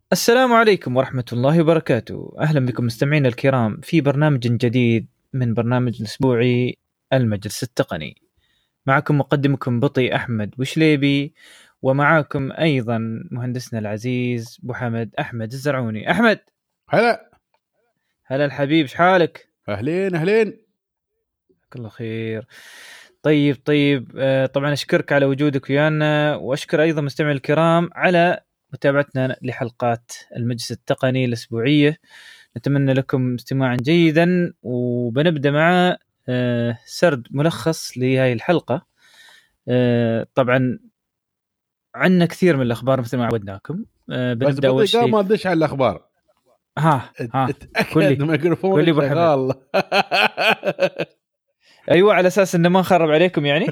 السلام عليكم ورحمة الله وبركاته. أهلا بكم مستمعينا الكرام في برنامج جديد من برنامج الأسبوعي المجلس التقني. معكم مقدمكم بطي أحمد بوشليبي، ومعكم أيضا مهندسنا العزيز أبو حمد أحمد الزرعوني. أحمد، هلا الحبيب، شحالك؟ أهلين الله خير. طيب طبعا أشكرك على وجودك ويانا، وأشكر أيضا مستمعي الكرام على متابعتنا لحلقات المجلس التقني الأسبوعية. نتمنى لكم استماعا جيدا، وبنبدأ مع سرد ملخص لهذه الحلقة. طبعا عندنا كثير من الأخبار مثل ما عودناكم. بس بنبدأ أول بطيء شيء. ما ادش على الاخبار. ها اتاكد ميكروفونك أبو حمد. شغال. أيوة، على أساس إنه ما نخرب عليكم يعني.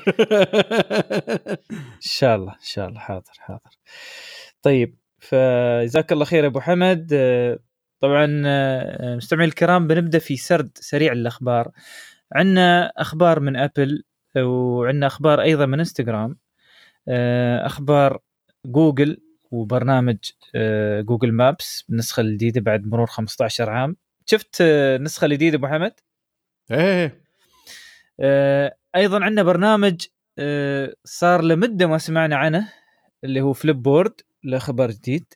إن شاء الله حاضر. طيب، فجزاك الله خير أبو حمد. طبعا مستمعي الكرام، بنبدأ في سرد سريع للأخبار. عندنا أخبار من أبل، وعندنا أخبار أيضا من انستغرام، أخبار جوجل، وبرنامج جوجل مابس بالنسخة الجديدة بعد مرور 15 عام. شفت النسخة الجديدة أبو حمد؟ ايه أيضا عندنا برنامج صار لمدة ما سمعنا عنه، اللي هو فليب بورد، له خبر جديد.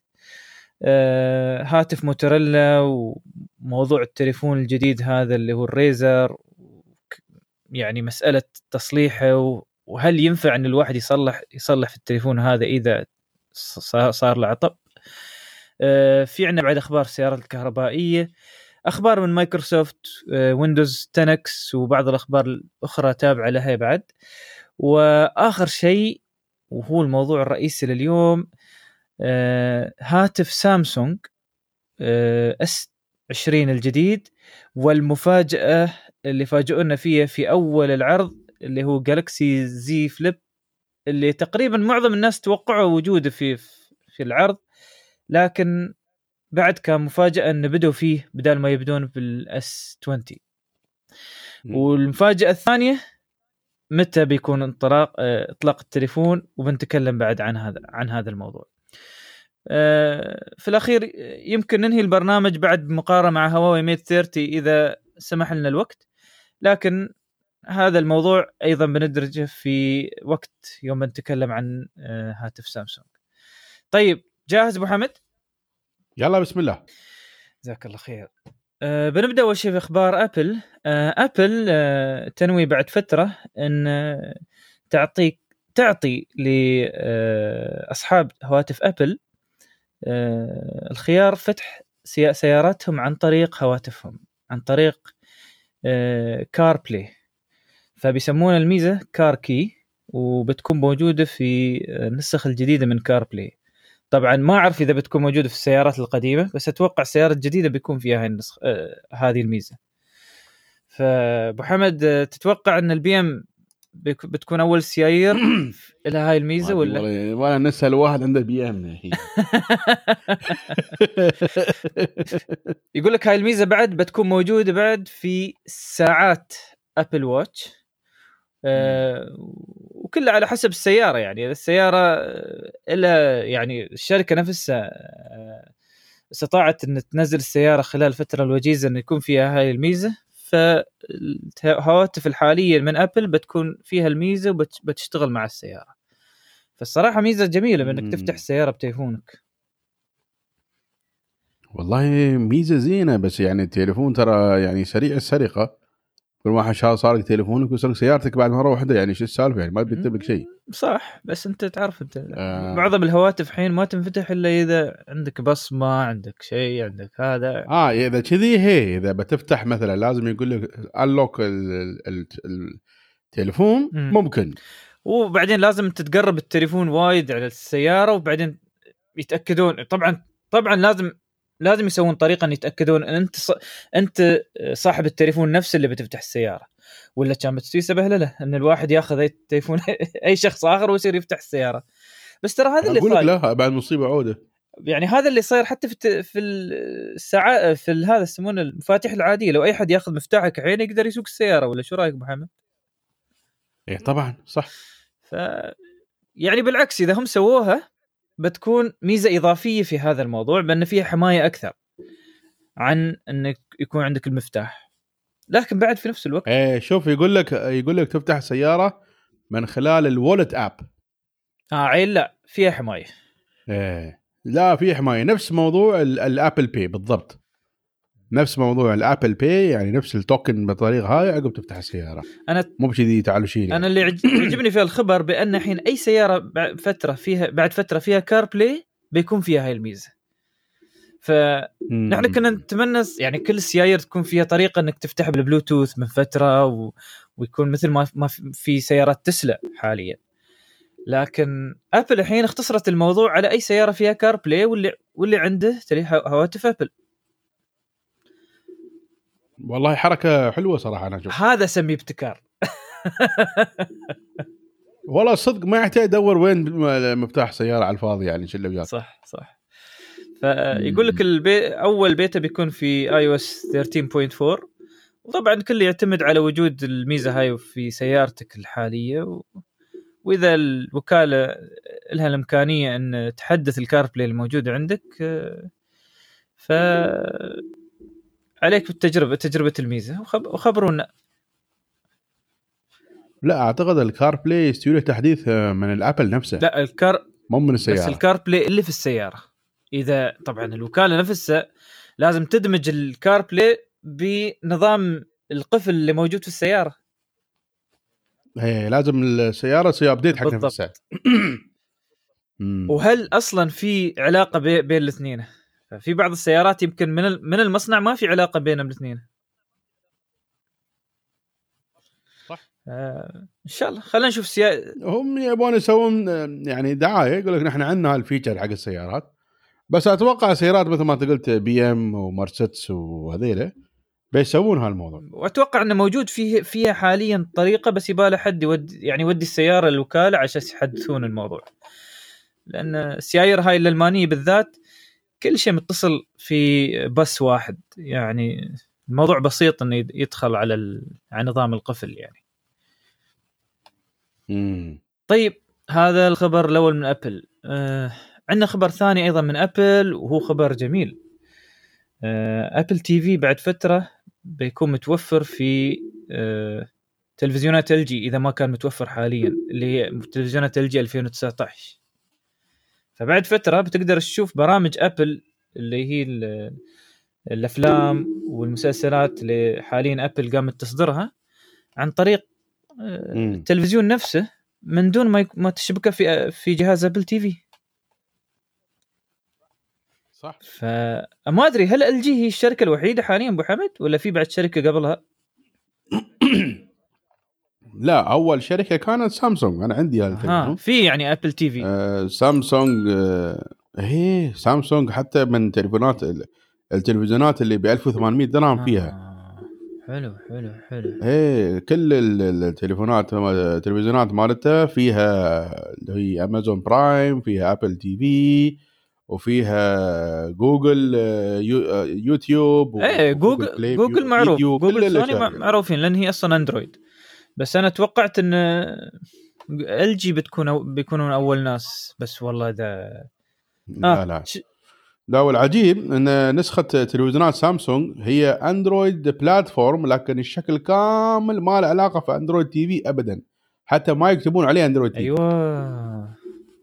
هاتف موتوريلا، وموضوع التليفون الجديد هذا اللي هو الريزر، يعني مسألة تصليحه، وهل ينفع أن الواحد يصلح في التليفون هذا إذا صار له عطب. في عنا بعد أخبار السيارات الكهربائية، أخبار من مايكروسوفت، ويندوز 10 X، وبعض الأخبار الأخرى تابعة لها بعد. وآخر شيء وهو الموضوع الرئيسي لليوم، هاتف سامسونج S20 الجديد، والمفاجأة اللي فاجئونا فيها في أول العرض اللي هو جالكسي زي فليب، اللي تقريبا معظم الناس توقعوا وجوده في العرض، لكن بعد كان مفاجأة أن بدوا فيه بدال ما يبدون بالS 20. والمفاجأة الثانية متى بيكون إطلاق التليفون، وبنتكلم بعد عن هذا الموضوع. في الأخير يمكن ننهي البرنامج بعد مقارنة مع هواوي ميت 30 إذا سمح لنا الوقت، لكن هذا الموضوع أيضا بندرجه في وقت يوم نتكلم عن هاتف سامسونج. طيب، جاهز أبو حمد؟ يلا بسم الله. جزاك الله خير. بنبدأ أول شيء في أخبار أبل. أبل تنوي بعد فترة أن تعطي لأصحاب هواتف أبل الخيار فتح سياراتهم عن طريق هواتفهم، عن طريق كار بلاي. فبيسمون الميزة كار كي، وبتكون موجودة في النسخ الجديدة من كار بلاي. طبعا ما أعرف إذا بتكون موجودة في السيارات القديمة، بس أتوقع السيارات الجديدة بيكون فيها هذه الميزة. فأبو حمد، تتوقع أن البي ام بتكون أول سيايير لها هاي الميزة ولا نسأل واحد عنده بي ام هي. يقول لك هاي الميزة بعد بتكون موجودة بعد في ساعات أبل واتش. وكله على حسب السيارة، يعني السيارة إلا يعني الشركة نفسها استطاعت أن تنزل السيارة خلال الفترة الوجيزة أن يكون فيها هاي الميزة. فالهواتف الحالية من أبل بتكون فيها الميزة وبتشتغل مع السيارة. فالصراحة ميزة جميلة بأنك تفتح السيارة بتليفونك. والله ميزة زينة، بس يعني التليفون ترى يعني سريع السرقة. كل واحد صار تليفونك وسرق سيارتك بعد مرة واحدة، يعني شو السالفة؟ يعني ما بيكتب لك شيء. صح، بس انت تعرف معظم الهواتف حين ما تنفتح الا اذا عندك بصمة، عندك شيء، عندك هذا. اذا كذي هي اذا بتفتح مثلا لازم يقول لك انلوك التليفون ممكن. وبعدين لازم تتقرب التليفون وايد على السيارة، وبعدين يتأكدون. طبعا لازم يسوون طريقة ان يتأكدون ان انت صاحب التليفون نفسه اللي بتفتح السيارة، ولا كان بتسوي سبهلله ان الواحد ياخذ اي تليفون اي شخص اخر ويصير يفتح السيارة. بس ترى هذا اللي اقول لك لا، بعد مصيبة عودة. يعني هذا اللي صاير حتى في الساعات، في هذا يسمونه المفاتيح العادية. لو اي حد ياخذ مفتاحك عين يقدر يسوق السيارة، ولا شو رايك ابو محمد؟ ايه طبعا صح. ف يعني بالعكس، اذا هم سووها بتكون ميزه اضافيه في هذا الموضوع، بان فيها حمايه اكثر عن انك يكون عندك المفتاح، لكن بعد في نفس الوقت شوف يقول لك تفتح سياره من خلال الوالت اب. عيل لا فيها حمايه. لا في حمايه، نفس موضوع الابل باي بالضبط، نفس موضوع الابل باي، يعني نفس التوكن بالطريقه هاي عقب تفتح السياره. انا مو بشذي تعالوا شيل يعني. انا اللي عجبني في الخبر بان الحين اي سياره بعد فتره فيها كار بلاي بيكون فيها هاي الميزه. فنحن كنا نتمنى يعني كل السيايير تكون فيها طريقه انك تفتح بالبلوتوث من فتره ويكون مثل ما في سيارات تسلا حاليا، لكن ابل الحين اختصرت الموضوع على اي سياره فيها كار بلاي واللي عنده هواتف ابل. والله حركه حلوه صراحه انا اشوف. هذا سمي ابتكار. والله صدق ما يحتاج ادور وين مفتاح سياره على الفاضي يعني شله وياك. صح. فيقول لك اول بيتا بيكون في iOS 13.4، وطبعا كله يعتمد على وجود الميزه هاي في سيارتك الحاليه واذا الوكاله لها الامكانيه ان تحدث الكاربلاي الموجود عندك، ف عليك تجربه الميزه وخبرونا. لا اعتقد الكار بلاي يستوي له تحديث من الابل نفسه. لا مو من السياره، بس الكار بلاي اللي في السياره. اذا طبعا الوكاله نفسها لازم تدمج الكار بلاي بنظام القفل اللي موجود في السياره. هي لازم السياره تصير ابديت حق نفسها. وهل اصلا في علاقه بين الاثنين؟ في بعض السيارات يمكن من المصنع ما في علاقه بينهم الاثنين. صح. ان شاء الله خلينا نشوف هم يبون يسوون يعني دعايه، يقول لك نحن عندنا هالفيتشر حق السيارات، بس اتوقع سيارات مثل ما انت قلت بي ام ومرسيدس وهذيله بيسوون هالموضوع. واتوقع انه موجود فيها حاليا طريقه، بس يباله حد يودي السياره الوكاله عشان يحدثون الموضوع، لان السيايير هاي الالمانيه بالذات كل شيء متصل في بس واحد، يعني الموضوع بسيط انه يدخل على نظام القفل يعني. طيب هذا الخبر الاول من ابل. عندنا خبر ثاني ايضا من ابل وهو خبر جميل. ابل تي في بعد فتره بيكون متوفر في تلفزيونات ال جي، اذا ما كان متوفر حاليا، اللي هي تلفزيونات ال جي 2019. فبعد فتره بتقدر تشوف برامج ابل اللي هي الافلام والمسلسلات اللي حاليا ابل قامت تصدرها عن طريق التلفزيون نفسه من دون ما تشبكه في جهاز ابل تي في. صح. فما ادري هل ال جي هي الشركه الوحيده حاليا ابو حمد ولا في بعد شركه قبلها؟ لا اول شركه كانت سامسونج. انا عندي هالتلفزيون في يعني ابل تي في سامسونج. هي سامسونج حتى من التلفزيونات اللي ب 1800 درهم فيها. حلو. ايه كل التلفزيونات مالتها فيها اللي هي امازون برايم، فيها ابل تي في، وفيها جوجل يوتيوب. ايه جوجل معروف، جوجل سوني معروفين لان هي اصلا اندرويد. بس انا توقعت ان ال جي بيكونون اول ناس، بس والله ده لا والعجيب ان نسخه تلفزيونات سامسونج هي اندرويد بلاتفورم، لكن الشكل كامل ما له علاقه في اندرويد تي في ابدا، حتى ما يكتبون عليه اندرويد تي في. ايوه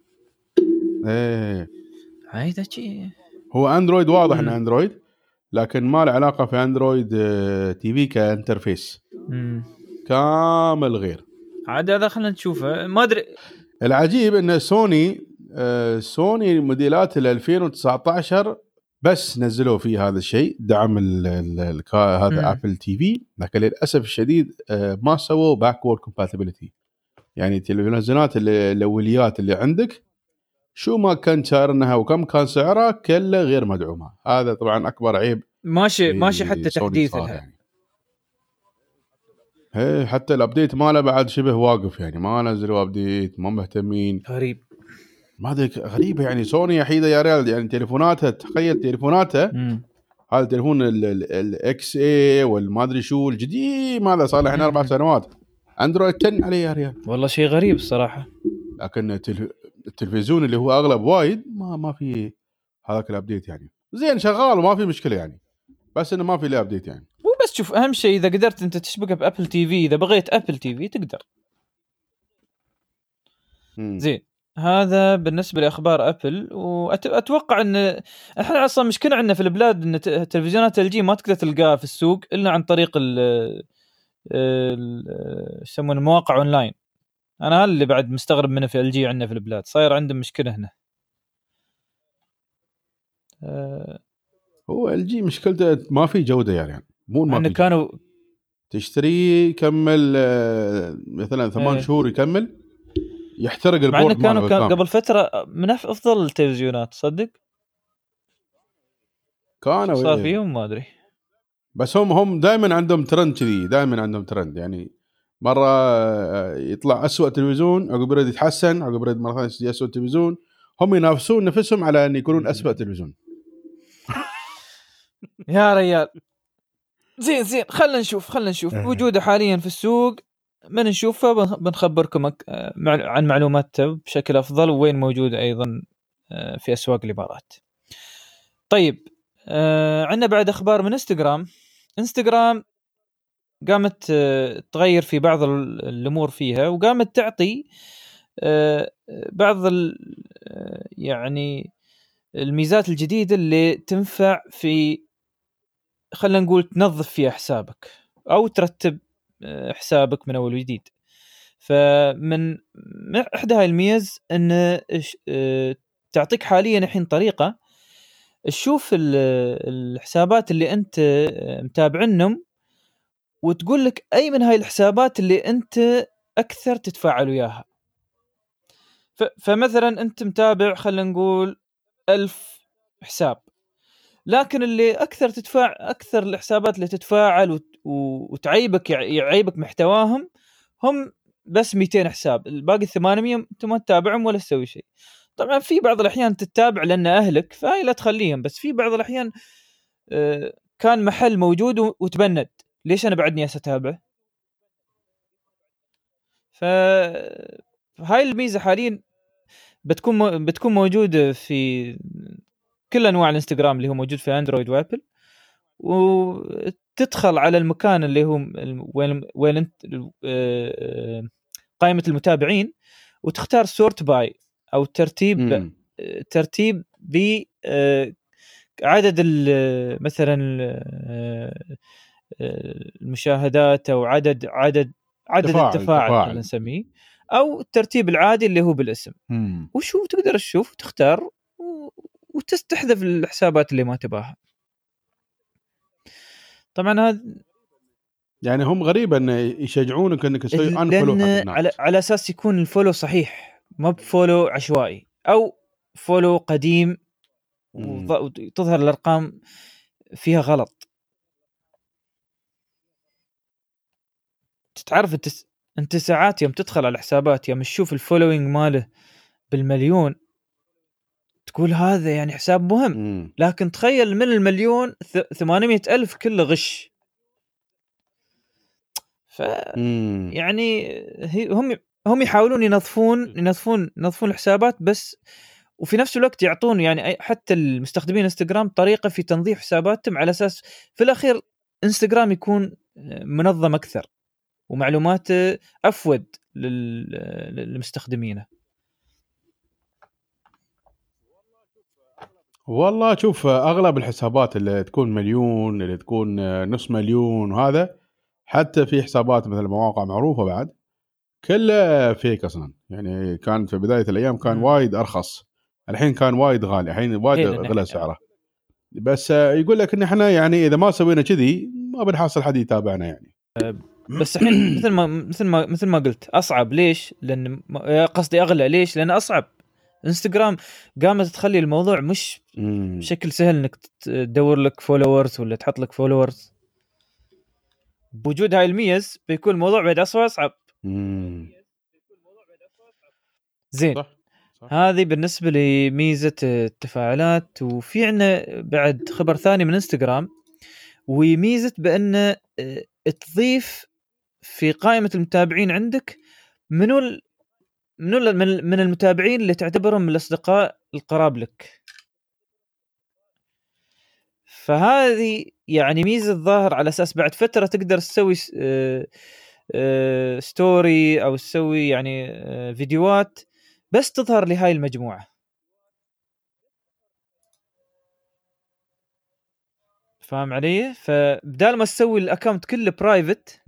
ايه هيدا شيء هو اندرويد واضح انه اندرويد، لكن ما له علاقه في اندرويد تي في كانترفيس. كامل غير عاد هذا خلينا نشوفه. ما ادري العجيب ان سوني موديلات 2019 بس نزلوا فيه هذا الشيء، دعم هذا ابل تي في، لكن للاسف الشديد ما سووا باكورد كومباتيبلتي. يعني التلفزيونات الاوليات اللي عندك شو ما كان شارنها وكم كان سعرها كله غير مدعومه. هذا طبعا اكبر عيب. ماشي حتى تحديث لها يعني. هي حتى الابديت ماله بعد شبه واقف، يعني ما نزلوا ابديت، ما مهتمين. غريب، ما ادري غريبه يعني. سوني وحيده يا ريال، يعني تليفوناتها، تخيل تليفوناتها هذا التليفون الاكس اي والما ادري شو الجديد، ماذا صار له 4 سنوات اندرويد 10 عليه يا ريال. والله شيء غريب الصراحه. لكن التلفزيون اللي هو اغلب وايد ما في هذاك الابديت يعني. زين شغال وما في مشكله يعني، بس انه ما في له ابديت يعني. مو بس شوف اهم شيء اذا قدرت انت تشبكه بابل تي في، اذا بغيت ابل تي في تقدر. زين هذا بالنسبه لاخبار ابل. واتوقع ان احنا اصلا مشكله عندنا في البلاد ان تلفزيونات ال جي ما تقدر تلقاها في السوق الا عن طريق يسمونه المواقع اونلاين. انا اللي بعد مستغرب منه في ال جي عندنا في البلاد، صاير عندهم مشكله هنا. هو ال جي مشكلته ما في جوده يعني مو ما في كانوا تشتري كمل مثلا 8 شهور يكمل يحترق البورد ماله. كانوا قبل فتره من افضل التلفزيونات صدق، كانوا صار فيهم ما ادري. بس هم دائما عندهم ترند كذي، دائما عندهم ترند يعني. مره يطلع أسوأ تلفزيون، عقب يرد يتحسن، عقب يرد مره ثانيه أسوأ تلفزيون. هم ينافسون نفسهم على ان يكونون أسوأ تلفزيون. يا ريال زين خلنا نشوف وجوده حاليا في السوق. من نشوفه بنخبركم عن معلوماته بشكل افضل، وين موجوده ايضا في اسواق الامارات. طيب عندنا بعد اخبار من انستغرام قامت تغير في بعض الامور فيها، وقامت تعطي بعض يعني الميزات الجديده اللي تنفع في، خلينا نقول، تنظف فيها حسابك او ترتب حسابك من اول وجديد. فمن احدى هاي الميز ان تعطيك حاليا الحين طريقه تشوف الحسابات اللي انت متابعنهم، وتقول لك اي من هاي الحسابات اللي انت اكثر تتفاعل وياها. فمثلا انت متابع خلينا نقول 1000 حساب، لكن اللي اكثر الحسابات اللي تتفاعل وتعيبك يعيبك محتواهم هم بس 200 حساب. الباقي 800 انت ما تتابعهم ولا تسوي شيء. طبعا في بعض الاحيان تتابع لان اهلك، فهاي لا تخليهم، بس في بعض الاحيان كان محل موجود وتبند، ليش انا بعدني اتابعه؟ فهاي الميزه حاليا بتكون موجوده في كل انواع الانستغرام اللي هو موجود في اندرويد وابل. وتدخل على المكان اللي هو وين انت قائمه المتابعين، وتختار سورت باي او ترتيب ب عدد مثلا المشاهدات او عدد التفاعل خلينا نسميه، او الترتيب العادي اللي هو بالاسم. وشو تقدر تشوف تختار وتستحذف الحسابات اللي ما تباها. طبعا هذا يعني هم غريبة ان يشجعونك انك تسوي انفولو حق الناس على اساس يكون الفولو صحيح، ما بفولو عشوائي او فولو قديم وتظهر الارقام فيها غلط. تعرف انت ساعات يوم تدخل على الحسابات يوم تشوف الفولوينج ماله بالمليون تقول هذا يعني حساب مهم، لكن تخيل من المليون 800,000 كله غش. يعني هم يحاولون ينظفون الحسابات، بس وفي نفس الوقت يعطون يعني حتى المستخدمين انستغرام طريقة في تنظيف حساباتهم، على أساس في الأخير انستغرام يكون منظم أكثر ومعلوماته أفود للمستخدمين. والله شوف أغلب الحسابات اللي تكون مليون، اللي تكون نص مليون، وهذا حتى في حسابات مثل مواقع معروفة بعد كله فيك أصلا. يعني كان في بداية الأيام كان وايد أرخص، الحين كان وايد غالي، الحين وايد غلى سعره. بس يقول لك إن إحنا يعني إذا ما سوينا كذي ما بنحصل حد يتابعنا يعني. بس الحين مثل ما قلت أصعب. ليش؟ لأن قصدي أغلى. ليش؟ لأن أصعب. انستغرام قامت تخلي الموضوع مش بشكل سهل انك تدور لك فولورز ولا تحط لك فولورز. بوجود هاي الميز بيكون الموضوع بعد أصعب. زين صح. هذه بالنسبة لميزة التفاعلات. وفي عنا بعد خبر ثاني من انستغرام، وميزة بأن تضيف في قائمة المتابعين عندك منو من المتابعين اللي تعتبرهم من الاصدقاء القراب لك. فهذه يعني ميزه الظاهر على اساس بعد فتره تقدر تسوي ستوري او تسوي يعني فيديوهات بس تظهر لهاي المجموعه. فاهم علي؟ فبدال ما تسوي الاكونت كله برايفت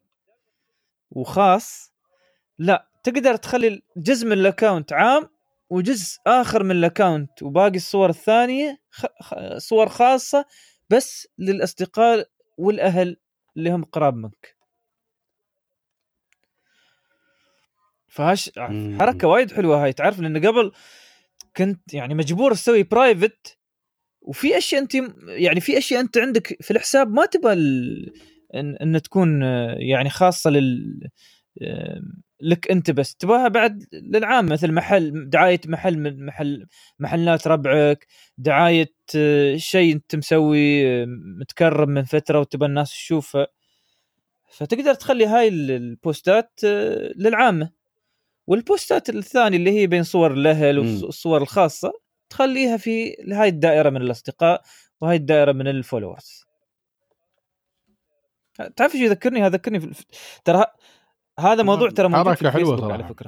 وخاص، لا تقدر تخلي جزء من الاكونت عام وجزء اخر من الاكونت وباقي الصور الثانيه صور خاصه بس للاصدقاء والاهل اللي هم قراب منك. فهاش حركه وايد حلوه هاي، تعرف لان قبل كنت يعني مجبور اسوي برايفت، وفي اشياء انت يعني في اشياء انت عندك في الحساب ما تبى ان تكون يعني خاصه لك انت بس، تباها بعد للعام، مثل محل دعايه محل من محلات ربعك، دعايه شيء انت مسوي متكرم من فتره وتبى الناس تشوفه، فتقدر تخلي هاي البوستات للعامه. والبوستات الثانيه اللي هي بين صور الاهل والصور الخاصه تخليها في هاي الدائره من الاصدقاء وهاي الدائره من الفولورز. تعرف ايش يذكرني؟ هذا ذكرني ترى هذا موضوع ترى موجود في الفيسبوك على فكره.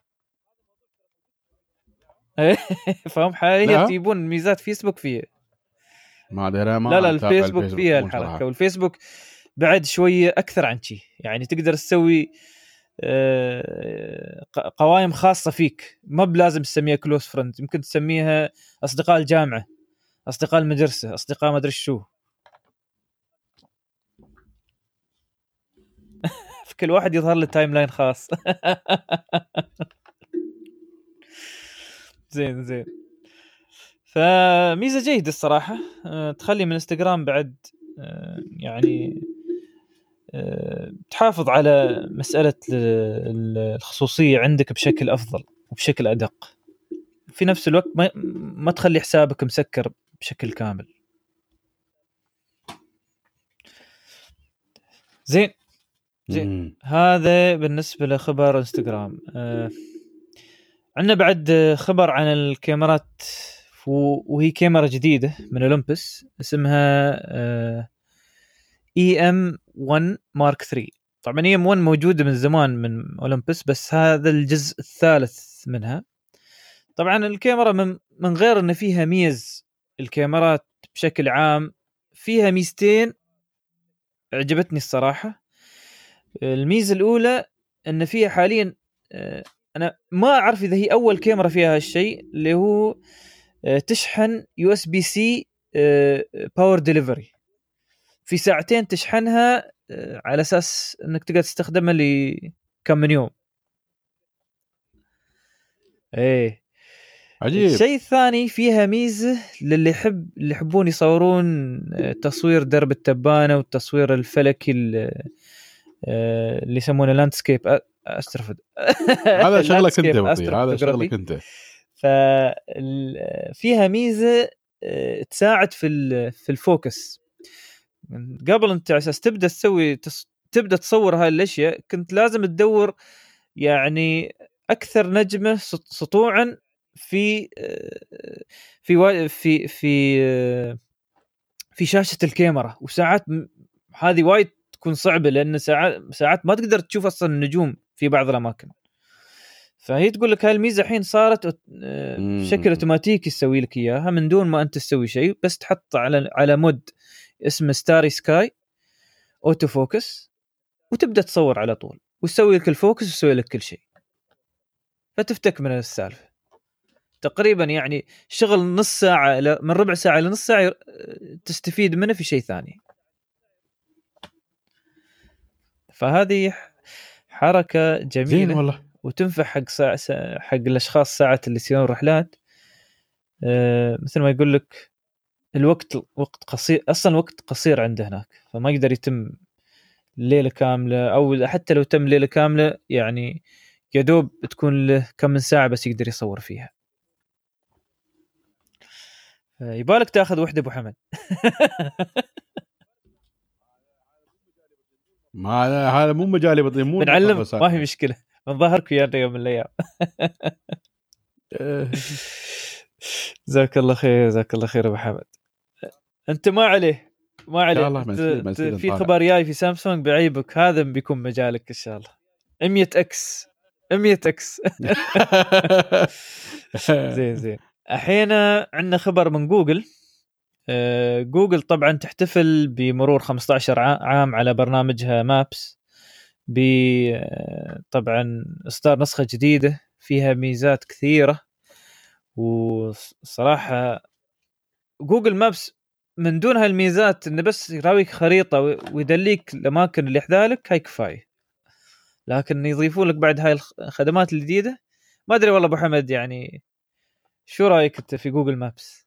فهم حاليا يجيبون ميزات فيسبوك فيه. ما ادري ما لا الفيسبوك فيها الحركه، والفيسبوك بعد شويه اكثر عن شيء، يعني تقدر تسوي قوائم خاصه فيك، ما بلازم تسميها كلوز فريند، يمكن تسميها اصدقاء الجامعه، اصدقاء المدرسه، اصدقاء ما ادري شو. في كل واحد يظهر له تايم لاين خاص. زين فميزه جيده الصراحه، تخلي من انستغرام بعد يعني تحافظ على مساله الخصوصيه عندك بشكل افضل وبشكل ادق، في نفس الوقت ما تخلي حسابك مسكر بشكل كامل. زين هذا بالنسبه لخبر انستغرام. عندنا بعد خبر عن الكاميرات، وهي كاميرا جديده من اولمبس اسمها EM1 مارك 3. طبعا EM1 موجوده من زمان من اولمبس، بس هذا الجزء الثالث منها. طبعا الكاميرا من غير ان فيها ميز، الكاميرات بشكل عام فيها ميزتين عجبتني الصراحه. الميزه الاولى ان فيها حاليا، انا ما اعرف اذا هي اول كاميرا فيها هالشيء، اللي هو تشحن USB-C باور ديليفري في ساعتين، تشحنها على اساس انك تقدر تستخدمها لكم من يوم. ايه عجيب. الشيء الثاني فيها ميزه للي يحبون يصورون تصوير درب التبانه والتصوير الفلكي اللي يسمونه لاندسكيب استرفد. هذا شغلك انت بطير، هذا شغلك انت. فيها ميزه تساعد في الفوكس. قبل انت على اساس تبدا تصور هاي الاشياء كنت لازم تدور يعني اكثر نجمه سطوعا في شاشه الكاميرا، وساعات هذه وايد تكون صعبه، لان ساعات ما تقدر تشوف اصلا النجوم في بعض الاماكن. فهي تقول لك هاي الميزه الحين صارت بشكل اوتوماتيكي تسوي لك اياها من دون ما انت تسوي شيء، بس تحط على مود اسمه ستاري سكاي اوتو فوكس، وتبدا تصور على طول وتسوي لك الفوكس وتسوي لك كل شيء، فتفتك من السالفه. تقريبا يعني شغل نص ساعه من ربع ساعه لنص ساعه تستفيد منه في شيء ثاني. فهذه حركه جميله والله. وتنفع حق الاشخاص ساعه اللي يسوون رحلات. مثل ما يقول لك وقت قصير، اصلا وقت قصير عنده هناك، فما يقدر يتم ليله كامله، او حتى لو تم ليله كامله يعني يدوب تكون له كم من ساعه بس يقدر يصور فيها. يبالك تاخذ وحده ابو حمد. ما هذا مو مجالي بطيء، مو بنعلم ما في مشكله، نظهرك يا يوم من الايام. جزاك الله خير، جزاك الله خير ابو حمد. انت ما عليه ما عليه، في خبر جاي في سامسونج بعيبك، هذا بيكون مجالك ان شاء الله. 100 اكس 100 اكس. زين الحين عندنا خبر من جوجل. جوجل طبعا تحتفل بمرور 15 عام على برنامجها مابس، طبعا اصدار نسخة جديدة فيها ميزات كثيرة. وصراحة جوجل مابس من دون هالميزات انه بس يراويك خريطة ويدليك الاماكن اللي حذالك هاي كفاية، لكن يضيفون لك بعد هاي الخدمات الجديدة. ما ادري والله ابو حمد، يعني شو رايك انت في جوجل مابس؟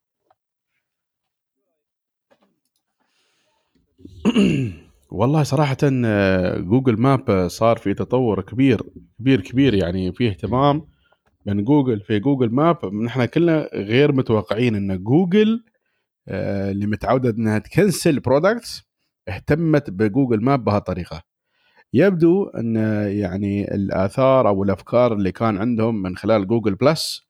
والله صراحة جوجل ماب صار في تطور كبير يعني فيه اهتمام من جوجل في جوجل ماب. نحن كلنا غير متوقعين ان جوجل اللي متعودة انها تكنسل برودكتس اهتمت بجوجل ماب بهالطريقة. يبدو ان يعني الاثار او الافكار اللي كان عندهم من خلال جوجل بلس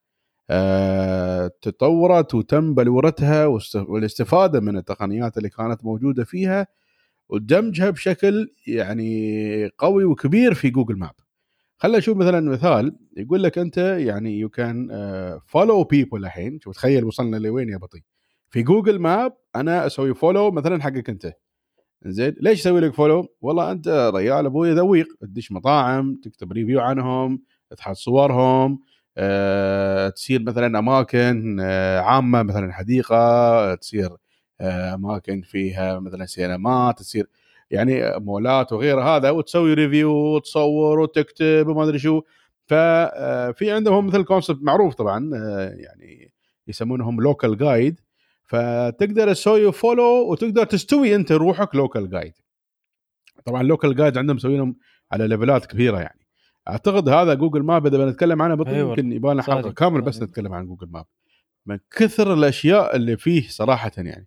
تطورت وتم بلورتها والاستفادة من التقنيات اللي كانت موجودة فيها ودمجها بشكل يعني قوي وكبير في جوجل ماب. خلينا نشوف مثلا مثال يقول لك انت يعني يو كان فولو بيبل. الحين شوف تخيل وصلنا لوين يا بطي. في جوجل ماب انا اسوي فولو مثلا حقك انت، زين ليش اسوي لك فولو؟ والله انت ريال ابوي ذويق، تدش مطاعم تكتب ريفيو عنهم، تحط صورهم، تصير مثلا اماكن عامه مثلا حديقه، تصير اماكن فيها مثلا سينمات، تصير يعني مولات وغيرها هذا، وتسوي ريفيو وتصور وتكتب وما ادري شو. ففي عندهم مثل كونسبت معروف طبعا يعني يسمونهم لوكال جايد، فتقدر تسوي فولو وتقدر تستوي انت روحك لوكال جايد. طبعا لوكال جايد عندهم مسوينهم على ليفلات كبيره يعني. اعتقد هذا جوجل ماب اذا بنتكلم عنه بطيء يمكن يبغى لنا حلقه كامله بس نتكلم عن جوجل ماب من كثر الاشياء اللي فيه صراحه يعني.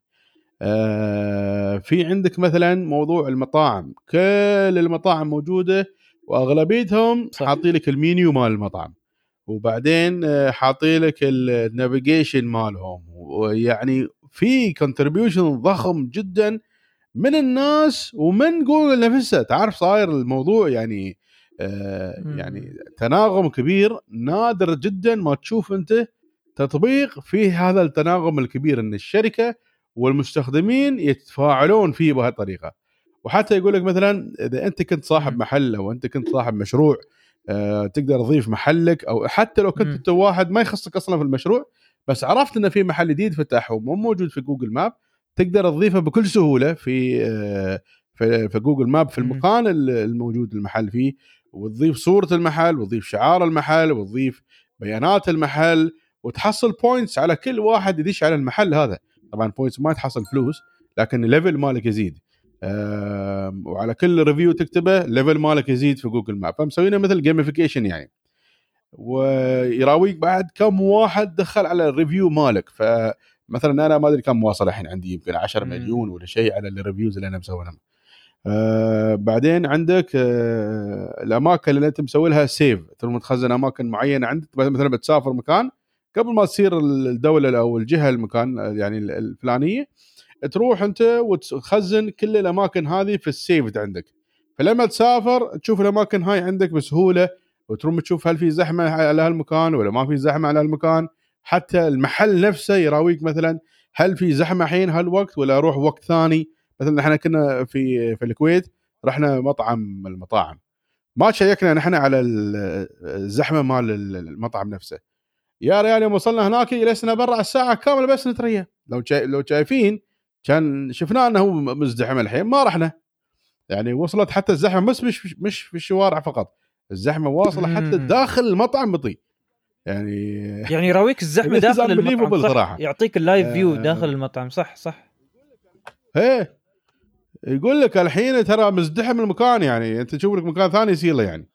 في عندك مثلا موضوع المطاعم، كل المطاعم موجوده واغلبيتهم حاطين لك المينيو مال المطعم، وبعدين حاطين لك النافيجيشن مالهم، ويعني في كونتريبيوشن ضخم جدا من الناس ومن جوجل نفسها. تعرف صاير الموضوع يعني يعني تناغم كبير، نادر جدا ما تشوف انت تطبيق فيه هذا التناغم الكبير ان الشركه والمستخدمين يتفاعلون فيه بهالطريقه. وحتى يقول لك مثلا اذا انت كنت صاحب محل او انت كنت صاحب مشروع تقدر تضيف محلك، او حتى لو كنت انت واحد ما يخصك اصلا في المشروع بس عرفت انه في محل جديد فتح ومو موجود في جوجل ماب، تقدر تضيفه بكل سهوله في جوجل ماب في المكان الموجود المحل فيه، وتضيف صوره المحل وتضيف شعار المحل وتضيف بيانات المحل، وتحصل بوينتس على كل واحد يدش على المحل هذا. طبعا بوينتس ما تحصل فلوس لكن الليفل مالك يزيد، وعلى كل ريفيو تكتبه الليفل مالك يزيد في جوجل ماب. فمسوينه مثل جيميفيكيشن يعني، ويراويك بعد كم واحد دخل على الريفيو مالك. فمثلا انا ما ادري كم واصل الحين عندي، يمكن 10 مليون ولا شيء على الريفيوز اللي انا مسوينهم. بعدين عندك الاماكن اللي انت مسوي لها سيف، تروح تخزن اماكن معينه عندك. مثلا بتسافر مكان قبل ما تصير الدوله او الجهه المكان يعني الفلانيه، تروح انت وتخزن كل الاماكن هذه في السيف عندك، فلما تسافر تشوف الاماكن هاي عندك بسهوله، وتروح تشوف هل في زحمه على هالمكان ولا ما في زحمه على هالمكان. حتى المحل نفسه يراويك مثلا هل في زحمه حين هالوقت ولا اروح وقت ثاني. مثلا احنا كنا في الكويت، رحنا مطعم من المطاعم، ما شيكنا نحن على الزحمه مال المطعم نفسه. يا ريال يوم وصلنا هناك جلسنا برا الساعه كامله بس نتريا. لو شايفين كان شفنا انه مزدحم، الحين ما رحنا يعني. وصلت حتى الزحمه بس مش في الشوارع فقط، الزحمه واصله حتى داخل المطعم بطيء يعني يراويك الزحمه داخل المطعم صح؟ يعطيك اللايف فيو داخل المطعم صح. ايه يقول لك الحين ترى مزدحم المكان، يعني انت تشوف لك مكان ثاني يصير له يعني.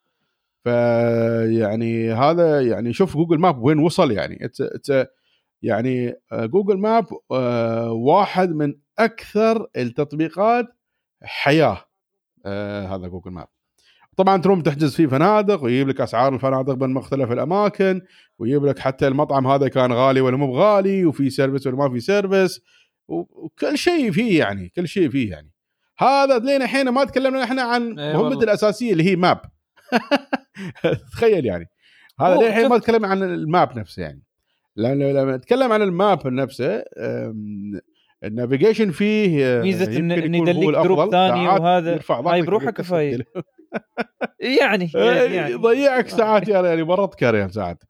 فيعني هذا يعني شوف جوجل ماب وين وصل يعني. يعني جوجل ماب واحد من اكثر التطبيقات حياه هذا جوجل ماب. طبعا تروم تحجز فيه فنادق ويجيب لك اسعار الفنادق بين مختلف الاماكن، ويجيب لك حتى المطعم هذا كان غالي ولا مو غالي، وفي سيرفيس ولا ما في سيرفيس، وكل شيء فيه يعني، كل شيء فيه يعني. هذا لين الحين ما تكلمنا احنا عن مهمته الاساسيه اللي هي ماب. تخيل يعني، هذا لين الحين ما تكلمنا عن الماب نفسه يعني. لما نتكلم عن الماب نفسه، النافيجيشن فيه ميزه ان يدلك دروب ثاني، وهذا هاي بروحه كفايه. يعني يضيعك ساعات يعني مرات كاريان ساعات.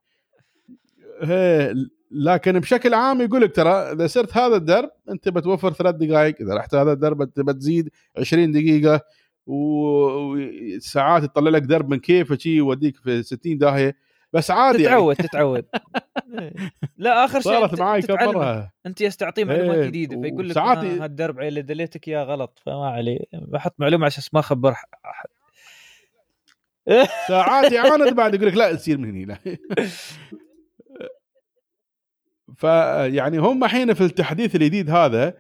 لكن بشكل عام يقول لك ترى اذا سرت هذا الدرب انت بتوفر 3 دقائق، اذا رحت هذا الدرب بتزيد 20 دقيقه، وساعات يطلع لك درب من كيفه شيء يوديك في 60 داهيه، بس عادي تتعود. لا اخر شيء صارت معي كبرها، انت يستعطي معلومات جديده فيقول لك هالدرب اللي دليتك اياه غلط، فما عليه بحط معلومه عشان ما اخبر احد. ساعات يعاند بعد يقول لك لا تصير من هنا. فيعني هم حين في التحديث الجديد هذا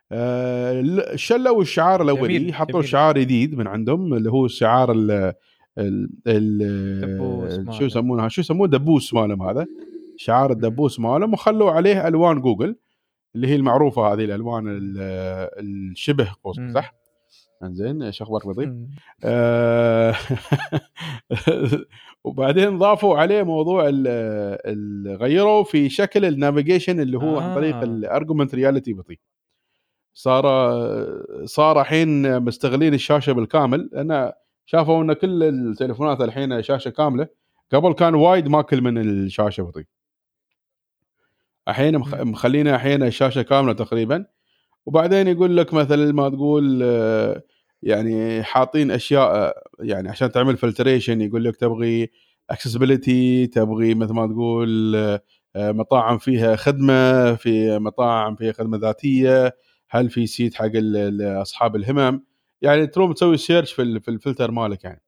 شلوا الشعار الاولي، حطوا شعار جديد من عندهم اللي هو الشعار شو يسمونه دبوس مالهم، هذا شعار الدبوس مالهم، وخلوا عليه الوان جوجل اللي هي المعروفه، هذه الالوان الشبه قوس صح. انزين ايش اخبارك بطيء؟ وبعدين ضافوا عليه موضوع غيروا في شكل النافيجيشن اللي هو عن طريق الارجومنت رياليتي بطيء. صار الحين مستغلين الشاشه بالكامل، لان شافوا ان كل التليفونات الحين شاشه كامله، قبل كان وايد ماكل من الشاشه بطيء، الحين مخلينا الحين الشاشه كامله تقريبا. وبعدين يقول لك مثل ما تقول يعني حاطين اشياء يعني عشان تعمل فلتريشن، يقول لك تبغي اكسسبيليتي، تبغي مثل ما تقول مطاعم فيها خدمه، في مطاعم فيها خدمه ذاتيه، هل في سيت حق اصحاب الهمم، يعني تروم تسوي سيرش في الفلتر مالك يعني.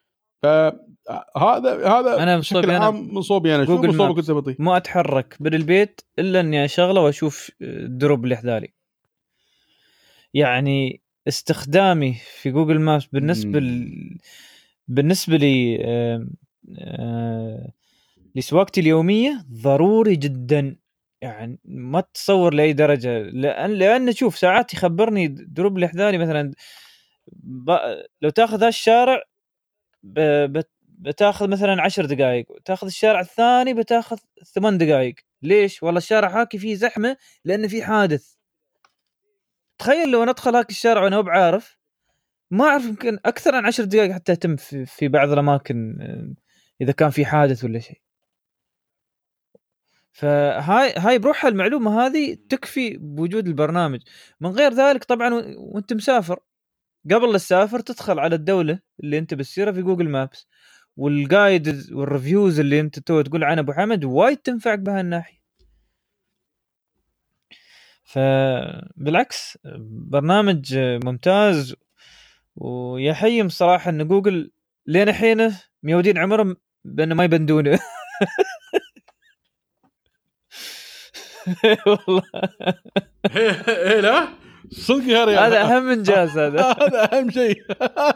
فهذا انا بشكل عام من صوبي انا. شو صوبك انت بطيء؟ ما اتحرك من البيت الا اني اشغله واشوف الدروب اللي حذالي. يعني استخدامي في جوجل مابس بالنسبه لي لسواقتي اليوميه ضروري جدا، يعني ما تتصور لاي درجه، لان شوف ساعات يخبرني دروب اللي حذالي مثلا لو تاخذ هالشارع بتاخذ مثلا 10 دقائق، تاخذ الشارع الثاني بتاخذ 8 دقائق. ليش؟ والله الشارع هاكي فيه زحمه لان في حادث. تخيل لو ندخل هاك الشارع وانا بعارف، ما اعرف يمكن اكثر عن 10 دقائق حتى يتم في بعض الاماكن اذا كان في حادث ولا شيء. فهاي بروحها المعلومه هذه تكفي بوجود البرنامج. من غير ذلك طبعا وانت مسافر قبل لا تسافر تدخل على الدوله اللي انت بتسيرها في جوجل مابس، والجايد والريفيوز اللي انت تقول عنه ابو حمد وايد تنفعك بهالناحيه. فبالعكس برنامج ممتاز، ويحيي صراحه ان جوجل لين الحين ميودين عمرهم بانه ما يبندونه. والله لا صدق هذا اهم انجاز. هذا اهم شيء.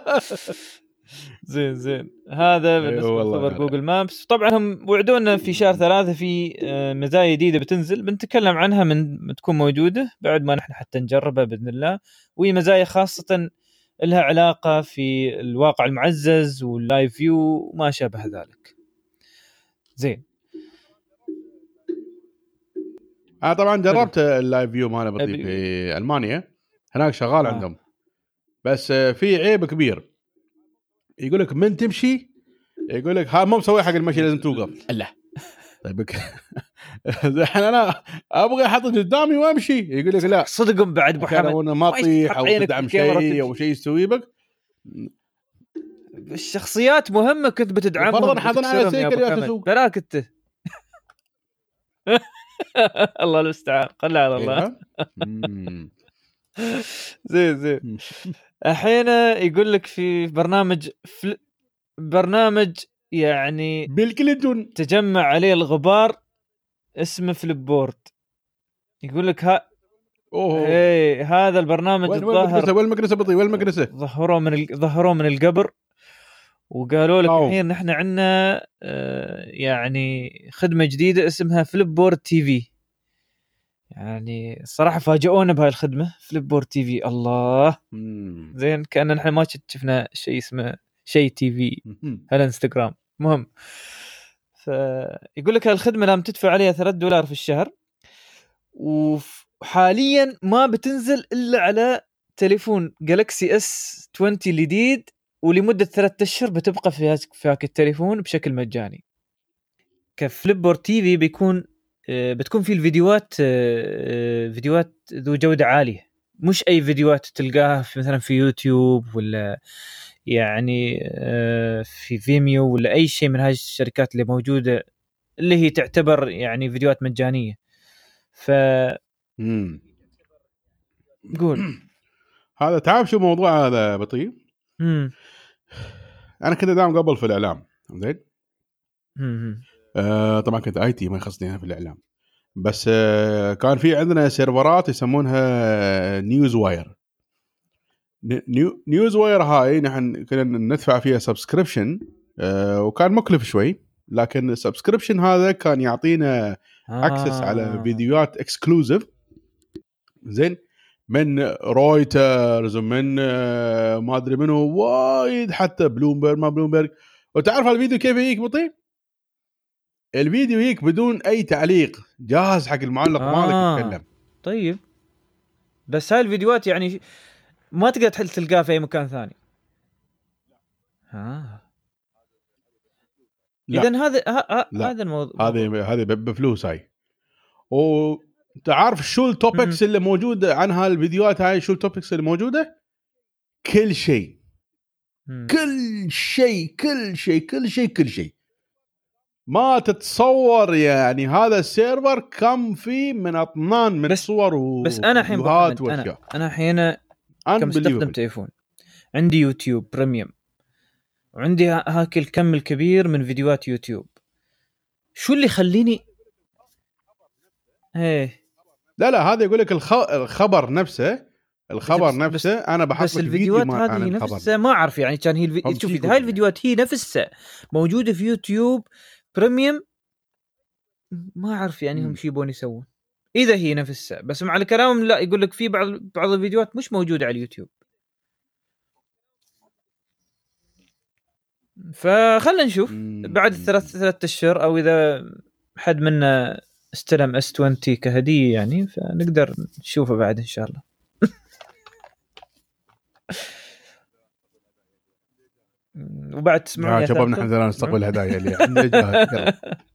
زين هذا بالنسبه لخبر جوجل مابس. طبعا هم وعدونا في شهر 3 في مزايا جديده بتنزل، بنتكلم عنها من تكون موجوده بعد ما نحن حتى نجربها باذن الله، وهي مزايا خاصه لها علاقه في الواقع المعزز واللايف فيو وما شابه ذلك. زين انا طبعا جربت اللايف فيو ماله بطيء في المانيا، هناك شغال عندهم، بس في عيب كبير. يقول لك من تمشي يقول لك ها مو مسوي حق المشي لازم توقف. الله طيب الحين انا ابغى احط قدامي وامشي، يقول لك لا صدق بعد ابو حمد وانا ما اطيح او تدعم شيء او شيء يسوي بك. الشخصيات مهمه كنت بتدعمهم، فرضا حاطين على سيكل يا تسوق براك انت. الله المستعان، خلها على الله. زين الحين يقول لك في برنامج يعني بالكليتون تجمع عليه الغبار اسمه فليبورد. يقول لك هذا البرنامج الظاهر وين المكنسه بطيء وين المكنسه ظهروا من القبر وقالوا لك الحين نحن عندنا يعني خدمه جديده اسمها فليب بورد تي في. يعني الصراحه فاجئونا بهاي الخدمه فليب بورد تي في. الله زين كأننا نحن ما شفنا شيء اسمه شيء تي في على انستغرام. مهم فيقول لك هالخدمه لازم تدفع عليها $3 في الشهر، وحاليا ما بتنزل الا على تليفون جالكسي اس 20 الجديد، ولمده 3 أشهر بتبقى في هاك التليفون بشكل مجاني. كفليب بورد تي في بتكون في الفيديوهات فيديوهات ذو جودة عالية، مش أي فيديوهات تلقاها في مثلا في يوتيوب ولا يعني في فيميو ولا أي شيء من هذه الشركات اللي موجودة اللي هي تعتبر يعني فيديوهات مجانية. قول. هذا تعرف شو موضوع هذا بطيء؟ أنا كنت دائما قبل في الإعلام زين. طبعا كنت IT ما يخصني في الإعلام، بس كان في عندنا سيرفرات يسمونها نيوز واير. نيوز واير هاي نحن كنا ندفع فيها سبسكريبشن، وكان مكلف شوي، لكن السبسكريبشن هذا كان يعطينا اكسس على فيديوهات اكسكلوزيف زين، من رويترز ومن ما ادري منه وايد، حتى بلومبرج ما بلومبرج. وتعرف الفيديو كيف يجيك بطيء؟ الفيديو يجيك بدون اي تعليق، جاهز حق المعلق مالك يتكلم. طيب بس هاي الفيديوهات يعني ما تقدر تلقاها في اي مكان ثاني. اذا هذا الموضوع، هذه بفلوس هاي. وانت عارف شو التوبكس اللي موجوده عن هالفيديوهات هاي؟ شو التوبكس اللي موجوده؟ كل شيء كل شيء كل شيء كل شيء كل شيء ما تتصور. يعني هذا السيرفر كم فيه من اطنان من صور بس انا الحين انا الحين كمستخدم تليفون عندي يوتيوب بريميوم، وعندي هاك الكم الكبير من فيديوهات يوتيوب. شو اللي يخليني لا هذا يقول لك الخبر نفسه انا بحط لك الفيديوهات هذه نفسها ما اعرف يعني كان هي شوف هاي الفيديوهات هي نفسها موجوده في يوتيوب بريميوم، ما اعرف يعني هم شو يبون يسوون اذا هي نفسها. بس مع الكلام لا، يقول لك في بعض الفيديوهات مش موجوده على اليوتيوب. فخلنا نشوف بعد 3 أشهر، او اذا حد منا استلم S20 كهديه يعني فنقدر نشوفه بعد ان شاء الله. وبعد تسمعون يا شباب نحن بدنا نستقبل هدايا اللي عندنا جاهز.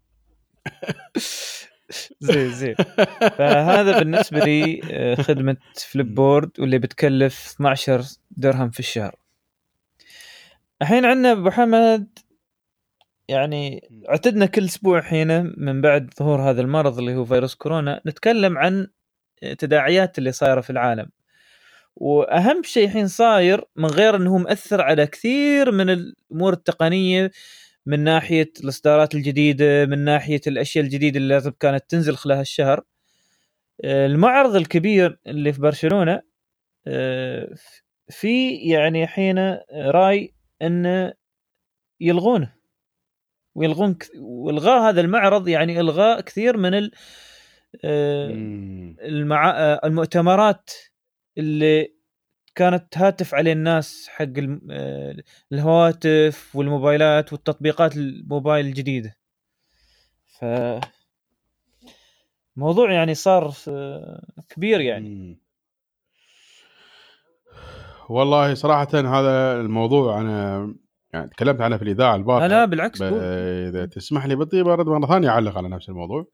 زين فهذا بالنسبه لي خدمه فليب بورد، واللي بتكلف 12 درهم في الشهر. الحين عندنا ابو حمد يعني اعتدنا كل اسبوع حين من بعد ظهور هذا المرض اللي هو فيروس كورونا نتكلم عن تداعيات اللي صايره في العالم. واهم شيء الحين صاير من غير انه مؤثر على كثير من الامور التقنيه، من ناحيه الاصدارات الجديده، من ناحيه الاشياء الجديده اللي لازم كانت تنزل خلال هالشهر. المعرض الكبير اللي في برشلونه في يعني حين راي ان يلغونه والغاء هذا المعرض، يعني الغاء كثير من المؤتمرات اللي كانت هاتف عليه الناس حق الهواتف والموبايلات والتطبيقات الموبايل الجديدة. فموضوع يعني صار كبير يعني. والله صراحة هذا الموضوع أنا يعني تكلمت عنه في الإذاعة البارحة. لا بالعكس إذا تسمح لي بطيء برد مرة ثانية أعلق على نفس الموضوع.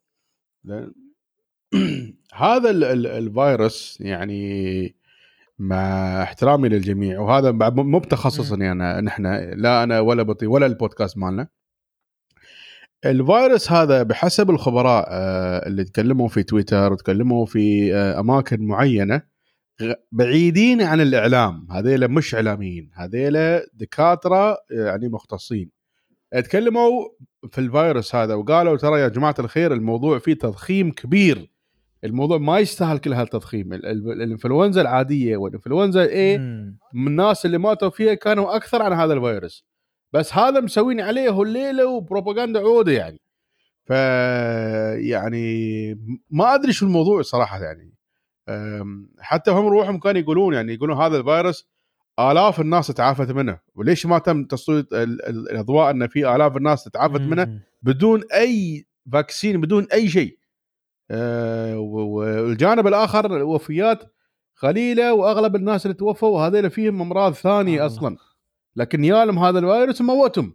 هذا الفيروس يعني مع احترامي للجميع، وهذا مو بتخصصني أنا، نحن لا أنا ولا بطيء ولا البودكاست مالنا. الفيروس هذا بحسب الخبراء اللي تكلموا في تويتر وتكلموا في أماكن معينة بعيدين عن الإعلام، هذيلا مش إعلاميين، هذيلا دكاترة يعني مختصين، اتكلموا في الفيروس هذا وقالوا ترى يا جماعة الخير الموضوع فيه تضخيم كبير، الموضوع ما يستاهل كل هالتضخيم. الانفلونزا العادية والانفلونزا من الناس اللي ماتوا فيها كانوا أكثر عن هذا الفيروس. بس هذا مسوين عليه الليله وبروباغندا عوده يعني. ف يعني ما ادري شو الموضوع صراحه يعني. حتى هم روحهم كانوا يقولون هذا الفيروس آلاف الناس تعافت منه، وليش ما تم تسليط الاضواء ان في آلاف الناس تعافت منه بدون اي فاكسين بدون اي شيء. والجانب الاخر الوفيات قليله، واغلب الناس اللي توفوا هذول فيهم امراض ثانيه اصلا، لكن يالم هذا الفيروس موتهم.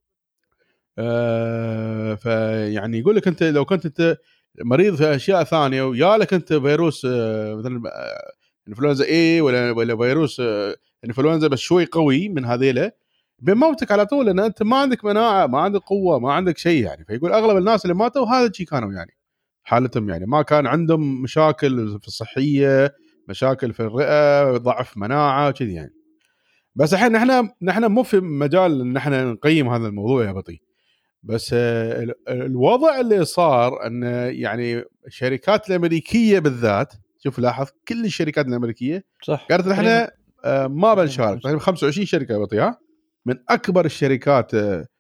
فيعني يقول لك انت لو كنت انت مريض في اشياء ثانيه ويالك انت فيروس مثلا انفلونزا اي ولا فيروس انفلونزا بس شوي قوي من هذيله، بموتك على طول، لان انت ما عندك مناعه، ما عندك قوه، ما عندك شيء يعني. فيقول اغلب الناس اللي ماتوا هذا الشيء كانوا يعني حالتهم يعني ما كان عندهم مشاكل في الصحيه، مشاكل في الرئه، ضعف مناعه كذي يعني. بس الحين نحن مو في مجال ان احنا نقيم هذا الموضوع يا بطي. بس الوضع اللي صار ان يعني الشركات الامريكيه بالذات، شوف لاحظ كل الشركات الامريكيه صح قالت احنا ما بنشارك. 25 شركه بطيئه من اكبر الشركات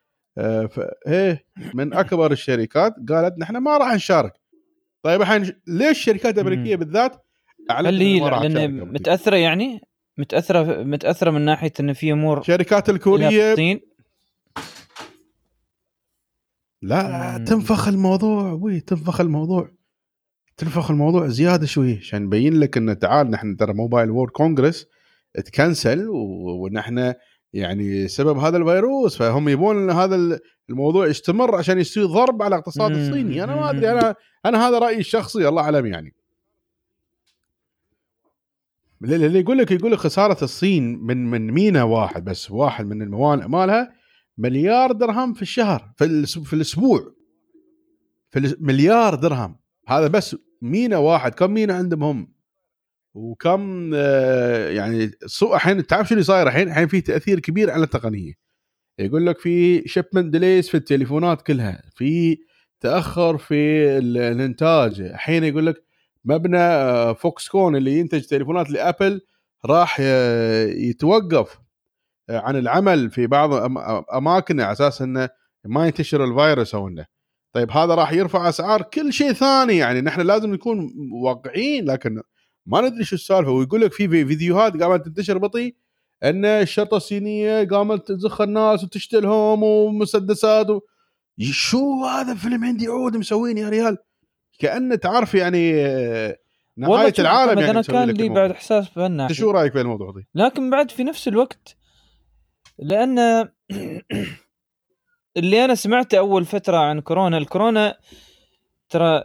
من اكبر الشركات قالت نحن ما راح نشارك. طيب الحين ليش الشركات الامريكيه بالذات هل هي لان متاثره يعني متاثره من ناحيه ان في امور شركات الكوريه لا تنفخ الموضوع زياده شوي عشان نبين لك ان تعال نحن ترى موبايل وورد كونغرس تكنسل ونحن يعني سبب هذا الفيروس، فهم يبون ان هذا الموضوع يستمر عشان يصير ضرب على الاقتصاد الصيني. انا ما ادري، انا هذا رايي الشخصي الله اعلم يعني. اللي يقول لك خساره الصين من مينا واحد بس، واحد من الموانئ مالها مليار درهم في الشهر، في الاسبوع، مليار درهم. هذا بس مينا واحد. كم مينا عندهم هم وكم يعني سوء. الحين تعرف شو اللي صاير الحين في تاثير كبير على التقنيه. يقول لك في شيبمنت ديليز في التليفونات كلها، في تاخر في الانتاج. الحين يقول لك مبنى فوكس كون اللي ينتج تليفونات لابل راح يتوقف عن العمل في بعض اماكن على اساس انه ما ينتشر الفيروس او انه. طيب هذا راح يرفع اسعار كل شيء ثاني يعني. نحن لازم نكون واقعيين، لكن ما ندري شو السالفه. ويقول لك في فيديوهات قامت تنتشر بطيء ان الشرطه الصينيه قامت تزخ الناس وتشتلهم ومسدسات شو هذا فيلم عندي عود مسوين يا ريال، كأنه تعرف يعني نهايه العالم يعني. انا كان لي بعد احساس بأنه انت شو رايك في الموضوع دي؟ لكن بعد في نفس الوقت لان اللي انا سمعته اول فتره عن الكورونا ترى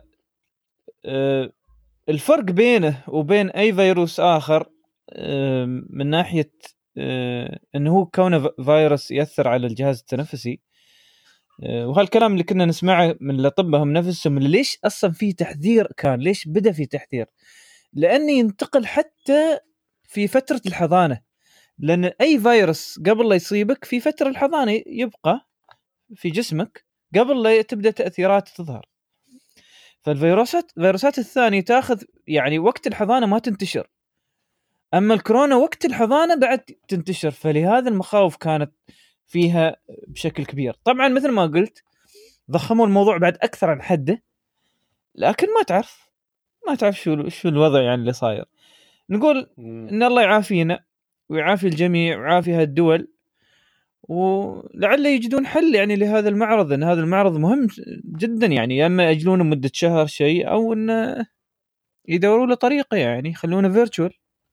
الفرق بينه وبين اي فيروس اخر من ناحيه انه هو كونه فيروس ياثر على الجهاز التنفسي. وهالكلام اللي كنا نسمعه من الاطباء هم نفسهم، اللي ليش اصلا في تحذير كان، ليش بدا في تحذير؟ لانه ينتقل حتى في فتره الحضانه، لان اي فيروس قبل لا يصيبك في فتره الحضانه يبقى في جسمك قبل لا تبدا تاثيرات تظهر. فالفيروسات الثانيه تاخذ يعني وقت الحضانه ما تنتشر، اما الكورونا وقت الحضانه بعد تنتشر. فلهذا المخاوف كانت فيها بشكل كبير. طبعا مثل ما قلت ضخموا الموضوع بعد اكثر عن حده، لكن ما تعرف شو الوضع يعني اللي صاير. نقول ان الله يعافينا ويعافي الجميع ويعافي هالدول، ولعل يجدون حل يعني لهذا المعرض، ان هذا المعرض مهم جدا يعني. يا اما ياجلونه مده شهر شيء، او ان يدوروا له طريقه يعني يخلونه فيرتشوال،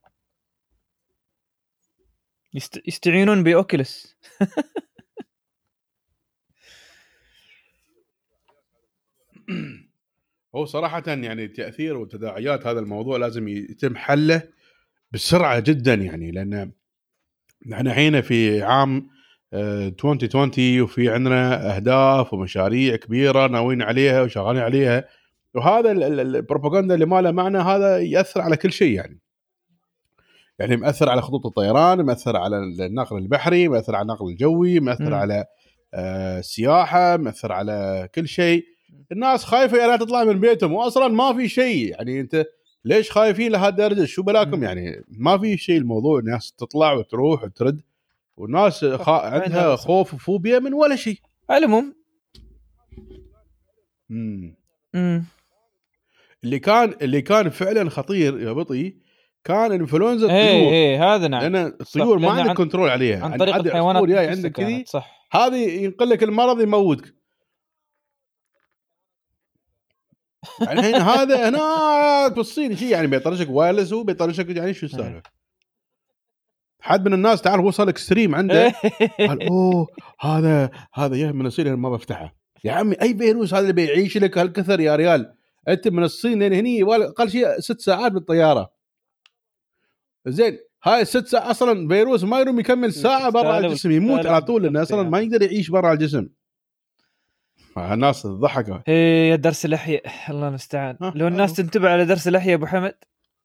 يستعينون باوكيلس. هو صراحة يعني التأثير وتداعيات هذا الموضوع لازم يتم حله بسرعة جدا يعني، لأن نحن الحين في عام 2020 وفي عندنا أهداف ومشاريع كبيرة ناويين عليها وشغالين عليها، وهذا البروباغندا اللي ما له معنى هذا يأثر على كل شيء يعني مأثر على خطوط الطيران، مأثر على النقل البحري، مأثر على النقل الجوي، مأثر على السياحة، مأثر على كل شيء. الناس خايفة يعني تطلع من بيتهم وأصلا ما في شيء يعني. أنت ليش خايفين لهالدرجة؟ شو بلاكم يعني؟ ما في شيء. الموضوع الناس تطلع وتروح وترد والناس عندها خوف وفوبيا من ولا شيء. المهم اللي كان فعلا خطير يا بطي كان انفلونزا الطيور. ايه هذا نعم، لان الطيور ما عندك كنترول عليها، عن طريق الحيوانات جاي عندك كذي، هذه ينقل لك المرض يموتك. الحين هذا هناك بالصين شيء يعني بيطرشك وايرلس، هو بيطرشك يعني شو السالفه. حد من الناس تعرف وصل اكستريم عنده قال اوه هذا يا من الصين ما بفتحه يا عمي. اي فيروس هذا اللي بيعيش لك هالكثر يا ريال؟ انت من الصين لين هني اقل شيء 6 ساعات بالطياره. زين هاي 6 ساعات اصلا فيروس ما يروم يكمل ساعه برا الجسم، يموت على طول لانه اصلا ما يقدر يعيش برا الجسم. الناس ضحكوا. يا درس الاحياء الله المستعان. لو الناس تنتبه على درس الاحياء ابو حمد.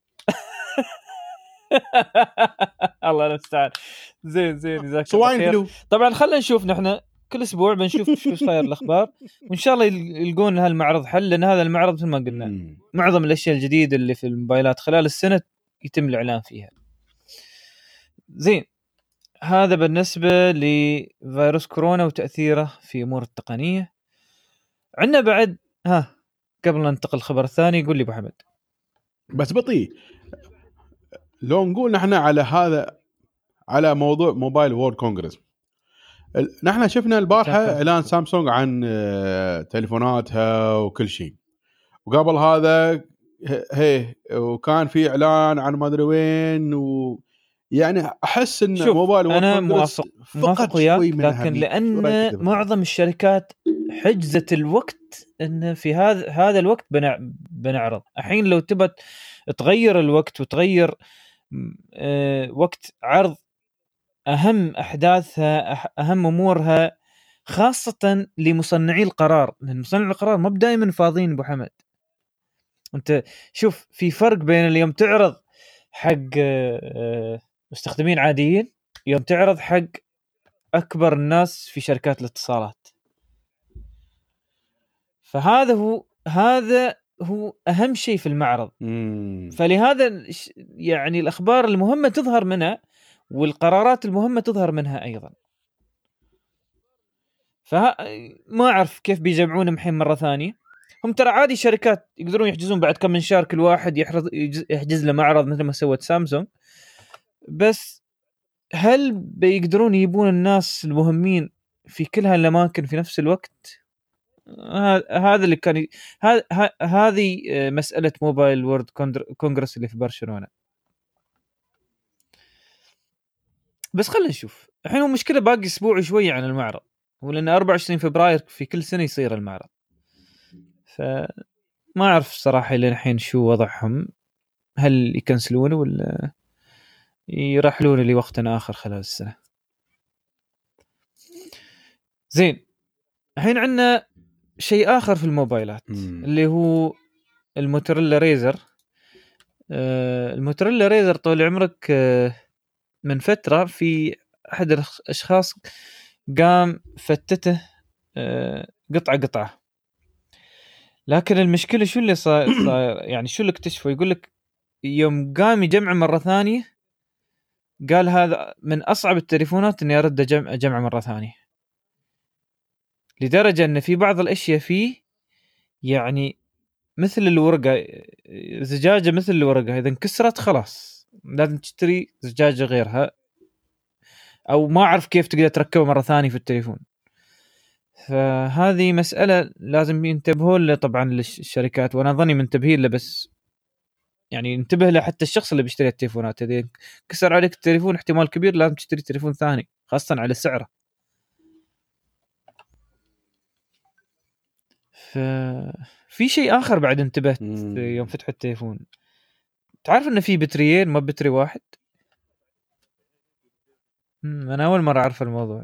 الله المستعان. زين جزاك الله خير. طبعا خلينا نشوف نحن كل اسبوع بنشوف شو صاير الاخبار، وان شاء الله يلقون هالمعرض حل، لان هذا المعرض مثل ما قلنا معظم الاشياء الجديده اللي في الموبايلات خلال السنه يتم الاعلان فيها. زين هذا بالنسبه لفيروس كورونا وتاثيره في امور التقنيه. عندنا بعد قبل ننتقل الخبر الثاني قول لي ابو حمد. بس بطيء لو نقول نحن على هذا، على موضوع موبايل وورد كونغرس، نحن شفنا البارحة إعلان سامسونج عن تليفوناتها وكل شيء، وقبل هذا وكان في إعلان عن ما أدري وين، ويعني أحس إن موبايل وورد أنا موافق وياك، لكن لأن معظم الشركات حجزت الوقت إن في هذا الوقت بنعرض. الحين لو تبى تغير الوقت وتغير وقت عرض أهم أحداثها أهم أمورها خاصة لمصنعي القرار، لأن مصنعي القرار ما دائما فاضيين أبو حمد. أنت شوف في فرق بين اليوم تعرض حق مستخدمين عاديين، يوم تعرض حق أكبر الناس في شركات الاتصالات. فهذا هو أهم شيء في المعرض. فلهذا يعني الأخبار المهمة تظهر منها والقرارات المهمة تظهر منها أيضا. فما أعرف كيف بيجمعون الحين مرة ثانية. هم ترى عادي شركات يقدرون يحجزون بعد كم من شهر كل واحد يحجز له معرض مثل ما سوت سامسونج، بس هل بيقدرون يجيبون الناس المهمين في كل هالأماكن في نفس الوقت؟ هذا اللي كان هذه مسألة موبايل وورد كونغرس اللي في برشلونة. بس خلينا نشوف. الحين هو مشكلة باقي أسبوع شوية عن المعرض، ولأن 24 فبراير في كل سنة يصير المعرض. فما أعرف صراحة إلى الحين شو وضعهم، هل يكنسلونه ولا يرحلونه لوقت آخر خلال السنة. زين الحين عندنا شيء آخر في الموبايلات اللي هو الموتوريلا ريزر. الموتوريلا ريزر طول عمرك من فترة في أحد الأشخاص قام فتته قطعة، لكن المشكلة شو اللي صاير يعني شو اللي اكتشفوا؟ يقول لك يوم قام يجمع مرة ثانية قال هذا من أصعب التليفونات إني أرد جمع مرة ثانية، لدرجة أن في بعض الأشياء فيه يعني مثل الورقة، زجاجة مثل الورقة إذا انكسرت خلاص لازم تشتري زجاجة غيرها، أو ما أعرف كيف تقدر تركبها مرة ثانية في التليفون. فهذه مسألة لازم ينتبهوا له طبعا للشركات، وأنا ظني منتبهين له، بس يعني انتبه له حتى الشخص اللي بيشتري التليفونات. إذا كسر عليك التليفون احتمال كبير لازم تشتري تليفون ثاني، خاصة على سعره. في شيء آخر بعد انتبهت يوم فتح التليفون، تعرف إنه في بطاريين ما بطاري واحد؟ أنا أول مرة أعرف الموضوع.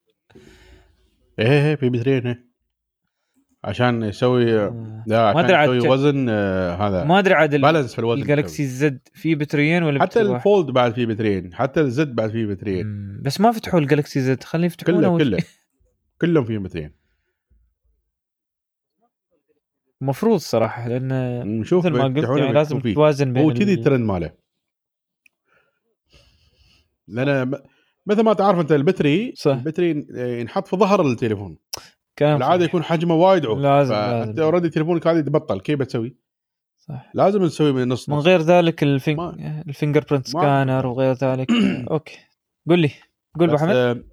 إيه في بطاريين عشان يسوي لا عشان يسوي وزن هذا ما أدري عاد بالانس في الوزن. الجالكسي زد في بطاريين ولا حتى الفولد بعد فيه بطاريين، حتى الزد بعد فيه بطاريين. بس ما فتحوا الجالكسي زد، خلينا يفتحونه كلهم فيهم بطاريين مفروض صراحة، لأن نشوف مثل ما قلت يعني لازم توازن بين هو كذي الترند ماله. لأن مثل ما تعرف انت البتري صح. البتري ينحط في ظهر التليفون، كلام العاده صحيح. يكون حجمه وايد عود، لازم فانت اوريدي تليفونك هذا يتبطل، كيف بتسوي؟ صح. لازم نسوي من النص من غير ذلك ما- الفينجر برنت سكانر وغير ذلك. اوكي قول لي، قول ابو حمد.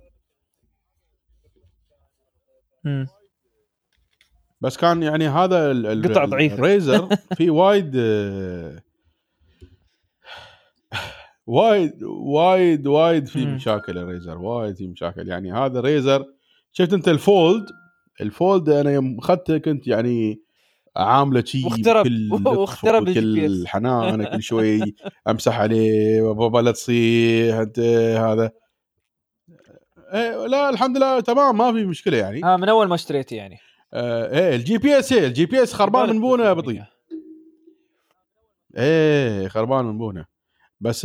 بس كان يعني هذا قطع ضعيفة. الريزر في وايد وايد في مشاكل. الريزر وايد في مشاكل، يعني هذا الريزر شفت انت الفولد انا يوم اخذته كنت يعني عامله شيء بكل لطف وبكل حنان، كل شوي امسح عليه بابا لا تصيح انت هذا. لا الحمد لله تمام ما في مشكله يعني. من اول ما اشتريته يعني. ايه الجي بي اس خربان من بونه بطيء. خربان من بونه. بس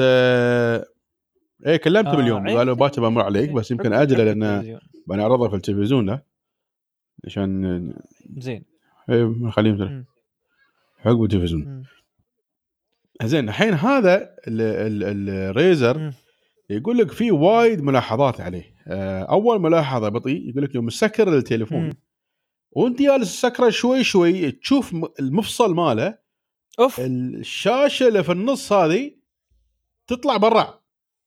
كلمته باليوم قالوا باكر بمر عليك، بس يمكن اجله لان بنعرضه في التلفزيون ده عشان زين. نخليه حق التلفزيون. زين الحين هذا الريزر يقول لك في وايد ملاحظات عليه. اول ملاحظه بطيء يقول لك يوم مسكر التليفون وانت جالس تسكره شوي تشوف المفصل ماله الشاشه اللي في النص هذه تطلع برا.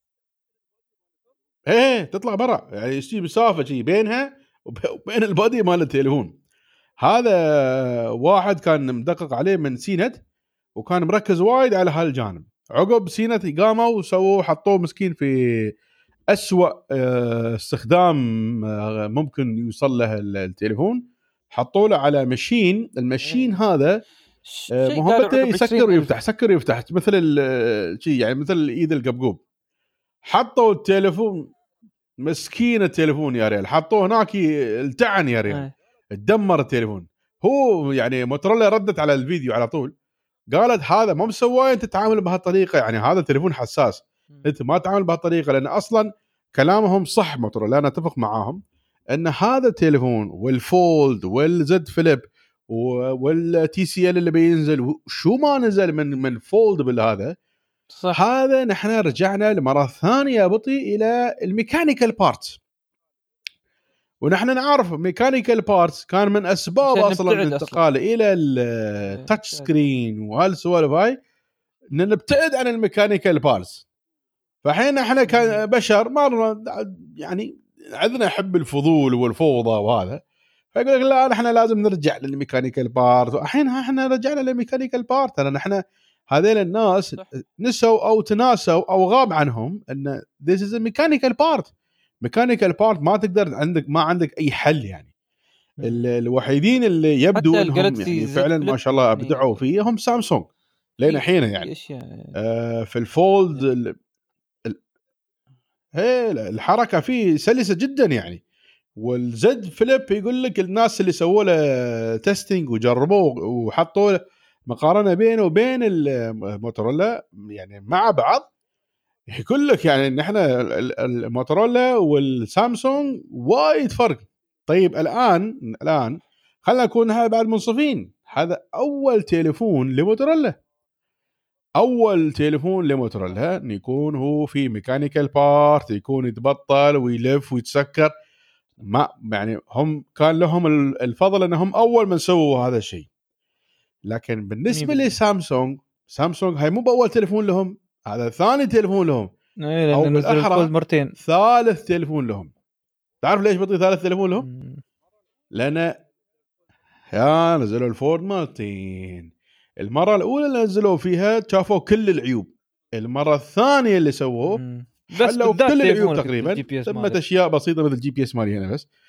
تطلع برا، يعني يصير مسافه شيء بينها وبين البادي مال التليفون. هذا واحد كان مدقق عليه من سينت وكان مركز وايد على هالجانب. عقب سينت قاموا وسووا حطوه مسكين في أسوأ استخدام ممكن يوصل له التليفون، حطوا له على المشين هذا مهمته يسكر ويفتح سكر ويفتح مثل شيء يعني مثل ايد القبقوب. حطوا التليفون مسكين التليفون يا ريال، حطوه هناك التعن يا ريال، تدمر التليفون. هو يعني موتورولا ردت على الفيديو على طول قالت هذا مو مسوي انت تتعامل بهالطريقه، يعني هذا تليفون حساس انت ما تتعامل بهالطريقه. لان اصلا كلامهم صح موتورولا، انا اتفق معاهم ان هذا التليفون والفولد والزد فليب والتي سي ال اللي بينزل شو ما نزل من فولد بالهذا صح. هذا نحن رجعنا لمره ثانيه بطيء الى الميكانيكال بارتس، ونحن نعرف ميكانيكال بارتس كان من اسباب اصلا الانتقال الى التاتش سكرين وهالسوالف هاي ان نبتعد عن الميكانيكال بارتس. فحين احنا كبشر ما يعني عندنا نحب الفضول والفوضى وهذا، فيقول لك لا احنا لازم نرجع للميكانيكال بارت. الحين احنا رجعنا للميكانيكال بارت، لان احنا هذول الناس نسوا او تناسوا او غاب عنهم ان this is a mechanical part. ميكانيكال بارت ما تقدر ما عندك اي حل يعني. الوحيدين اللي يبدو انهم يعني فعلا ما شاء الله ابدعوا فيه هم سامسونج لين الحين يعني. في الفولد الحركه فيه سلسه جدا يعني. والزد فليب يقول لك الناس اللي سووا له تيستينج وجربوه وحطوا له مقارنه بينه وبين الموتورولا يعني مع بعض، يقول لك يعني ان احنا الموتورولا والسامسونج وايد فرق. طيب الان خلينا نكون هذا بعد منصفين، هذا اول تليفون لموتورولا، اول تليفون لموتورولا يكون هو في ميكانيكال بارت، يكون يتبطل ويلف ويتسكر. ما يعني هم كان لهم الفضل انهم اول من سووا هذا الشيء. لكن بالنسبه لسامسونج، هاي مو باول تليفون لهم، هذا ثاني تليفون لهم او بالاحرى مرتين ثالث تليفون لهم. تعرف ليش بطي ثالث تليفون لهم؟ لان نزلوا الفورد مرتين. المره الاولى اللي نزلوا فيها شافوا كل العيوب، المره الثانيه اللي سووه حلوا كل العيوب تقريبا، ثمت اشياء بسيطه مثل الجي بي اس مالي انا بس.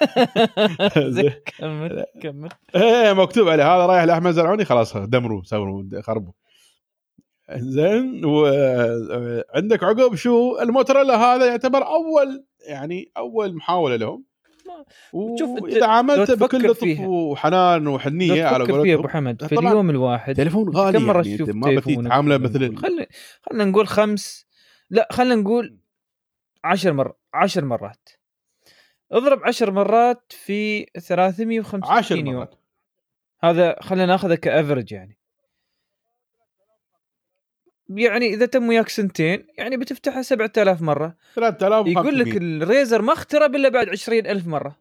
كمل مكتوب عليه هذا رايح لاحمد زرعوني، خلاص دمروا سووا خربوا. زين وعندك عقب شو الموتورولا هذا يعتبر اول محاوله لهم. واذا عملته بكل لطف وحنان وحنيه على قولتهم يا ابو حمد في اليوم الواحد تليفون غالي يعني انت ما بتتعامله مثل خلينا نقول 5 لا خلينا نقول 10 مرات اضرب 10 مرات في 365 يوم. هذا خلينا ناخذه كافرج يعني. يعني اذا تم وياك سنتين يعني بتفتحها 7000 مره. 3000 يقول لك الريزر ما اخترب الا بعد 20,000 مره،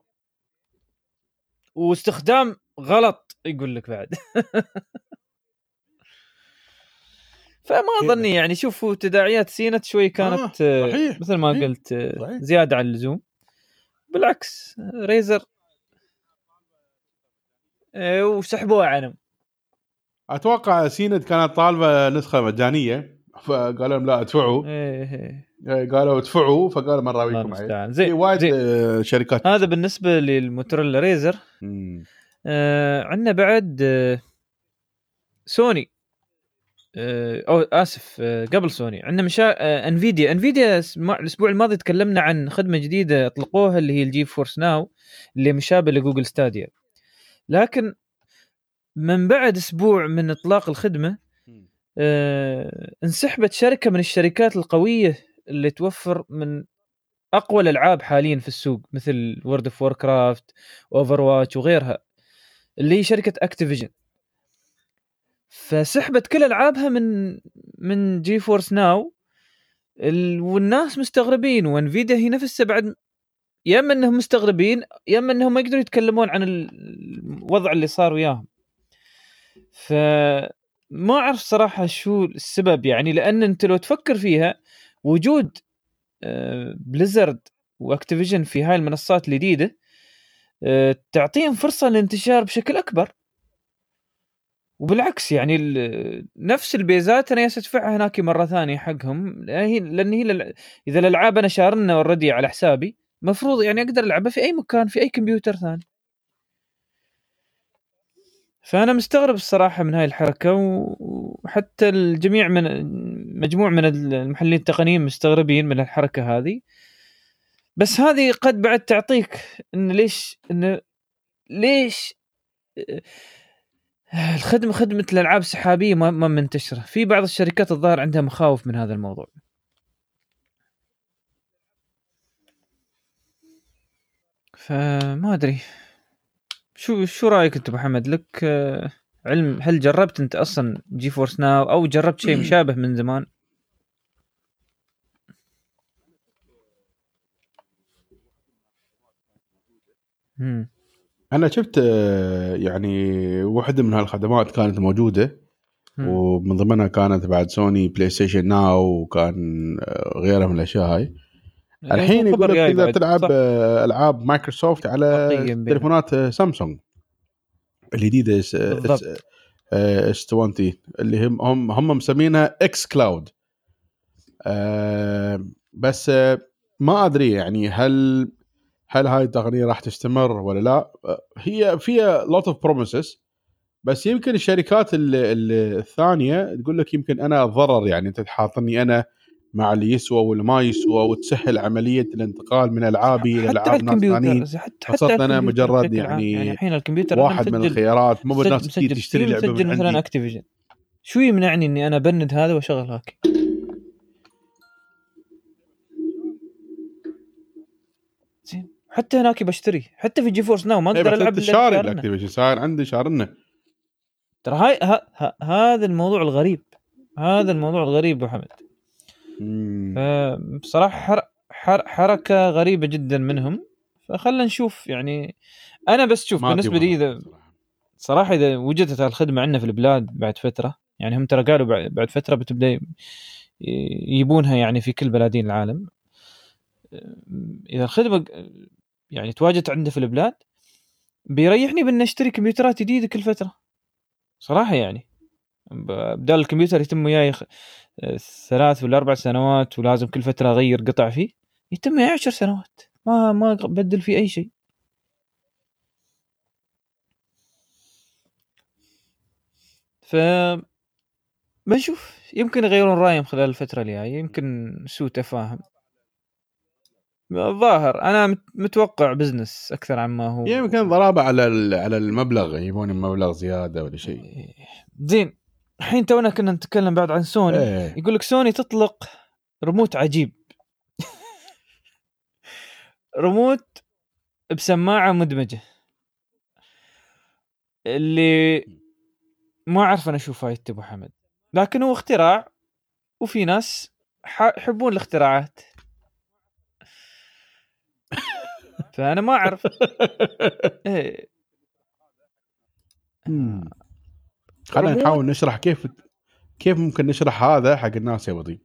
واستخدام غلط يقول لك بعد. فما ظني يعني. شوفوا تداعيات سينت شوي كانت صحيح. مثل ما صحيح. قلت صحيح. زياده عن اللزوم. بالعكس ريزر وسحبوها عنهم. اتوقع سيند كانت طالبه نسخه مجانيه فقالوا لهم لا ادفعوا. قالوا ادفعوا فقالوا ما نراويكم عليه. زين وايد شركات. هذا بالنسبه للموتوريلا ريزر. عندنا بعد سوني. او اسف قبل سوني عندنا انفيديا. الاسبوع الماضي تكلمنا عن خدمه جديده اطلقوها اللي هي الجي فورس ناو اللي مشابه لجوجل ستاديا. لكن من بعد اسبوع من اطلاق الخدمه انسحبت شركه من الشركات القويه اللي توفر من اقوى الالعاب حاليا في السوق مثل وورد اوف ووركرافت اوفر واتش وغيرها اللي هي شركه اكتيفيجن. فسحبت كل العابها من جي فورس ناو والناس مستغربين وانفيديا هي نفسها بعد يا اما انهم مستغربين يا اما انهم ما يقدرون يتكلمون عن الوضع اللي صار وياهم. فما اعرف صراحه شو السبب يعني. لان انت لو تفكر فيها وجود بليزرد واكتيفيجن في هاي المنصات الجديده تعطيهم فرصه للانتشار بشكل اكبر. وبالعكس يعني نفس البيزات انا ادفعها هناك مره ثانيه حقهم لان هي اذا الالعاب انا شارنا اوريدي على حسابي مفروض يعني اقدر العبها في اي مكان في اي كمبيوتر ثاني. فانا مستغرب الصراحه من هاي الحركه وحتى الجميع من مجموع من المحللين التقنيين مستغربين من الحركه هذه. بس هذه قد بعد تعطيك ان ليش خدمة الألعاب السحابية ما منتشرة في بعض الشركات. الظاهر عندها مخاوف من هذا الموضوع. فما أدري شو رأيك أنت محمد؟ لك علم، هل جربت أنت أصلا جي فورس ناو أو جربت شيء مشابه من زمان؟ أنا شفت يعني واحدة من هالخدمات كانت موجودة ومن ضمنها كانت بعد سوني بلاي ستيشن ناو وكان غيرها من الأشياء هاي. الحين يقول لك تقدر تلعب ألعاب مايكروسوفت على تليفونات سامسونج الجديدة S20 اللي هم مسمينها اكس كلاود. بس ما أدري يعني هل هاي التقنية راح تستمر ولا لا. هي فيها lot of promises بس يمكن الشركات الثانية تقول لك يمكن أنا أتضرر يعني أنت تحاطني أنا مع اللي يسوى واللي ما يسوى وتسهل عملية الانتقال من ألعابي إلى ألعاب ناس ثانيين. حتى أنا مجرد يعني الحين الكمبيوتر واحد من الخيارات مو بالناس تشتري لعبة من مثلا أكتيفيجن. شو يمنعني إني أنا بند هذا وأشغل هاك؟ زين حتى هناك بشتري حتى في جي فورس ناو ما اقدر العب شاري الاكتيفيجن صار عندي شارنا. ترى هاي هذا الموضوع الغريب. هذا الموضوع الغريب محمد. بصراحه حركه غريبه جدا منهم. فخلنا نشوف يعني. انا بس شوف بالنسبه لي اذا صراحه اذا وجدت الخدمه عندنا في البلاد بعد فتره يعني هم ترى قالوا بعد فتره بتبدا يجيبونها يعني في كل بلادين العالم. اذا الخدمه يعني تواجدت عندنا في البلاد بيريحني بان اشتري كمبيوترات جديده كل فتره صراحه. يعني بدال الكمبيوتر يتم وياي 3 ولا 4 سنوات ولازم كل فتره اغير قطع فيه يتم وياي 10 سنوات ما بدل فيه اي شيء. ف بنشوف يمكن يغيرون رايهم خلال الفتره الجايه. يمكن سوء تفاهم. الظاهر انا متوقع بزنس اكثر عما هو يمكن ضرابه على المبلغ يبون مبلغ زياده ولا شيء. زين الحين تونا كنا نتكلم بعد عن سوني. يقول لك سوني تطلق ريموت عجيب. ريموت بسماعه مدمجه اللي ما اعرف انا شو فايدته ابو حمد. لكن هو اختراع وفي ناس يحبون الاختراعات. فأنا ما أعرف. إيه. خلينا نحاول نشرح كيف ممكن نشرح هذا حق الناس يا وضي.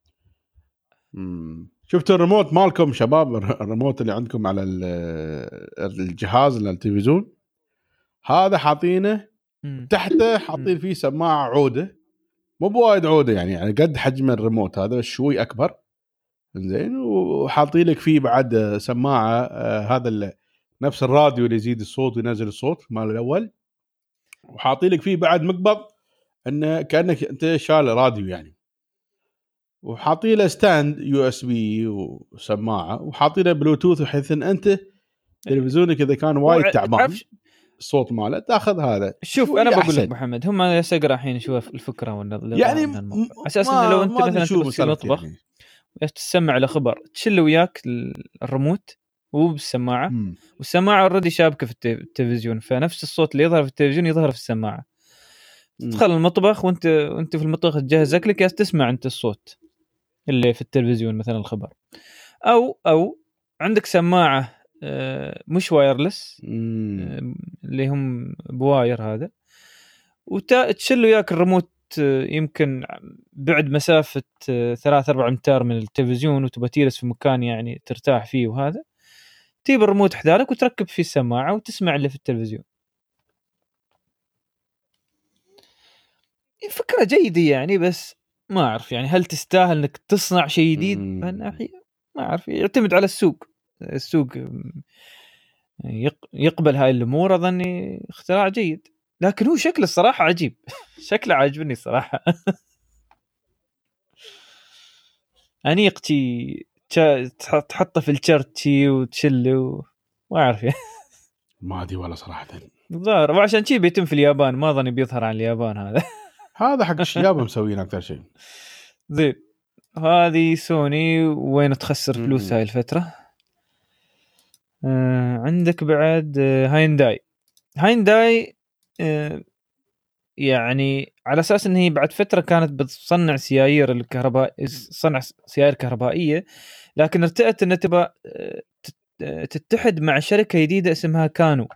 شفتوا الريموت مالكم شباب؟ الريموت اللي عندكم على الجهاز التلفزيون هذا حاطينه تحته، حاطين فيه سماعة عودة، مو بوايد عودة يعني قد حجم الريموت هذا شوي أكبر، زين، وحاطين لك فيه بعد سماعة هذا نفس الراديو اللي يزيد الصوت وينزل الصوت مال الأول، وحاطين لك فيه بعد مقبض انه كانك انت شال راديو يعني، وحاطين له ستاند يو اس بي وسماعه، وحاطين له بلوتوث بحيث ان انت تلفزيونك اذا كان وايد تعبان الصوت ماله تاخذ هذا. شوف انا بقول لك محمد، هم يسقر الحين شوف الفكره والنظام يعني اساس انه لو انت مثلا تبغى في المطبخ يعني تسمع على خبر تشيل وياك الريموت وبالسماعه والسماعه اوريدي شابكه في التلفزيون، فنفس الصوت اللي يظهر في التلفزيون يظهر في السماعه. تدخل المطبخ وانت في المطبخ تجهز اكلك تسمع انت الصوت اللي في التلفزيون مثلا الخبر، او عندك سماعه مش وايرلس اللي هم بواير هذا، وتشيل وياك الريموت يمكن بعد مسافه 3-4 امتار من التلفزيون وتبى تجلس في مكان يعني ترتاح فيه، وهذا تجيب الريموت حدالك وتركب فيه السماعه وتسمع اللي في التلفزيون. فكره جيده يعني، بس ما اعرف يعني هل تستاهل انك تصنع شيء جديد؟ ما اعرف، يعتمد على السوق يقبل هاي الامور. اظني اختراع جيد، لكن هو شكله الصراحه عجيب. شكله عاجبني صراحه. انيقتي تحطه في الشرتي وتشله ما اعرف يعني. ما ادري والله صراحه. الظاهر وعشان شيء بيتم في اليابان، ما ظني بيظهر عن اليابان هذا. هذا حق الشباب مسوين اكثر شيء. زين، هذه سوني وين تخسر فلوس هاي الفتره. عندك بعد هاينداي يعني على اساس ان هي بعد فتره كانت بتصنع سيايير الكهرباء، صنع سيايير كهربائيه، لكن ارتأت ان تبى تتحد مع شركه جديده اسمها كانو.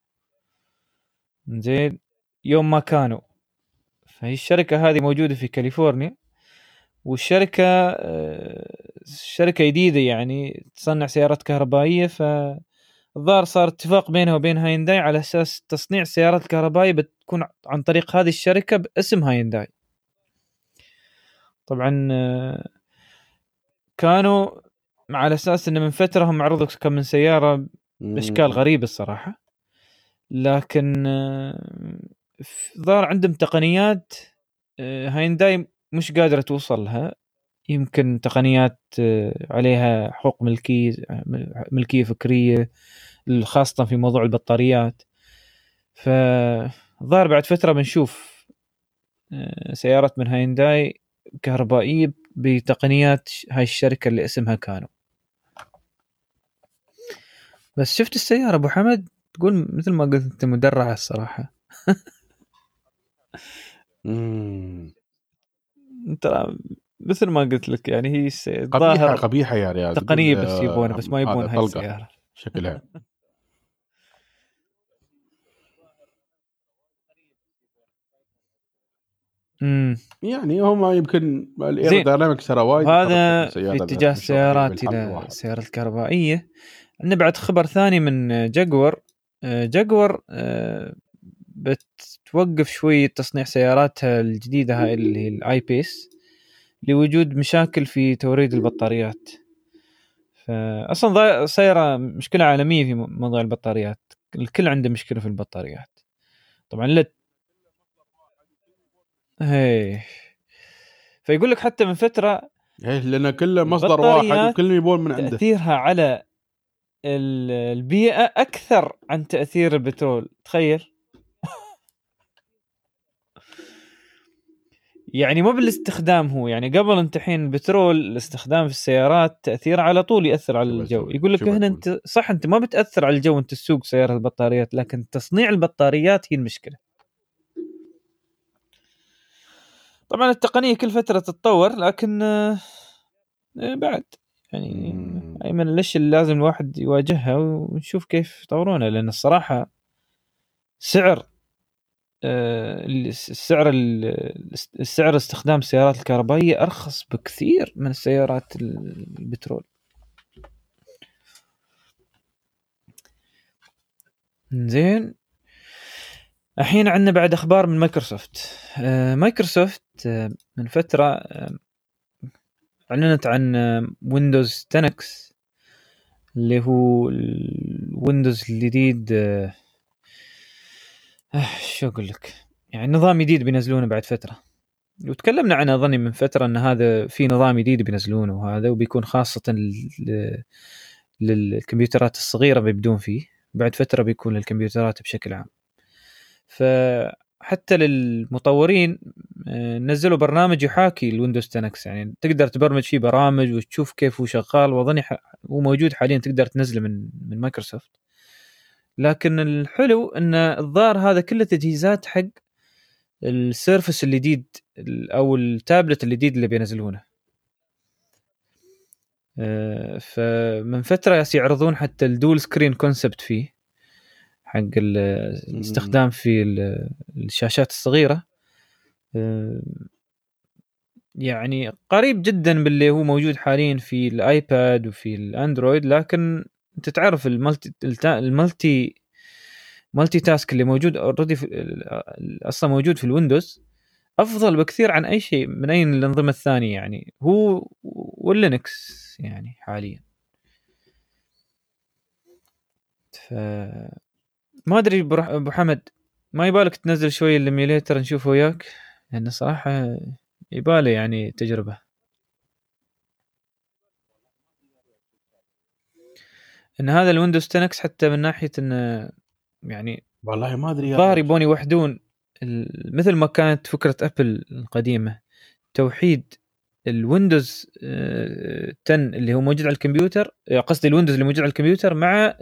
زين، يوم ما كانوا، فهي الشركه هذه موجوده في كاليفورنيا، والشركه شركه جديده يعني تصنع سيارات كهربائيه. فالظاهر صار اتفاق بينها وبين هاينداي على اساس تصنيع سيارات كهربائيه بتكون عن طريق هذه الشركه باسم هاينداي. طبعا كانوا على اساس ان من فتره هم عرضوا كم من سياره باشكال غريبه الصراحه، لكن ظهر عندهم تقنيات هاينداي مش قادره توصل لها، يمكن تقنيات عليها حقوق ملكيه فكريه، خاصه في موضوع البطاريات. فظهر بعد فتره بنشوف سيارات من هاينداي كهربائيه بتقنيات هاي الشركه اللي اسمها كانو. بس شفت السياره ابو حمد، تقول مثل ما قلت انت مدرعه الصراحه. ترى مثل ما قلت لك يعني هي قبيحه يا ريال، تقنيه بس يبونها، بس ما يبون هاي السياره شكلها. يعني هم يمكن الايروداينامكس ترى وايد. هذا في اتجاه السيارات الى السيارة الكهربائيه. عندنا بعد خبر ثاني من جاكور بتوقف شوي تصنيع سياراتها الجديده هاي اللي هي الاي بيس لوجود مشاكل في توريد البطاريات. فاصلا صايره مشكله عالميه في موضوع البطاريات، الكل عنده مشكله في البطاريات طبعا. هي فيقول لك حتى من فتره لان كله مصدر واحد وكل يبون من عنده. تاثيرها على البيئه اكثر عن تاثير البترول، تخيل. يعني مو بالاستخدام، هو يعني قبل امتحين البترول الاستخدام في السيارات تأثير على طول يأثر على الجو. يقول لك هنا انت صح، انت ما بتأثر على الجو انت تسوق سيارة البطاريات، لكن تصنيع البطاريات هي المشكلة. طبعا التقنيه كل فتره تتطور، لكن بعد يعني من الاشياء اللي لازم الواحد يواجهها ونشوف كيف يطورونها، لان الصراحه سعر السعر استخدام السيارات الكهربائيه ارخص بكثير من السيارات البترول. زين، الحين عندنا بعد اخبار من مايكروسوفت. مايكروسوفت من فتره اعلنت عن ويندوز 10 اكس اللي هو الويندوز الجديد. شو اقول لك، يعني نظام جديد بينزلونه بعد فتره، وتكلمنا عنه اظني من فتره ان هذا في نظام جديد بينزلونه، وهذا وبيكون خاصه للكمبيوترات الصغيره بيبدون فيه، بعد فتره بيكون للكمبيوترات بشكل عام. فحتى للمطورين نزلوا برنامج يحاكي الويندوز 10 اكس، يعني تقدر تبرمج فيه برامج وتشوف كيف هو شغال، واظني هو موجود حاليا تقدر تنزله من مايكروسوفت. لكن الحلو ان الظاهر هذا كله تجهيزات حق السيرفس الجديد او التابلت الجديد اللي بينزلونه. فمن فتره يعرضون حتى الدول سكرين كونسبت فيه حق الاستخدام في الشاشات الصغيره، يعني قريب جدا باللي هو موجود حاليا في الايباد وفي الاندرويد. لكن انت تعرف المالتي تاسك اللي موجود اوريدي اصلا موجود في الويندوز افضل بكثير عن اي شيء من اي الانظمه الثانيه، يعني هو واللينكس يعني حاليا. ما ادري ابو حمد، ما يبالك تنزل شويه الايميوليتر نشوفه وياك، لان صراحه يباله يعني تجربه. ان هذا الويندوز 10 اكس حتى من ناحيه انه يعني والله ما ادري ظاهر يبون يوحدون مثل ما كانت فكره ابل القديمه، توحيد الويندوز 10 اللي هو موجود على الكمبيوتر، قصدي الويندوز اللي موجود على الكمبيوتر مع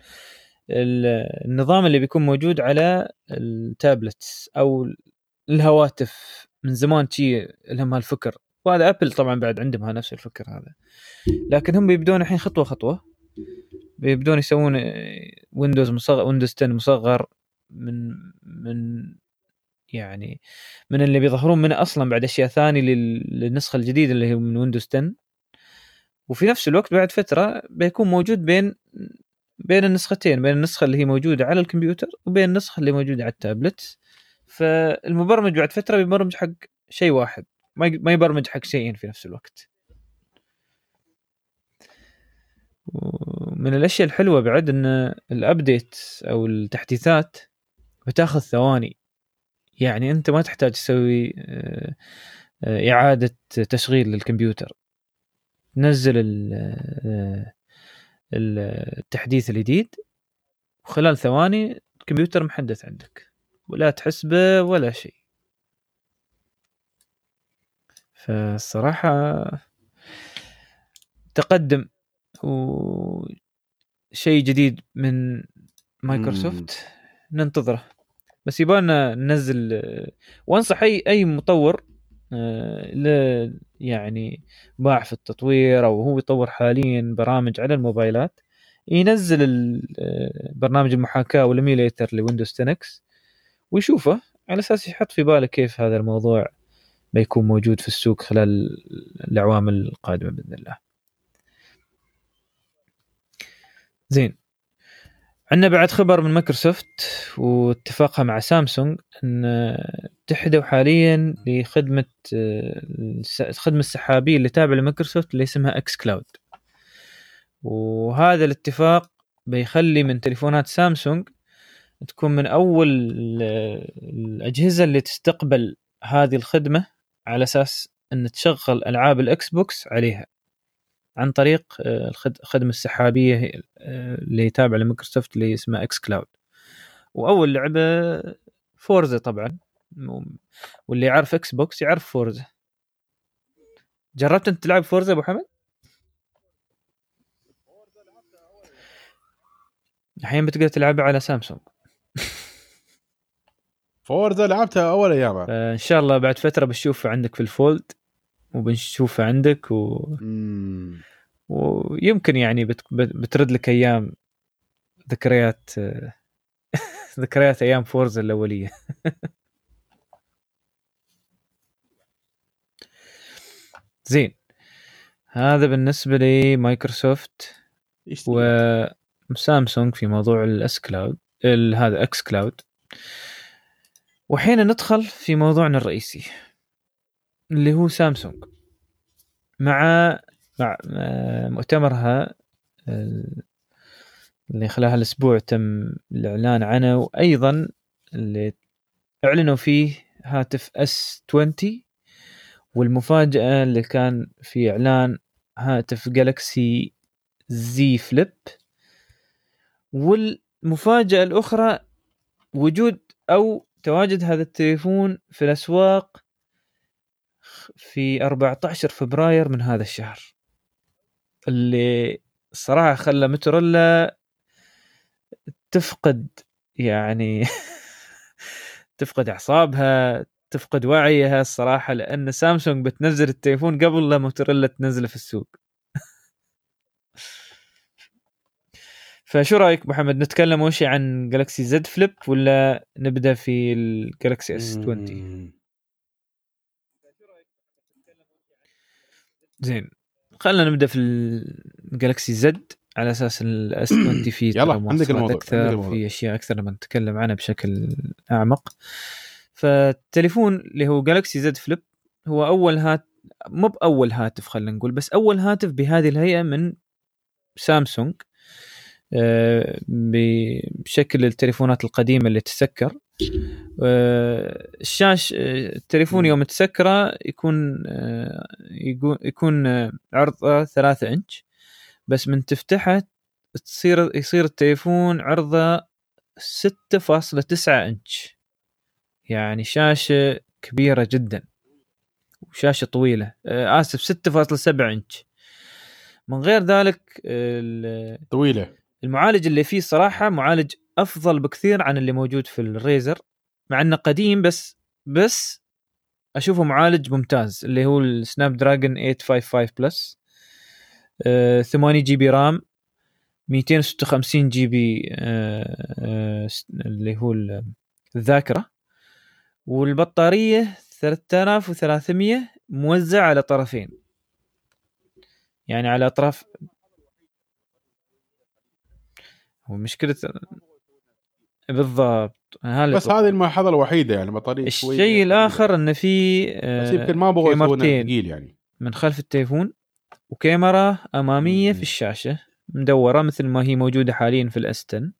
النظام اللي بيكون موجود على التابلتس او الهواتف. من زمان شيء لهم هالفكر، وهذا ابل طبعا بعد عندهم نفس الفكر هذا، لكن هم بيبدون الحين خطوه خطوه، بيبدون يسوون ويندوز مصغر، ويندوز 10 مصغر من يعني من اللي بيظهرون منه اصلا بعد اشياء ثانيه للنسخه الجديده اللي هي من ويندوز 10. وفي نفس الوقت بعد فتره بيكون موجود بين النسختين، بين النسخه اللي هي موجوده على الكمبيوتر وبين النسخه اللي موجوده على التابلت. فالمبرمج بعد فتره بيبرمج حق شيء واحد، ما يبرمج حق شيئين في نفس الوقت. ومن الاشياء الحلوه بعد ان الابديت او التحديثات بتاخذ ثواني، يعني انت ما تحتاج تسوي اعاده تشغيل للكمبيوتر، نزل التحديث الجديد وخلال ثواني الكمبيوتر محدث عندك ولا تحسبه ولا شيء. فالصراحه تقدم وشيء جديد من مايكروسوفت ننتظره. بس يبغانا ننزل، وانصح اي مطور يعني باع في التطوير او هو يطور حاليا برامج على الموبايلات، ينزل برنامج المحاكاه والايميوليتر لويندوز 10 اكس ويشوفه، على اساس يحط في باله كيف هذا الموضوع بيكون موجود في السوق خلال الاعوام القادمه باذن الله. زين، عندنا بعد خبر من مايكروسوفت واتفاقها مع سامسونج ان اتحدوا حاليا لخدمه الخدمه السحابيه اللي تابعه لمايكروسوفت اللي اسمها اكس كلاود. وهذا الاتفاق بيخلي من تليفونات سامسونج تكون من اول الاجهزه اللي تستقبل هذه الخدمه، على اساس ان تشغل العاب الاكس بوكس عليها عن طريق الخدمه السحابيه اللي تابعه لمايكروسوفت اللي اسمها اكس كلاود. واول لعبه فورزا طبعا، واللي يعرف اكس بوكس يعرف فورزا. جربت انت تلعب فورزا ابو حمد؟ الحين بتقدر تلعبها على سامسونج. فورزا لعبتها اول ايامها. ان شاء الله بعد فتره بشوفه عندك في الفولد وبنشوفه عندك ويمكن يعني بترد لك ايام ذكريات ذكريات ايام فورزا الاوليه. زين، هذا بالنسبه لي مايكروسوفت وسامسونج في موضوع الاس كلاود، هذا اكس كلاود. وحين ندخل في موضوعنا الرئيسي اللي هو سامسونج مع مؤتمرها اللي خلال الأسبوع تم الإعلان عنه، وأيضا اللي أعلنوا فيه هاتف S20، والمفاجأة اللي كان في إعلان هاتف جالكسي زي فليب، والمفاجأة الأخرى وجود أو تواجد هذا التليفون في الأسواق في 14 فبراير من هذا الشهر، اللي الصراحة خلى موتورولا تفقد يعني تفقد أعصابها، تفقد وعيها الصراحة، لأن سامسونج بتنزل التليفون قبل لا موتورولا تنزله في السوق. فشو رأيك محمد، نتكلم وش عن جالكسي زد فليب ولا نبدأ في الجالكسي S20؟ زين، خلينا نبدأ في الجالكسي زد على أساس الاس 20 فيه يلا عندك الموضوع، أكثر، في أشياء أكثر لما نتكلم عنها بشكل أعمق. فالتليفون اللي هو جالكسي زد فليب هو أول مو بأول هاتف، خلينا نقول بس أول هاتف بهذه الهيئة من سامسونج بشكل التليفونات القديمة اللي تسكر. الشاشة التليفون يوم تسكره يكون عرضه 3 إنش، بس من تفتحه يصير التليفون عرضه 6.9 إنش، يعني شاشة كبيرة جدا وشاشة طويلة. آسف 6.7 إنش. من غير ذلك طويلة. المعالج اللي فيه صراحة معالج أفضل بكثير عن اللي موجود في الريزر، مع أنه قديم بس أشوفه معالج ممتاز، اللي هو السناب دراجون 855 بلس. 8 جي بي رام، 256 جي بي اللي هو الذاكرة، والبطارية 3300 موزع على طرفين، يعني على أطراف. هو مشكلة بالضبط، بس هذه الملاحظة الوحيدة، يعني بطارية الشيء الآخر أن في بس يمكن ما بغوا يسوونه ثقيل يعني من خلف التليفون، وكاميرا أمامية في الشاشة مدورة مثل ما هي موجودة حاليا في الأستن.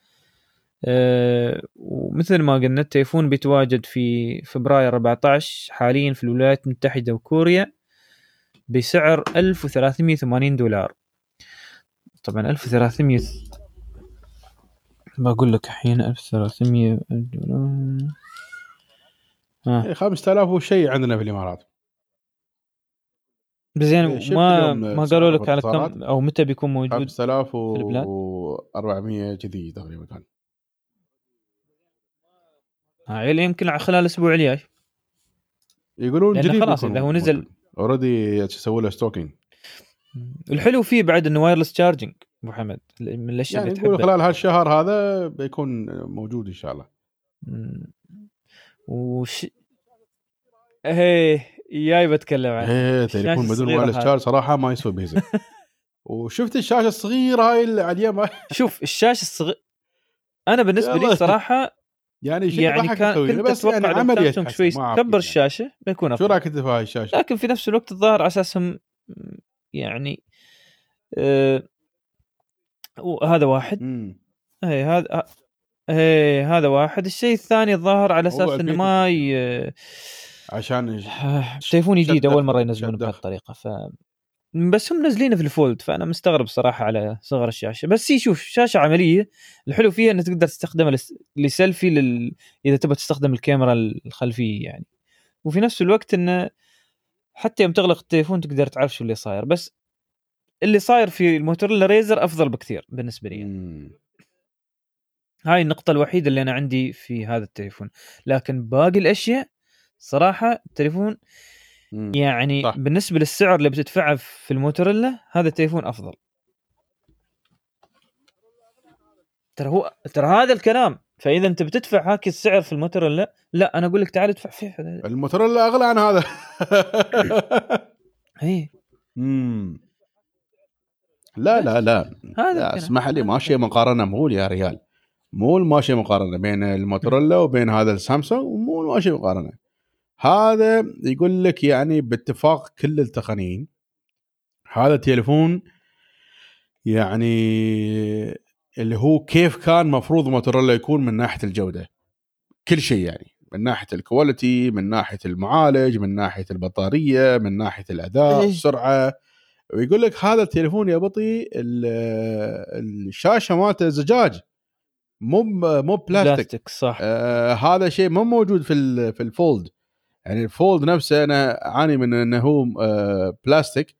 ومثل ما قلنا التليفون بيتواجد في فبراير 14 حاليا في الولايات المتحدة وكوريا بسعر $1380. طبعا 1300 بقول لك الحين 1300 دولار 5000 وشيء عندنا في الإمارات. بس يعني ما قالوا لك على كم أو متى بيكون موجود. 5400 كذي تقريبا كان. يعني يمكن خلال الأسبوع الجاي يقولون جديد خلاص إذا هو نزل اوريدي يسوي له ستوكينج. الحلو فيه بعد انه وايرلس تشارجنج محمد، من الاشياء يعني يقول خلال هالشهر هذا بيكون موجود ان شاء الله. جاي بتكلم عنه. تليفون بدون وايرلس تشارج صراحه ما يسوي بيزك. وشفت الشاشه الصغيره هاي اللي على اليمين. شوف الشاشه الصغيره، انا بالنسبه لي صراحه يعني كنت بس يعني عمليه شوي كبر الشاشه بيكون افضل. شو رايك انت في هاي الشاشه؟ لكن في نفس الوقت الظاهر على اساسهم يعني هذا واحد. هذا واحد. الشيء الثاني الظاهر على اساس انه ما عشان تليفون جديد اول مره ينزلونه بهالطريقه، بس هم نازلينه في الفولد، فانا مستغرب صراحه على صغر الشاشه. بس شوف شاشه عمليه، الحلو فيها انك تقدر تستخدمها لسيلفي اذا تبغى تستخدم الكاميرا الخلفيه يعني، وفي نفس الوقت انه حتى يوم تغلق التليفون تقدر تعرف شو اللي صاير. بس اللي صاير في الموتوريلا ريزر افضل بكثير بالنسبه لي يعني. هاي النقطة الوحيدة اللي أنا عندي في هذا التليفون. لكن باقي الأشياء صراحة التليفون يعني صح. بالنسبة للسعر اللي بتدفعه في الموتوريلا هذا التليفون أفضل. ترى هذا الكلام. فإذا أنت بتدفع هاك السعر في الموتوريلا، لا أنا أقول لك تعال ادفع فيه الموتوريلا أغلى عن هذا. هي لا لا لا, لا اسمح لي، ماشي مقارنة مول يا ريال، مول ماشي مقارنة بين الموتوريلا وبين هذا السامسونج، ومول ماشي مقارنة. هذا يقول لك يعني باتفاق كل التقنيين هذا التليفون يعني اللي هو كيف كان مفروض موتوريلا يكون من ناحية الجودة، كل شيء يعني، من ناحية الكواليتي، من ناحية المعالج، من ناحية البطارية، من ناحية الأداء، السرعة. ويقول لك هذا التليفون يا بطي الشاشة مالته زجاج، مو بلاستيك. صح. هذا شيء مو موجود في الفولد. يعني الفولد نفسه انا اعاني من انه هو بلاستيك.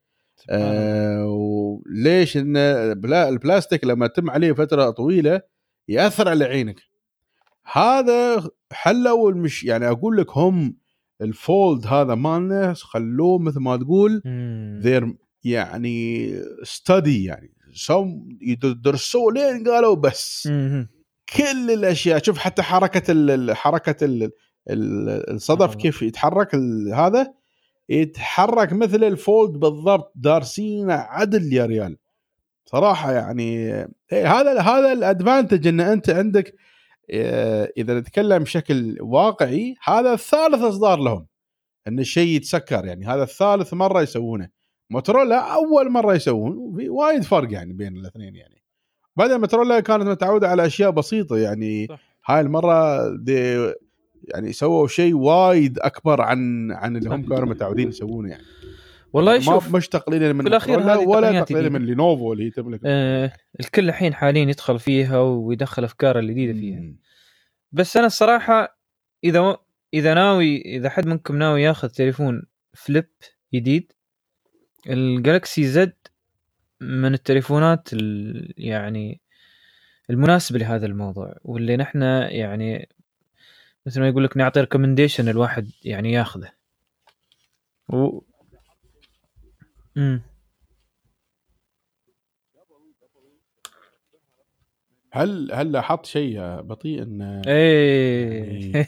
وليش؟ انه البلاستيك لما تم عليه فتره طويله ياثر على عينك. هذا حلوا مش يعني اقول لك هم الفولد هذا مالنا خلوه مثل ما تقول يعني ستدي، يعني يدرسوا لين قالوا بس كل الاشياء. شوف حتى حركه الصدف كيف يتحرك، هذا يتحرك مثل الفولد بالضبط، دارسين عدل يا ريال صراحه. يعني هذا الادفانتج ان انت عندك، اذا نتكلم بشكل واقعي هذا الثالث اصدار لهم ان الشيء يتسكر، يعني هذا الثالث مره يسوونه. موتورولا اول مره يسوون، في وايد فرق يعني بين الاثنين. يعني بعدين موتورولا كانت متعوده على اشياء بسيطه، يعني صح. هاي المره يعني سووا شيء وايد اكبر عن اللي هم كانوا متعودين يسوونه. يعني والله ما مش تقليلا من موتورولا ولا تقليلا من لينوفو اللي هي تملك. الكل الحين حاليا يدخل فيها ويدخل افكار الجديده فيها. بس انا الصراحه اذا حد منكم ناوي ياخذ تليفون فليب جديد، الجالكسي زد من التليفونات يعني المناسبه لهذا الموضوع، واللي نحن يعني مثل ما يقول لك نعطي ريكومنديشن الواحد يعني ياخذه. هل لاحظت شيء بطيء ان يعني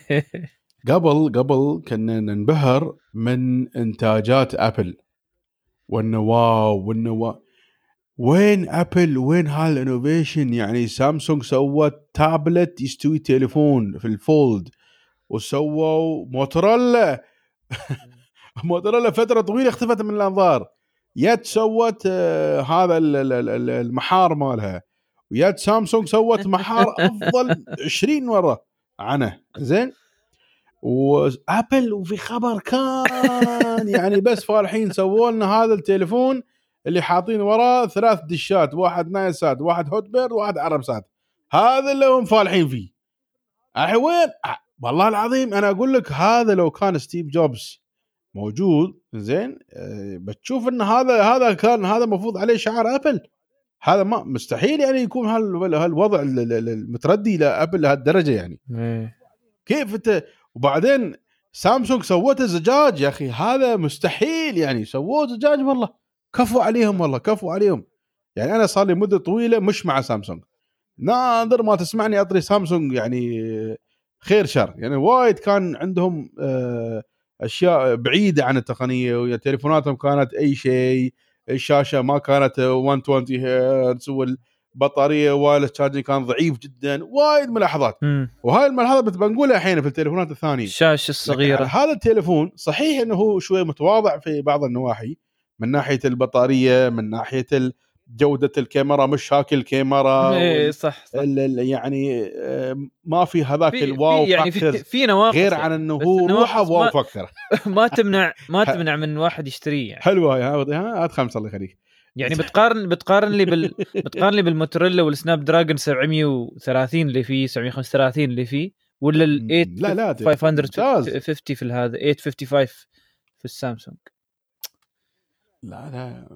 قبل كنا ننبهر من انتاجات ابل وانه واو وين ابل، وين هالانوفيشن؟ يعني سامسونج سوت تابلت يستوي تليفون في الفولد، وسووا موتورولا موتورولا فتره طويله اختفت من الانظار، يد سوت هذا المحار مالها، ويد سامسونج سوت محار افضل 20 مره عنه. زين، وابل وفي خبر كان يعني بس فالحين سووا لنا هذا التليفون اللي حاطين وراه 3 دشات، واحد نايسات، واحد هوت بيرد، واحد عرب سات، هذا اللي هم فالحين فيه. الحين وين؟ والله العظيم انا اقول لك هذا لو كان ستيف جوبز موجود زين بتشوف ان هذا كان هذا مفروض عليه شعار ابل. هذا ما مستحيل يعني يكون هالوضع المتردي لابل لهالدرجه يعني. كيف انت؟ وبعدين سامسونج سوته زجاج يا اخي، هذا مستحيل يعني سووه زجاج. والله كفوا عليهم، والله كفوا عليهم. يعني انا صار لي مده طويله مش مع سامسونج، نادر ما تسمعني اطري سامسونج يعني خير شر. يعني وايد كان عندهم اشياء بعيده عن التقنيه، وتليفوناتهم كانت اي شيء، الشاشه ما كانت 120 هرتز، والبطاريه وايرلس تشارجنج كان ضعيف جدا، وايد ملاحظات. وهاي الملاحظات بنقولها الحين في التليفونات الثانيه، الشاشه الصغيره. هذا التليفون صحيح انه هو شوي متواضع في بعض النواحي، من ناحيه البطاريه، من ناحيه جودة الكاميرا، مش هاكل الكاميرا صح. يعني ما في هذاك الواو يعني في نواقص، غير عن انه هو روحه واو فكر. ما تمنع من واحد يشتريه يعني. حلوه يا هات 5 الله يخليك. يعني بتقارن لي بالموتوريلا والسناب دراجون 730 اللي فيه، 735 اللي فيه، ولا ال 8550 في هذا 855 في السامسونج. لا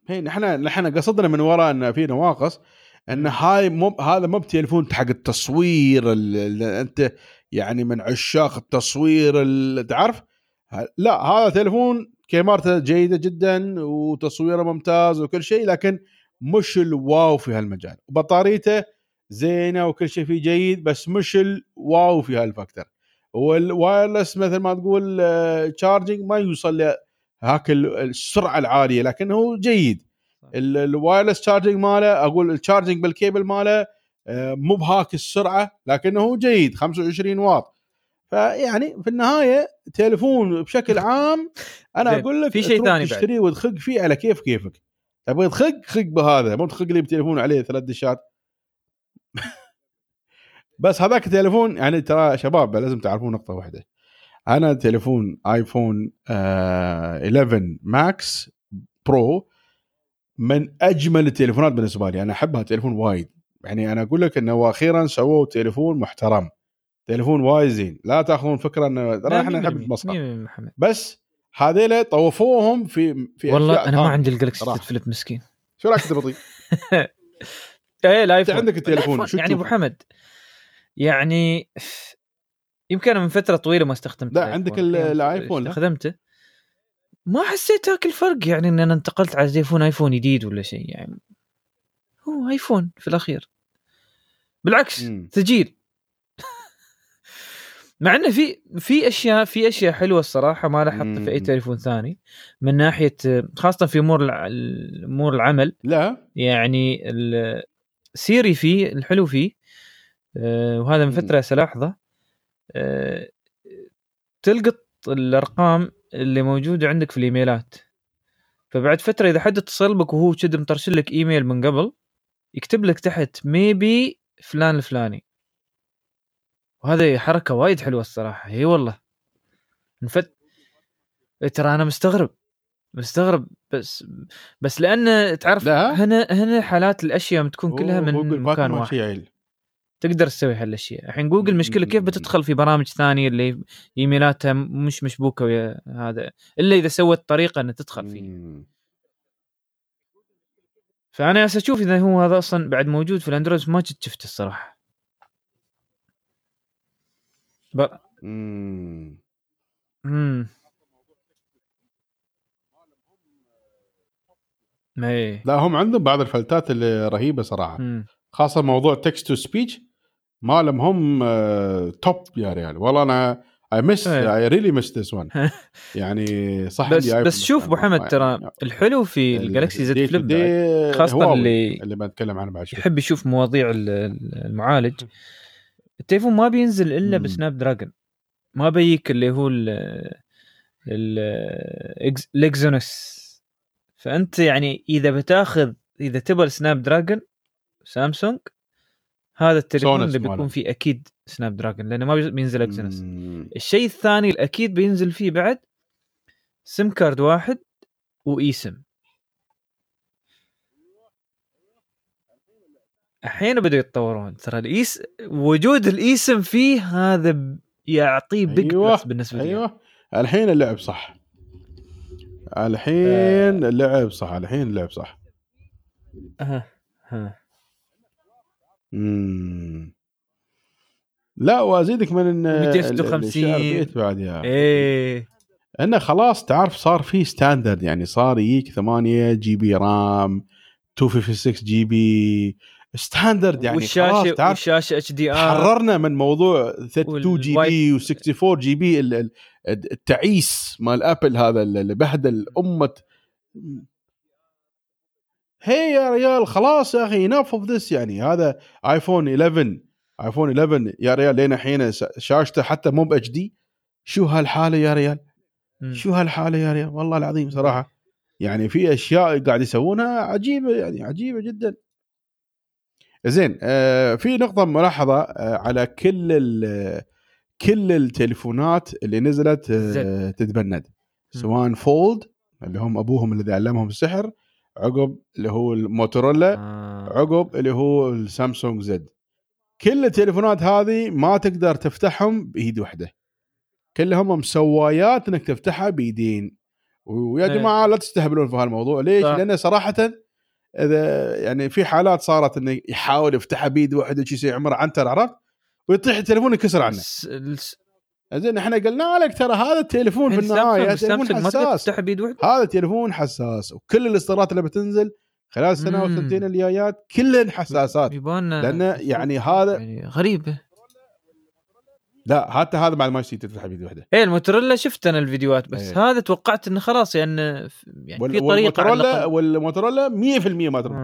هي نحن قصدنا من وراء ان في نواقص، ان هذا مو بتليفون حق التصوير اللي انت يعني من عشاق التصوير تعرف، لا هذا تليفون كاميرته جيده جدا وتصويره ممتاز وكل شيء، لكن مش الواو في هالمجال. بطاريته زينه وكل شيء فيه جيد، بس مش الواو في هالفاكتور. والوايرلس مثل ما تقول تشارجنج ما يوصل له هاك السرعه العاليه، لكنه جيد. الوايرلس تشارجنج ماله، اقول التشارجنج بالكيبل ماله مو بهاك السرعه، لكنه جيد 25 واط. فيعني في النهايه تليفون بشكل عام انا اقول لك في شيء ثاني تشتري وتخق فيه على كيفك. تبغى تخق بهذا، مو تخق لي بتليفون عليه 3 دشات. بس هذاك التليفون يعني ترى شباب لازم تعرفون نقطه واحده، انا تليفون ايفون 11 ماكس برو من اجمل التليفونات بالنسبه لي، انا احبها تليفون وايد. يعني انا اقول لك انه اخيرا سووا تليفون محترم، تليفون وايد زين. لا تاخذون فكره انه ترى احنا نحب المصر، بس هذيله طوفوهم في والله اشياء انا ما عندي الجالكسي Z فليب مسكين. شو رايك تبطي؟ ايه الايفون عندك التليفون شو يعني ابو حمد، يعني يمكن من فتره طويله ما استخدمته. لا عندك الايفون استخدمته ما حسيت هاك الفرق، يعني ان انا انتقلت على تليفون ايفون جديد ولا شيء. يعني هو ايفون في الاخير، بالعكس ثقيل. مع انه في اشياء حلوه الصراحه ما لاحظتها في اي تليفون ثاني، من ناحيه خاصه في امور العمل. لا يعني سيري فيه الحلو فيه، وهذا من فتره سلاحظه، تلقط الارقام اللي موجوده عندك في الايميلات. فبعد فتره اذا حد اتصل بك وهو كذا مترسل لك ايميل من قبل، يكتب لك تحت ميبي فلان الفلاني. وهذه حركه وايد حلوه الصراحه. هي والله ترى انا مستغرب بس لان تعرف هنا حالات الاشياء تكون كلها من مكان واحد، تقدر تسوي هالاشياء. الحين جوجل مشكله كيف بتدخل في برامج ثانيه اللي ايميلاتها مش مشبوكه ويا هذا، الا اذا سوت طريقه ان تدخل فيه. فانا اشوف اذا هو هذا اصلا بعد موجود في الاندرويد، ما شفته الصراحه. لا هم عندهم بعض الفلتات اللي رهيبه صراحه. خاصه موضوع تكست تو سبيتش مالهم هم توب يا ريال. والله انا I really miss this one. يعني صح بس شوف ابو حمد، ترى الحلو في الجالكسي Z فليب خاصه اللي بنتكلم عنه بعد شوي يحب يشوف مواضيع المعالج. التليفون ما بينزل الا بسناب دراجون، ما بيك اللي هو الاكزونوس. فانت يعني اذا تبغى سناب دراجون سامسونج، هذا التليفون اللي بيكون فيه اكيد سناب دراجون، لانه ما بينزل اكزينوس. الشيء الثاني الاكيد بينزل فيه بعد سم كارد واحد وايسم. الحين بدأوا يتطورون ترى. وجود الايسم فيه هذا يعطيه بيج بلس بالنسبه لي. ايوه الحين اللعب صح. الحين اللعب صح. لا وازيدك من ان بعد يا انه خلاص تعرف صار في ستاندرد. يعني صار يجيك 8 جي بي رام 256 جي بي ستاندرد. يعني والشاشه HDR. حررنا من موضوع 32 جي بي و64 جي بي التعيس مال ابل هذا اللي بهدل امه. هي يا ريال خلاص يا اخي enough of this. يعني هذا ايفون 11 يا ريال لين الحين شاشته حتى مو ب HD. شو هالحاله يا ريال؟ والله العظيم صراحه يعني في اشياء قاعد يسوونها عجيبه، يعني عجيبه جدا. زين في نقطه ملاحظه على كل التليفونات اللي نزلت تتبند، سواء فولد اللي هم ابوهم الذي علمهم السحر، عقب اللي هو الموتورولا، عقب اللي هو السامسونج زد. كل التليفونات هذه ما تقدر تفتحهم بايد واحده، كلهم مسوايات انك تفتحها بايدين. ويا جماعه لا تستهبلون في هالموضوع. ليش؟ لان صراحه اذا يعني في حالات صارت انه يحاول يفتحها بيد واحده شيء يعمر عنتر، عرفت، ويطيح التليفون يكسر عنه. زين احنا قلنا لك ترى هذا التليفون في النهايه تليفون حساس، هذا تليفون حساس، وكل الاصدارات اللي بتنزل خلال السنه والسنتين الجايات كلهن حساسات، لان يعني هذا يعني غريبه. لا حتى هذا بعد ما يصير تفتح بيد واحده. الموتوريلا شفت انا الفيديوهات بس هذا توقعت انه خلاص يعني في طريقه. والموتوريلا 100% ما ترد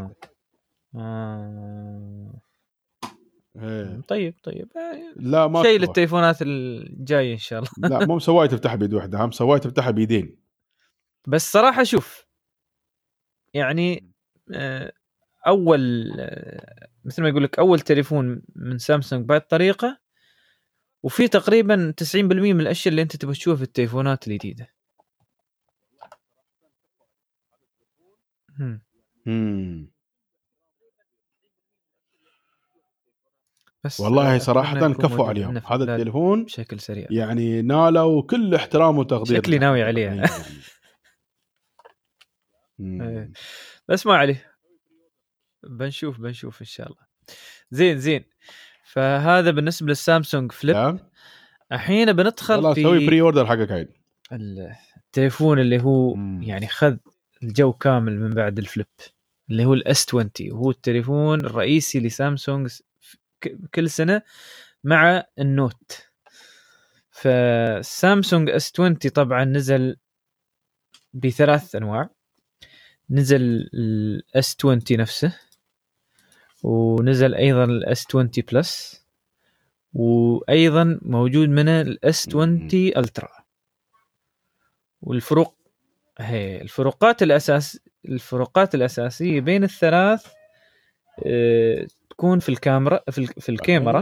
طيب لا ما شيء للتليفونات الجايه ان شاء الله. لا مو مسوي تفتح بيد واحده، هم مسوي تفتحها بيدين. بس صراحه شوف يعني اول مثل ما يقول لك اول تليفون من سامسونج بهذه الطريقه، وفي تقريبا 90% من الاشياء اللي انت تبغى تشوفها في التليفونات الجديده. بس والله صراحه كفوا عليهم هذا التليفون بشكل سريع، يعني نالوا كل احترام وتقدير. شكلي ناوي عليها. بس ما عليه، بنشوف ان شاء الله. زين فهذا بالنسبه للسامسونج فليب. الحين بندخل في سوي بري اوردر حقك هاي التليفون اللي هو يعني خذ الجو كامل من بعد الفليب، اللي هو الاس 20، وهو التليفون الرئيسي لسامسونج كل سنه مع النوت. فسامسونج اس 20 طبعا نزل بثلاث انواع، نزل الاس 20 نفسه، ونزل ايضا الاس 20 بلس، وايضا موجود منه الاس 20 الترا. والفروق هي الفروقات الاساسيه بين الثلاث تكون في الكاميرا في الكاميرا.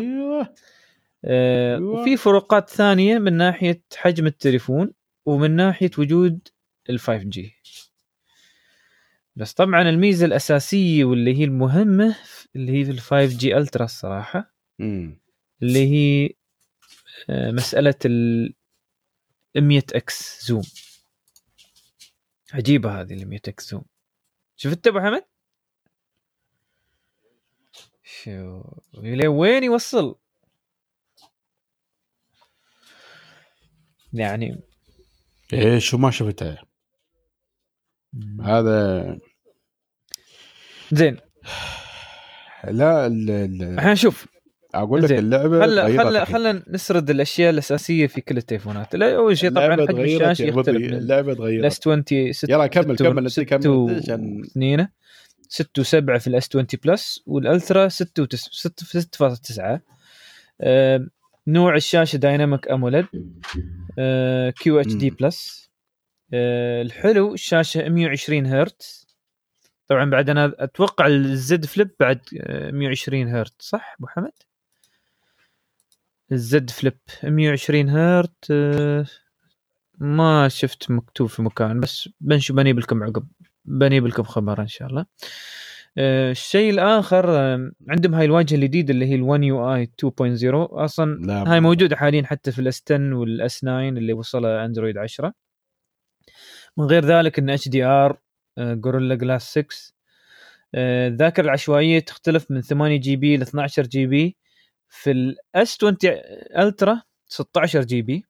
وفي فروقات ثانيه من ناحيه حجم التليفون ومن ناحيه وجود ال5G. بس طبعا الميزه الاساسيه واللي هي المهمه اللي هي في ال5G الترا الصراحه، اللي هي مساله ال 100x زوم. عجيبه هذه ال 100x زوم. شفت ابو حمد شو وين يوصل يعني؟ شو ما شفتها هذا. زين لا احنا نشوف اقول لك اللعبه خلنا نسرد الاشياء الاساسيه في كل التليفونات. اول شيء طبعا حجم الشاشه يختلف. اللعبه تغيرت. الاس 20 يلا كمل 2 6 و7 في الاس 20 بلس، والالترا 6.9. نوع الشاشه دايناميك اموليد كيو اتش دي بلس. الحلو الشاشه 120 هرتز. طبعا بعد انا اتوقع الزد فليب بعد 120 هرتز صح ابو حمد؟ الزد فليب 120 هرتز ما شفت مكتوب في مكان، بس بنجيب لكم خبر ان شاء الله. الشيء الاخر عندهم هاي الواجهه الجديده اللي هي ال1 UI 2.0 اصلا هاي موجوده حاليا حتى في الاس 10 والاس 9 اللي وصلها اندرويد 10. من غير ذلك ان HDR جوريلا جلاس 6. الذاكره العشوائيه تختلف من 8 جي بي ل 12 جي بي. في الاس 20 الترا 16 جي بي.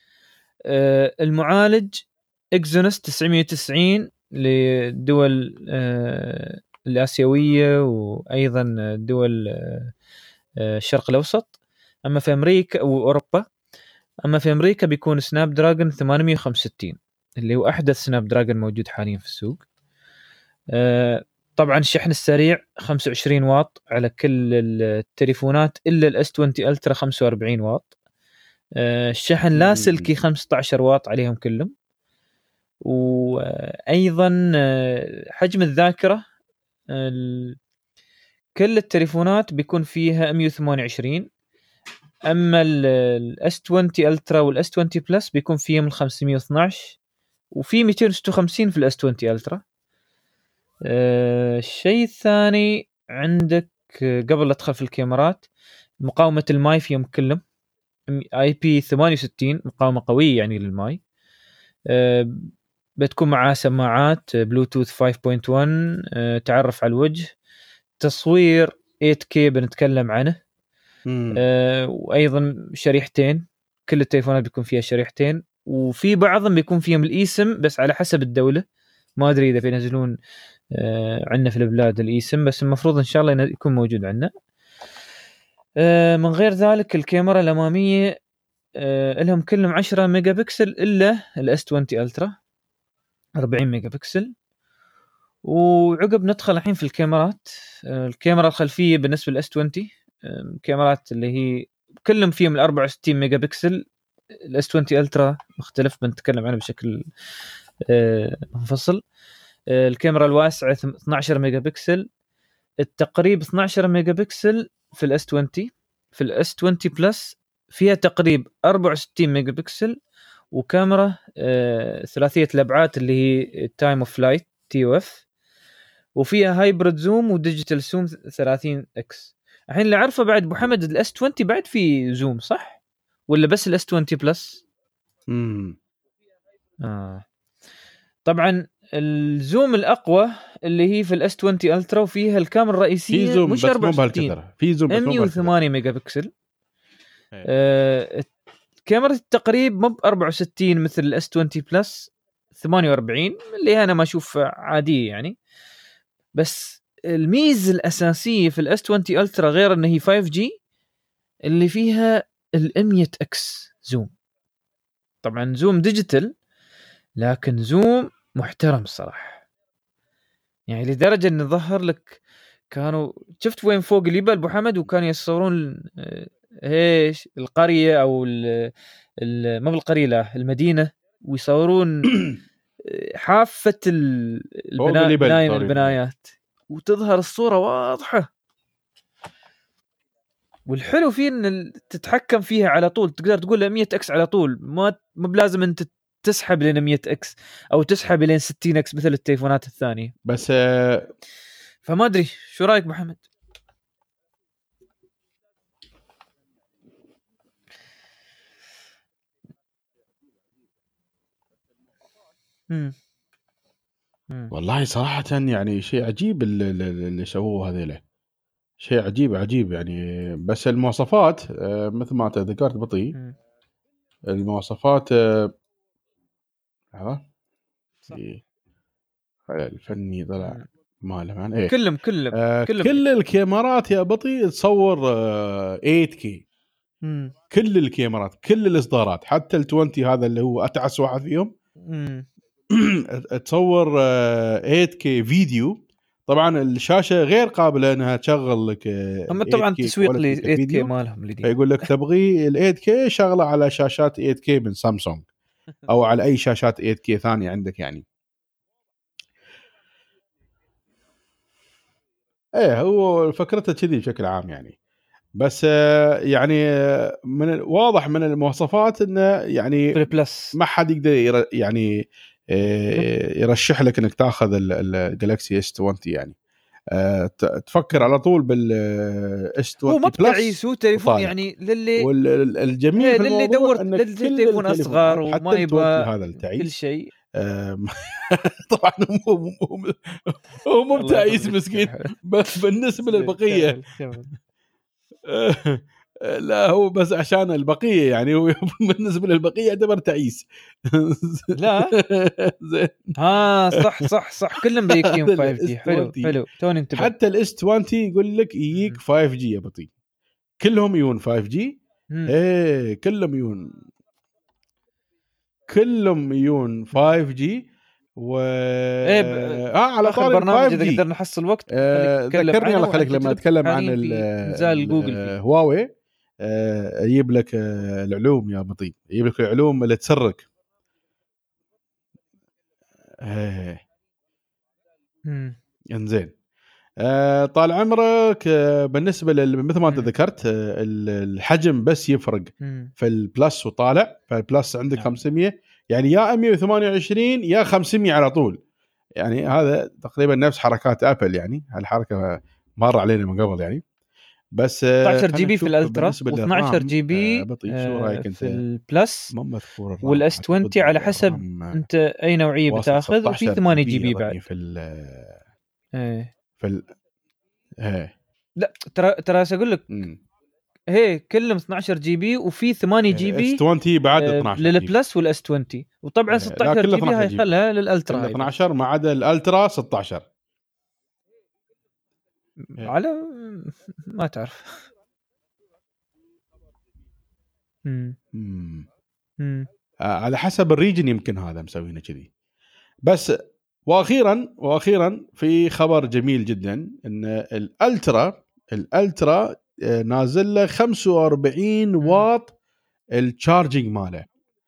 المعالج اكزونس 990 للدول الآسيوية وأيضا دول الشرق الأوسط. أما في أمريكا وأوروبا، أما في أمريكا بيكون سناب دراجون 865 اللي هو أحدث سناب دراجون موجود حاليا في السوق. طبعا الشحن السريع 25 واط على كل التليفونات إلا الأس 20 ألترا 45 واط. الشحن لاسلكي 15 واط عليهم كلهم. وأيضا حجم الذاكرة كل التليفونات بيكون فيها 128. أما الأس 20 ألترا والأس 20 بلس بيكون فيهم 512 وفي 256 في الأس 20 ألترا. الشيء الثاني عندك قبل لا أدخل في الكاميرات، مقاومة الماي فيهم كلهم IP 68 مقاومة قوية يعني للماي. بتكون معاه سماعات بلوتوث 5.1، تعرف على الوجه، تصوير 8K بنتكلم عنه، وايضا شريحتين، كل التليفونات بيكون فيها شريحتين، وفي بعضهم بيكون فيهم الايسم بس على حسب الدوله، ما ادري اذا بينزلون عندنا في البلاد الايسم، بس المفروض ان شاء الله يكون موجود عندنا. من غير ذلك الكاميرا الاماميه لهم كلهم 10 ميجا بكسل الا الاس 20 الترا 40 ميجا بكسل. وعقب ندخل الحين في الكاميرات. الكاميرا الخلفيه بالنسبه للاس 20 كاميرات اللي هي كلهم فيهم ال 64 ميجا بكسل. الاس 20 الترا مختلف، بنتكلم عنه بشكل منفصل. الكاميرا الواسعه 12 ميجا بكسل، التقريب 12 ميجا بكسل في الاس 20. في الاس 20 بلس فيها تقريب 64 ميجا بكسل، وكاميرا ثلاثيه الابعاد اللي هي تايم اوف فلايت TOF، وفيها هايبرد زوم وديجيتال زوم 30 اكس. الحين اللي عارفه بعد ابو حمد الاس 20 بعد في زوم صح ولا بس الاس 20 بلس؟ طبعا الزوم الاقوى اللي هي في الاس 20 الترا، وفيها الكاميرا الرئيسيه في زوم مش بس مو 64، بهالكثر، في زوم بس مو 108 ميجا بكسل. كاميرا التقريب مو ب 64 مثل الاس 20 بلس، 48 اللي انا ما اشوف عاديه يعني. بس الميزه الاساسيه في الاس 20 الترا غير انه هي 5G اللي فيها ال100 اكس زوم. طبعا زوم ديجيتال لكن زوم محترم الصراحه، يعني لدرجه ان ظهر لك كانوا شفت وين فوق الجبل ابو حمد، وكانوا يصورون ايش القريه او ما بالقريه لا المدينه، ويصورون حافه بناين البنايات، وتظهر الصوره واضحه. والحلو فيه ان تتحكم فيها على طول، تقدر تقول له 100 اكس على طول، ما بلازم انت تسحب لين 100 اكس او تسحب لين 60 اكس مثل التليفونات الثانيه. بس فما ادري شو رايك محمد؟ والله صراحة يعني شيء عجيب اللي سووه هذيله، شيء عجيب يعني. بس المواصفات مثل ما ذكرت بطيء، المواصفات الفني طلع ماله ايه كلهم كل الكاميرات يا بطيء تصور 8K. كل الكاميرات كل الاصدارات حتى ال20 هذا اللي هو اتعس واحد فيهم تصور 8K فيديو. طبعا الشاشه غير قابله انها تشغل لك هم طبعا تسويق ل 8K مالهم اللي يقول لك تبغي ال 8K شغله على شاشات 8K من سامسونج او على اي شاشات 8K ثانيه عندك يعني. ايه هو فكرته كذي بشكل عام يعني. بس يعني من واضح من المواصفات انه يعني ما حد يقدر يعني يرشح لك انك تاخذ الجالكسي اس 20 يعني. تفكر على طول بالاس 20 هو ما بتعيس، هو تليفون يعني للي والجميل في الموضوع ان كل التليفون اصغر وما يبغى هذا التعيس كل شيء. طبعا هو مو بتعيس مسكين بالنسبه للبقيه. لا هو بس عشان البقيه يعني، هو بالنسبه للبقيه يعتبر تعيس. لا زين صح كلهم بيجيهم 5G. حلو توني انتبه. حتى الاس 20 يقول لك يجيك 5G يا بطيء، كلهم يون 5G. ايه كلهم يون 5G. و على طول البرنامج اذا قدرنا نحصل وقت ذكرني الله خليك لما اتكلم عن نزال جوجل هواوي يجيب لك العلوم يا بطيء، يجيب لك العلوم اللي تسرك. انزين طال عمرك بالنسبه مثل ما انت ذكرت الحجم بس يفرق في البلس وطالع. فالبلس عندك 500 يعني يا 128 يا 500 على طول، يعني هذا تقريبا نفس حركات ابل يعني. هالحركه مر علينا من قبل يعني. بس 16 جي بي في الالترا و12 جي بي شو رايك انت في البلس مو مذكور والاس 20 على حسب انت اي نوعيه بتاخذ، وفي 8 جي بي بعد في ال ايه في ال لا ترى اقول لك هي كلهم 12 جي بي وفي 8 جي بي اس 20 بعد 12 للبلس والاس 20، وطبعا 16 جي بي هاي خلها للالترا 12 ما عدا الالترا 16 على ما تعرف. على حسب الريجن يمكن هذا مسوينه كذي. بس واخيرا في خبر جميل جدا ان الالترا نازل له 45 واط التشارجنج ماله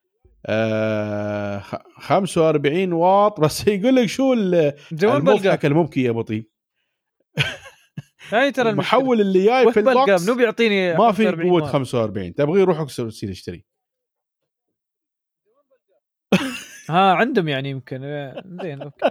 45 واط. بس يقول لك شو المضحك المبكي يا بطي هاي ترى المحول اللي جاي في البوكس مو بيعطيني ما في قوه 45. تبغي روح اكسر اشتري عندهم يعني يمكن زين اوكي.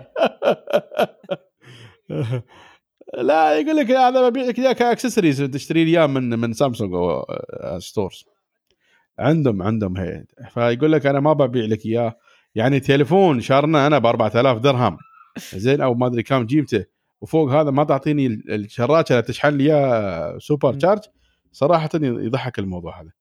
لا يقول لك هذا ببيع لك اياه كاكسسوارز تشتري اياه من سامسونج او ستورز عندهم هي. فيقول لك انا ما ببيع لك اياه يعني تليفون شارنا انا ب 4000 درهم زين او ما ادري كم جيبته وفوق هذا ما تعطيني الشراكه اللي تشحن لي اياه سوبر تشارج. صراحه يضحك الموضوع هذا.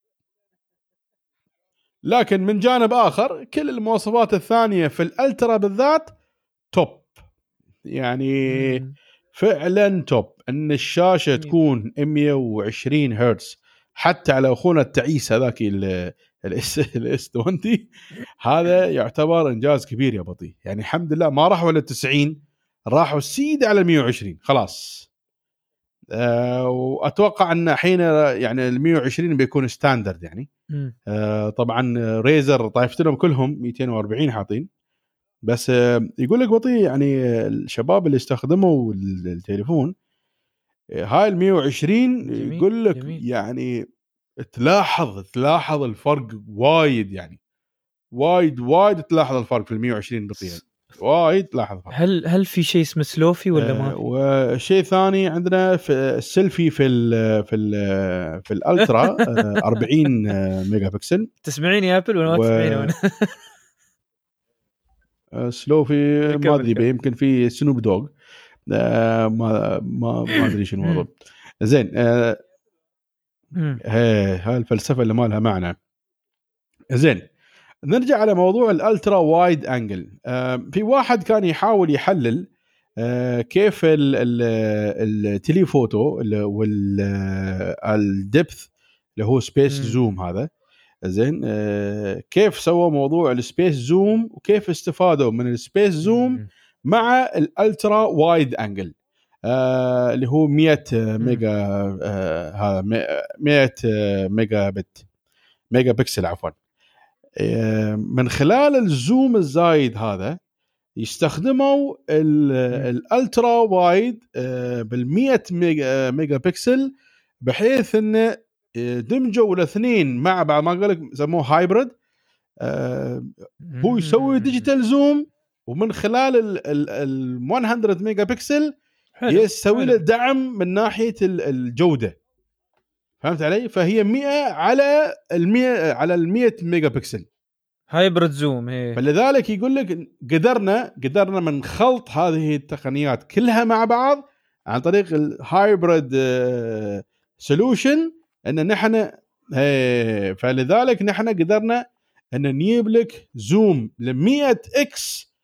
لكن من جانب اخر كل المواصفات الثانيه في الالترا بالذات توب يعني فعلا توب. ان الشاشه تكون 120 هرتز حتى على اخونا التعيس هذاك الاس 20 هذا يعتبر انجاز كبير يا بطي. يعني الحمد لله ما راحوا على 90 راحوا سيد على 120 خلاص. واتوقع ان الحين يعني ال 120 بيكون ستاندرد يعني. طبعا ريزر طايفت لهم كلهم 240 حاطين. بس يقول لك بطيء يعني الشباب اللي استخدموا التليفون هاي ال 120 يقول لك يعني تلاحظ الفرق وايد يعني وايد تلاحظ الفرق في ال 120 بطيء وايد تلاحظ الفرق. هل في شيء اسمه سلوفي ولا ما في؟ وشيء ثاني عندنا في السيلفي في الالترا 40 ميجا بكسل. تسمعيني ابل ولا ما تسمعيني وانا؟ سلوفي ما ادري يمكن في سنوب دوغ ما ادري شنو الوضع. زين هاي الفلسفه اللي ما لها معنى. زين نرجع على موضوع الالترا وايد انجل. في واحد كان يحاول يحلل كيف التليفوتو والدبث اللي هو سبيس زوم هذا. زين كيف سووا موضوع السبيس زوم وكيف استفادوا من السبيس زوم مع الالترا وايد انجل اللي هو 100 ميجا هذا 100 ميجا بكسل عفوا. من خلال الزوم الزايد هذا يستخدموا الالترا وايد بال100 ميجا بكسل بحيث انه دمجوا الاثنين مع بعض. ما اقول لك سموه هايبرد. هو يسوي ديجيتال زوم ومن خلال ال 100 ميجا بكسل يسوي له دعم من ناحيه الجوده. فهمت علي؟ فهي 100 على ال 100 ميجا بكسل هايبرد زوم هي. فلذلك يقول لك قدرنا من خلط هذه التقنيات كلها مع بعض عن طريق الهايبرد سولوشن ان نحن فلذلك نحن قدرنا ان نجيب لك زوم ل100 اكس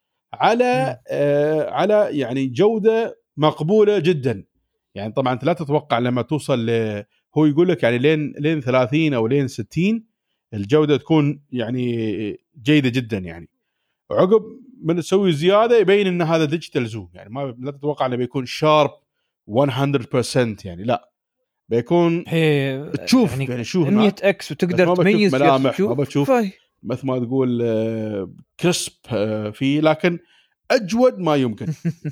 على يعني جوده مقبوله جدا. يعني طبعا لا تتوقع لما توصل هو يقول لك يعني لين 30 او لين 60 الجوده تكون يعني جيده جدا يعني. وعقب من تسوي زياده يبين ان هذا ديجيتال زوم يعني ما لا تتوقع انه بيكون شارب 100% يعني لا بيكون تشوف يعني شوف 100 اكس وتقدر تميز ملامح ما بتشوف مثل ما تقول كريسب فيه لكن اجود ما يمكن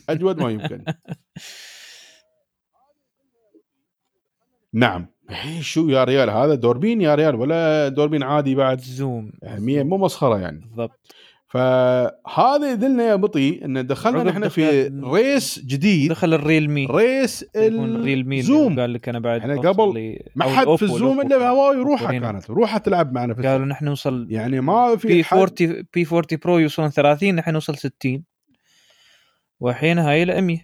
نعم. شو يا ريال هذا دوربين يا ريال ولا دوربين عادي بعد زوم يعني مو مسخره يعني بالضبط. فهذا يدلنا يا بطي ان دخلنا نحن في ريس جديد. دخل الريلمي، ريس الزوم. قال لك انا بعد احنا قبل ما حد في الزوم الا هواوي روحها تلعب معنا في قالوا نحن نوصل يعني ما في بي 40 برو يوصلون 30، نحن نوصل 60 وحين هاي ل 100.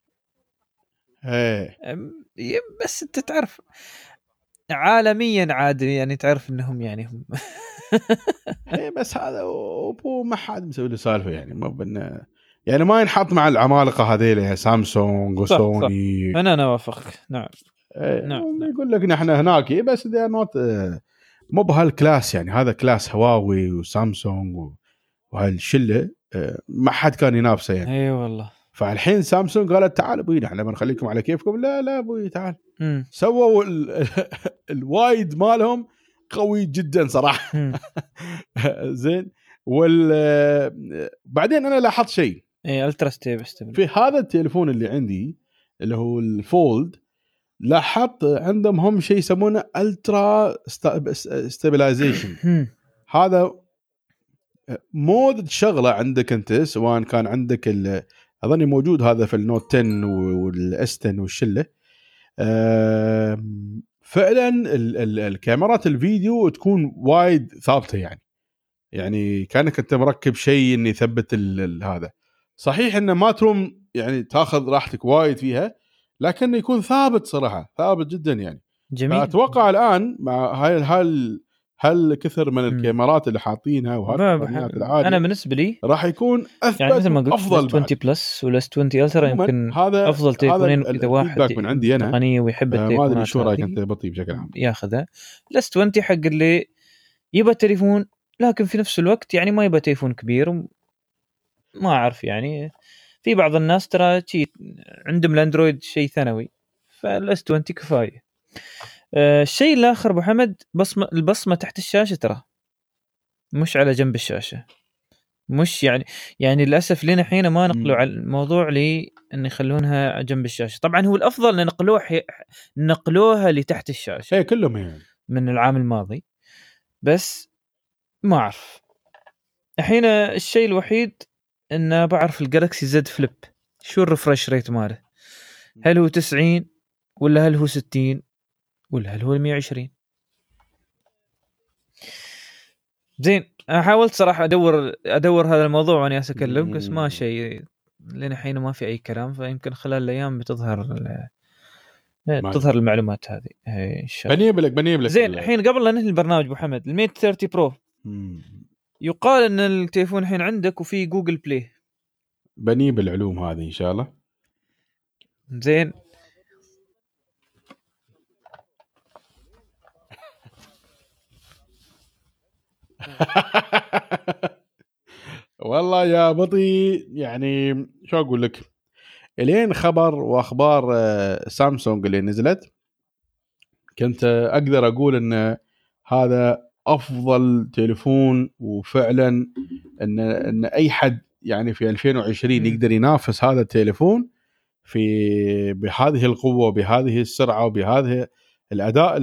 بس انت تعرف عالميا عاد يعني تعرف انهم يعني هم بس هذا ابو ما حد مسوي له سالفه يعني ما بنا يعني ما ينحط مع العمالقه هذيل سامسونج وسوني. انا اوافقك. نعم. نعم. يقول لك نحن هناك بس ده نوت مو بهالكلاس يعني. هذا كلاس هواوي وسامسونج وهالشله ما حد كان ينافسه يعني. اي والله. فالحين سامسونج قالت تعال ابوي نحن بنخليكم على كيفكم. لا ابوي تعال. سووا الوايد مالهم قوي جدا صراحه. زين. بعدين انا لاحظت شيء الترا ستيبل في هذا التليفون اللي عندي اللي هو الفولد. لاحظت عندهم هم شيء يسمونه الترا ستابلايزيشن. هذا مود شغله عندك انت سواء كان عندك اظني موجود هذا في النوت 10 والاس 10 والشله. فعلا الكاميرات الفيديو تكون وايد ثابته يعني كانك انت مركب شيء انه يثبت هذا. صحيح انه ما تروم يعني تاخذ راحتك وايد فيها لكنه يكون ثابت صراحه ثابت جدا يعني. جميل. اتوقع الان مع هل كثر من الكاميرات اللي حاطينها وهالتقنيات العاليه انا بالنسبه لي راح يكون اثبت يعني مثل ما قلت افضل. 20 بلس ولا 20 الترا يمكن افضل تليفونين اذا واحد من عندي انا تقنيه ويحب التليفونات. ما ادري شو رايك انت بطيء بشكل عام ياخذها. الاس 20 حق اللي يبغى تليفون لكن في نفس الوقت يعني ما يبغى تليفون كبير. ما اعرف يعني في بعض الناس ترى عندهم الاندرويد شيء ثانوي فالاس 20 كفايه. الشيء الاخر ابو حمد البصمه تحت الشاشه ترى مش على جنب الشاشه. مش يعني للاسف لنا حين ما نقلوا على الموضوع لي ان يخلونها جنب الشاشه. طبعا هو الافضل ان نقلوها لتحت الشاشه كلهم يعني من العام الماضي. بس ما اعرف الحين الشيء الوحيد ان بعرف الجالكسي زد فليب شو الريفرش ريت ماله. هل هو 90 ولا هل هو 60 ولا هل هو 120؟ زين انا حاولت صراحه ادور هذا الموضوع وانا اسكلم بس ما شيء لين الحين ما في اي كلام. فيمكن خلال الايام بتظهر المعلومات هذه ان شاء الله. بنيبلك زين الحين قبل لا ننهي البرنامج ابو حمد الميت 30 برو يقال ان التليفون الحين عندك وفي جوجل بلاي. بني بالعلوم هذه ان شاء الله. زين والله يا بطي يعني شو اقول لك الين خبر واخبار سامسونج اللي نزلت كنت اقدر اقول ان هذا افضل تليفون وفعلا ان اي حد يعني في 2020 يقدر ينافس هذا التليفون في بهذه القوه وبهذه السرعه وبهذه الاداء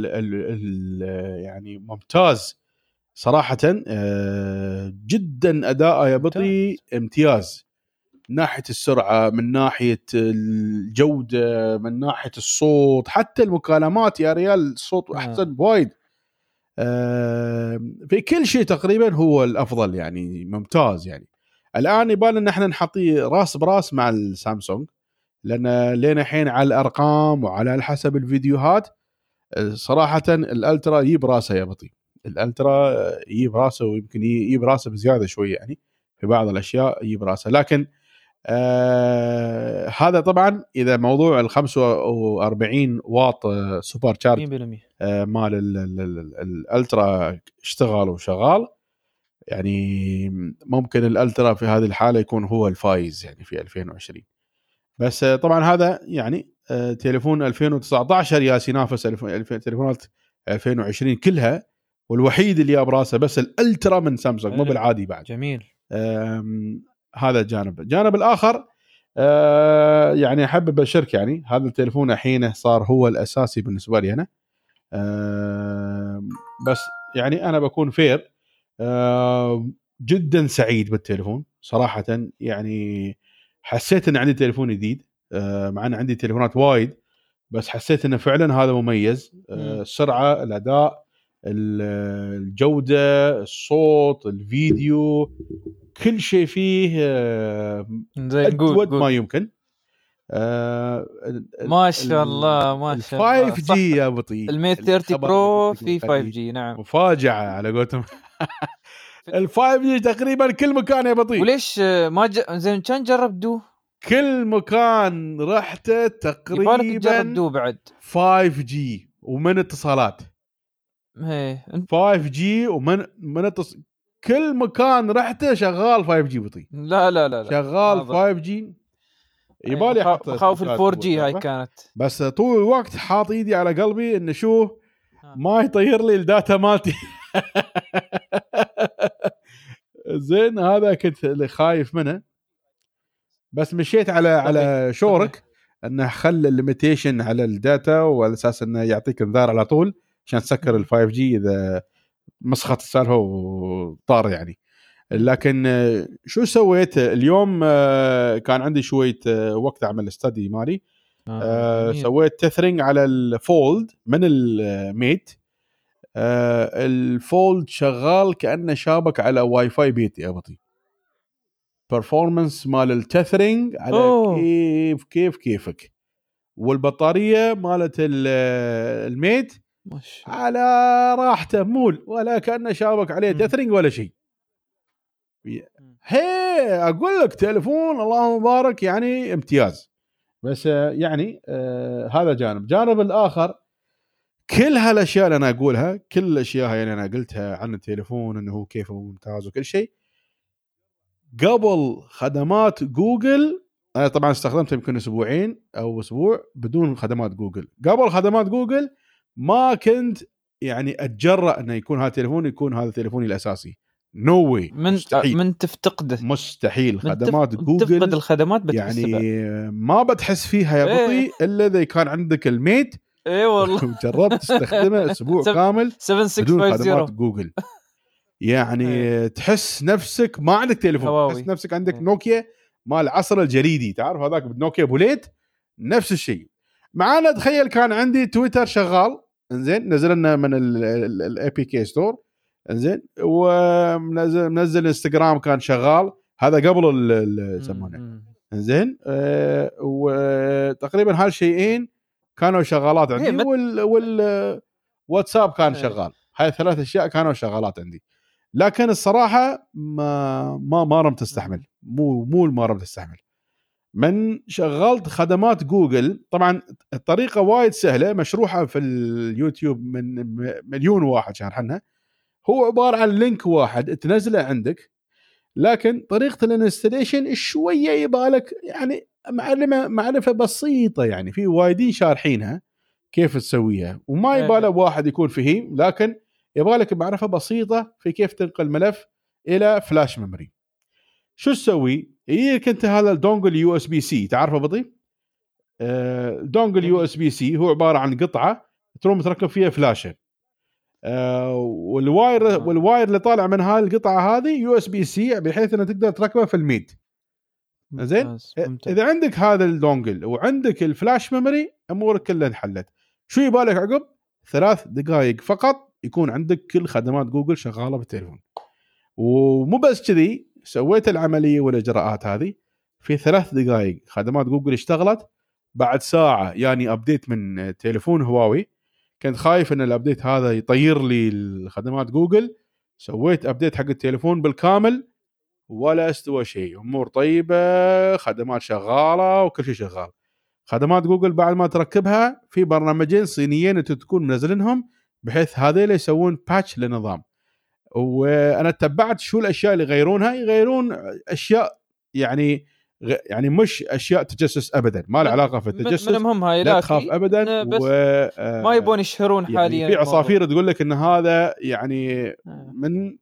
يعني ممتاز صراحه. جدا اداءه يا بطي امتياز من ناحيه السرعه من ناحيه الجوده من ناحيه الصوت حتى المكالمات يا ريال الصوت احسن بوايد. في كل شيء تقريبا هو الافضل يعني ممتاز. يعني الان يبان ان احنا نحطيه راس براس مع السامسونج لان لين الحين على الارقام وعلى حسب الفيديوهات صراحه الالترا يجيب راسه يا بطي. الالترا يجيب راسه ويمكن يجيب راسه بزياده شويه يعني في بعض الاشياء يجيب راسه. لكن هذا طبعا اذا موضوع ال 45 واط سوبر تشارج مال الالترا اشتغل وشغال يعني ممكن الالترا في هذه الحاله يكون هو الفايز يعني في 2020. بس طبعا هذا يعني تليفون 2019 ياس ينافس تليفونات 2020 كلها والوحيد اللي جاب راسه بس الالترا من سامسونج مو بالعادي بعد. جميل. هذا الجانب الاخر يعني احب اشارك يعني هذا التليفون الحين صار هو الاساسي بالنسبه لي انا. بس يعني انا بكون فير جدا سعيد بالتليفون صراحة. يعني حسيت ان عندي تليفون جديد، مع ان عندي تليفونات وايد، بس حسيت انه فعلا هذا مميز. السرعة، الاداء، الجودة، الصوت، الفيديو، كل شيء فيه أجود ما يمكن. ما شاء الله ما شاء الله. 5G يا بطيء. الميت 30 برو في 5G. نعم، مفاجأة على قولتهم. ال5G تقريبا كل مكان يا بطيء. وليش ما زين كان جربتوه؟ كل مكان رحته تقريبا تجربتوه بعد 5G ومن اتصالات. 5G ومن كل مكان رحته شغال 5G بطيء. لا شغال 5G. يبالي احط خاوف ال4G هاي كانت، بس طول الوقت حاط ايدي على قلبي انه شو ما يطير لي الداتا مالتي. زين هذا كنت اللي خايف منه، بس مشيت على شورك انه خلى الليميتيشن على الداتا، وعلى اساس انه يعطيك انذار على طول عشان تسكر ال5G اذا مسخت السالفه وطار يعني. لكن شو سويت اليوم؟ كان عندي شويه وقت اعمل استدي مالي. سويت تثرينج على الفولد من الميت. الفولد شغال كأنه شابك على واي فاي بيتي يا بطي. performance مال التثرينج على كيفك. والبطارية مالت الميت على راحته، مول ولا كأنه شابك عليه تثرينج ولا شيء. هي أقول لك تلفون الله مبارك يعني امتياز. بس يعني هذا جانب الآخر. كل هالاشياء اللي انا اقولها، كل الاشياء يعني انا قلتها عن التليفون انه هو كيف ممتاز وكل شيء، قبل خدمات جوجل. انا طبعا استخدمته يمكن اسبوعين او اسبوع بدون خدمات جوجل. قبل خدمات جوجل ما كنت يعني اتجرأ انه يكون هذا التليفون يكون هذا تليفوني الاساسي. نو واي. من تفتقده مستحيل. خدمات جوجل تفقد الخدمات يعني ما بتحس فيها يا بطي الا اذا كان عندك الميت. اي والله جربت استخدمه اسبوع كامل بدون خدمات جوجل. يعني تحس نفسك ما عندك تليفون، تحس نفسك عندك نوكيا مال العصر الجليدي، تعرف هذاك نوكيا بوليت. نفس الشيء معانا. تخيل كان عندي تويتر شغال، انزين نزلنا من الاي بي كي ستور، انزين، ومنزل انستغرام كان شغال، هذا قبل يسمونه، انزين. وتقريبا هالشيئين كانوا شغالات عندي، والواتساب كان شغال. هاي ثلاث اشياء كانوا شغالات عندي. لكن الصراحه ما رمت استحمل، مو ما رمت استحمل. من شغلت خدمات جوجل، طبعا الطريقه وايد سهله مشروحه في اليوتيوب من مليون واحد شارحنها. هو عباره عن لينك واحد تنزله عندك، لكن طريقه الانستليشن شويه يبالك يعني معرفه بسيطه. يعني في وايدين شارحينها كيف تسويها، وما يباله واحد يكون فهيم، لكن يبالك معرفه بسيطه في كيف تنقل ملف الى فلاش ميموري. شو تسوي؟ يجيك انت هذا الدونجل يو اس بي سي، تعرفه بطيء؟ الدونجل يو اس بي سي هو عباره عن قطعه تروم تركب فيها فلاشه، والواير اللي طالع من هاي القطعه هذه يو اس بي سي، بحيث انك تقدر تركبه في الميد. زين، اذا عندك هذا الدونجل وعندك الفلاش ميموري امورك كلها انحلت. شو يبالك عقب 3 دقائق فقط يكون عندك كل خدمات جوجل شغاله بالتليفون. ومو بس كذي، سويت العمليه والاجراءات هذه في 3 دقائق خدمات جوجل اشتغلت. بعد ساعه يعني ابديت من تليفون هواوي، كنت خايف ان الابديت هذا يطير لي الخدمات جوجل. سويت ابديت حق التليفون بالكامل ولا استوى شيء، امور طيبه، خدمات شغاله وكل شيء شغال. خدمات جوجل بعد ما تركبها في برنامجين صينيين انت تكون منزلينهم، بحيث هذول يسوون باتش للنظام. وانا تبعت شو الاشياء اللي يغيرون اشياء يعني مش اشياء تجسس ابدا، ما له علاقه في التجسس، لا تخاف ابدا. ما يبون يشهرون يعني حاليا. في عصافير تقول لك ان هذا يعني من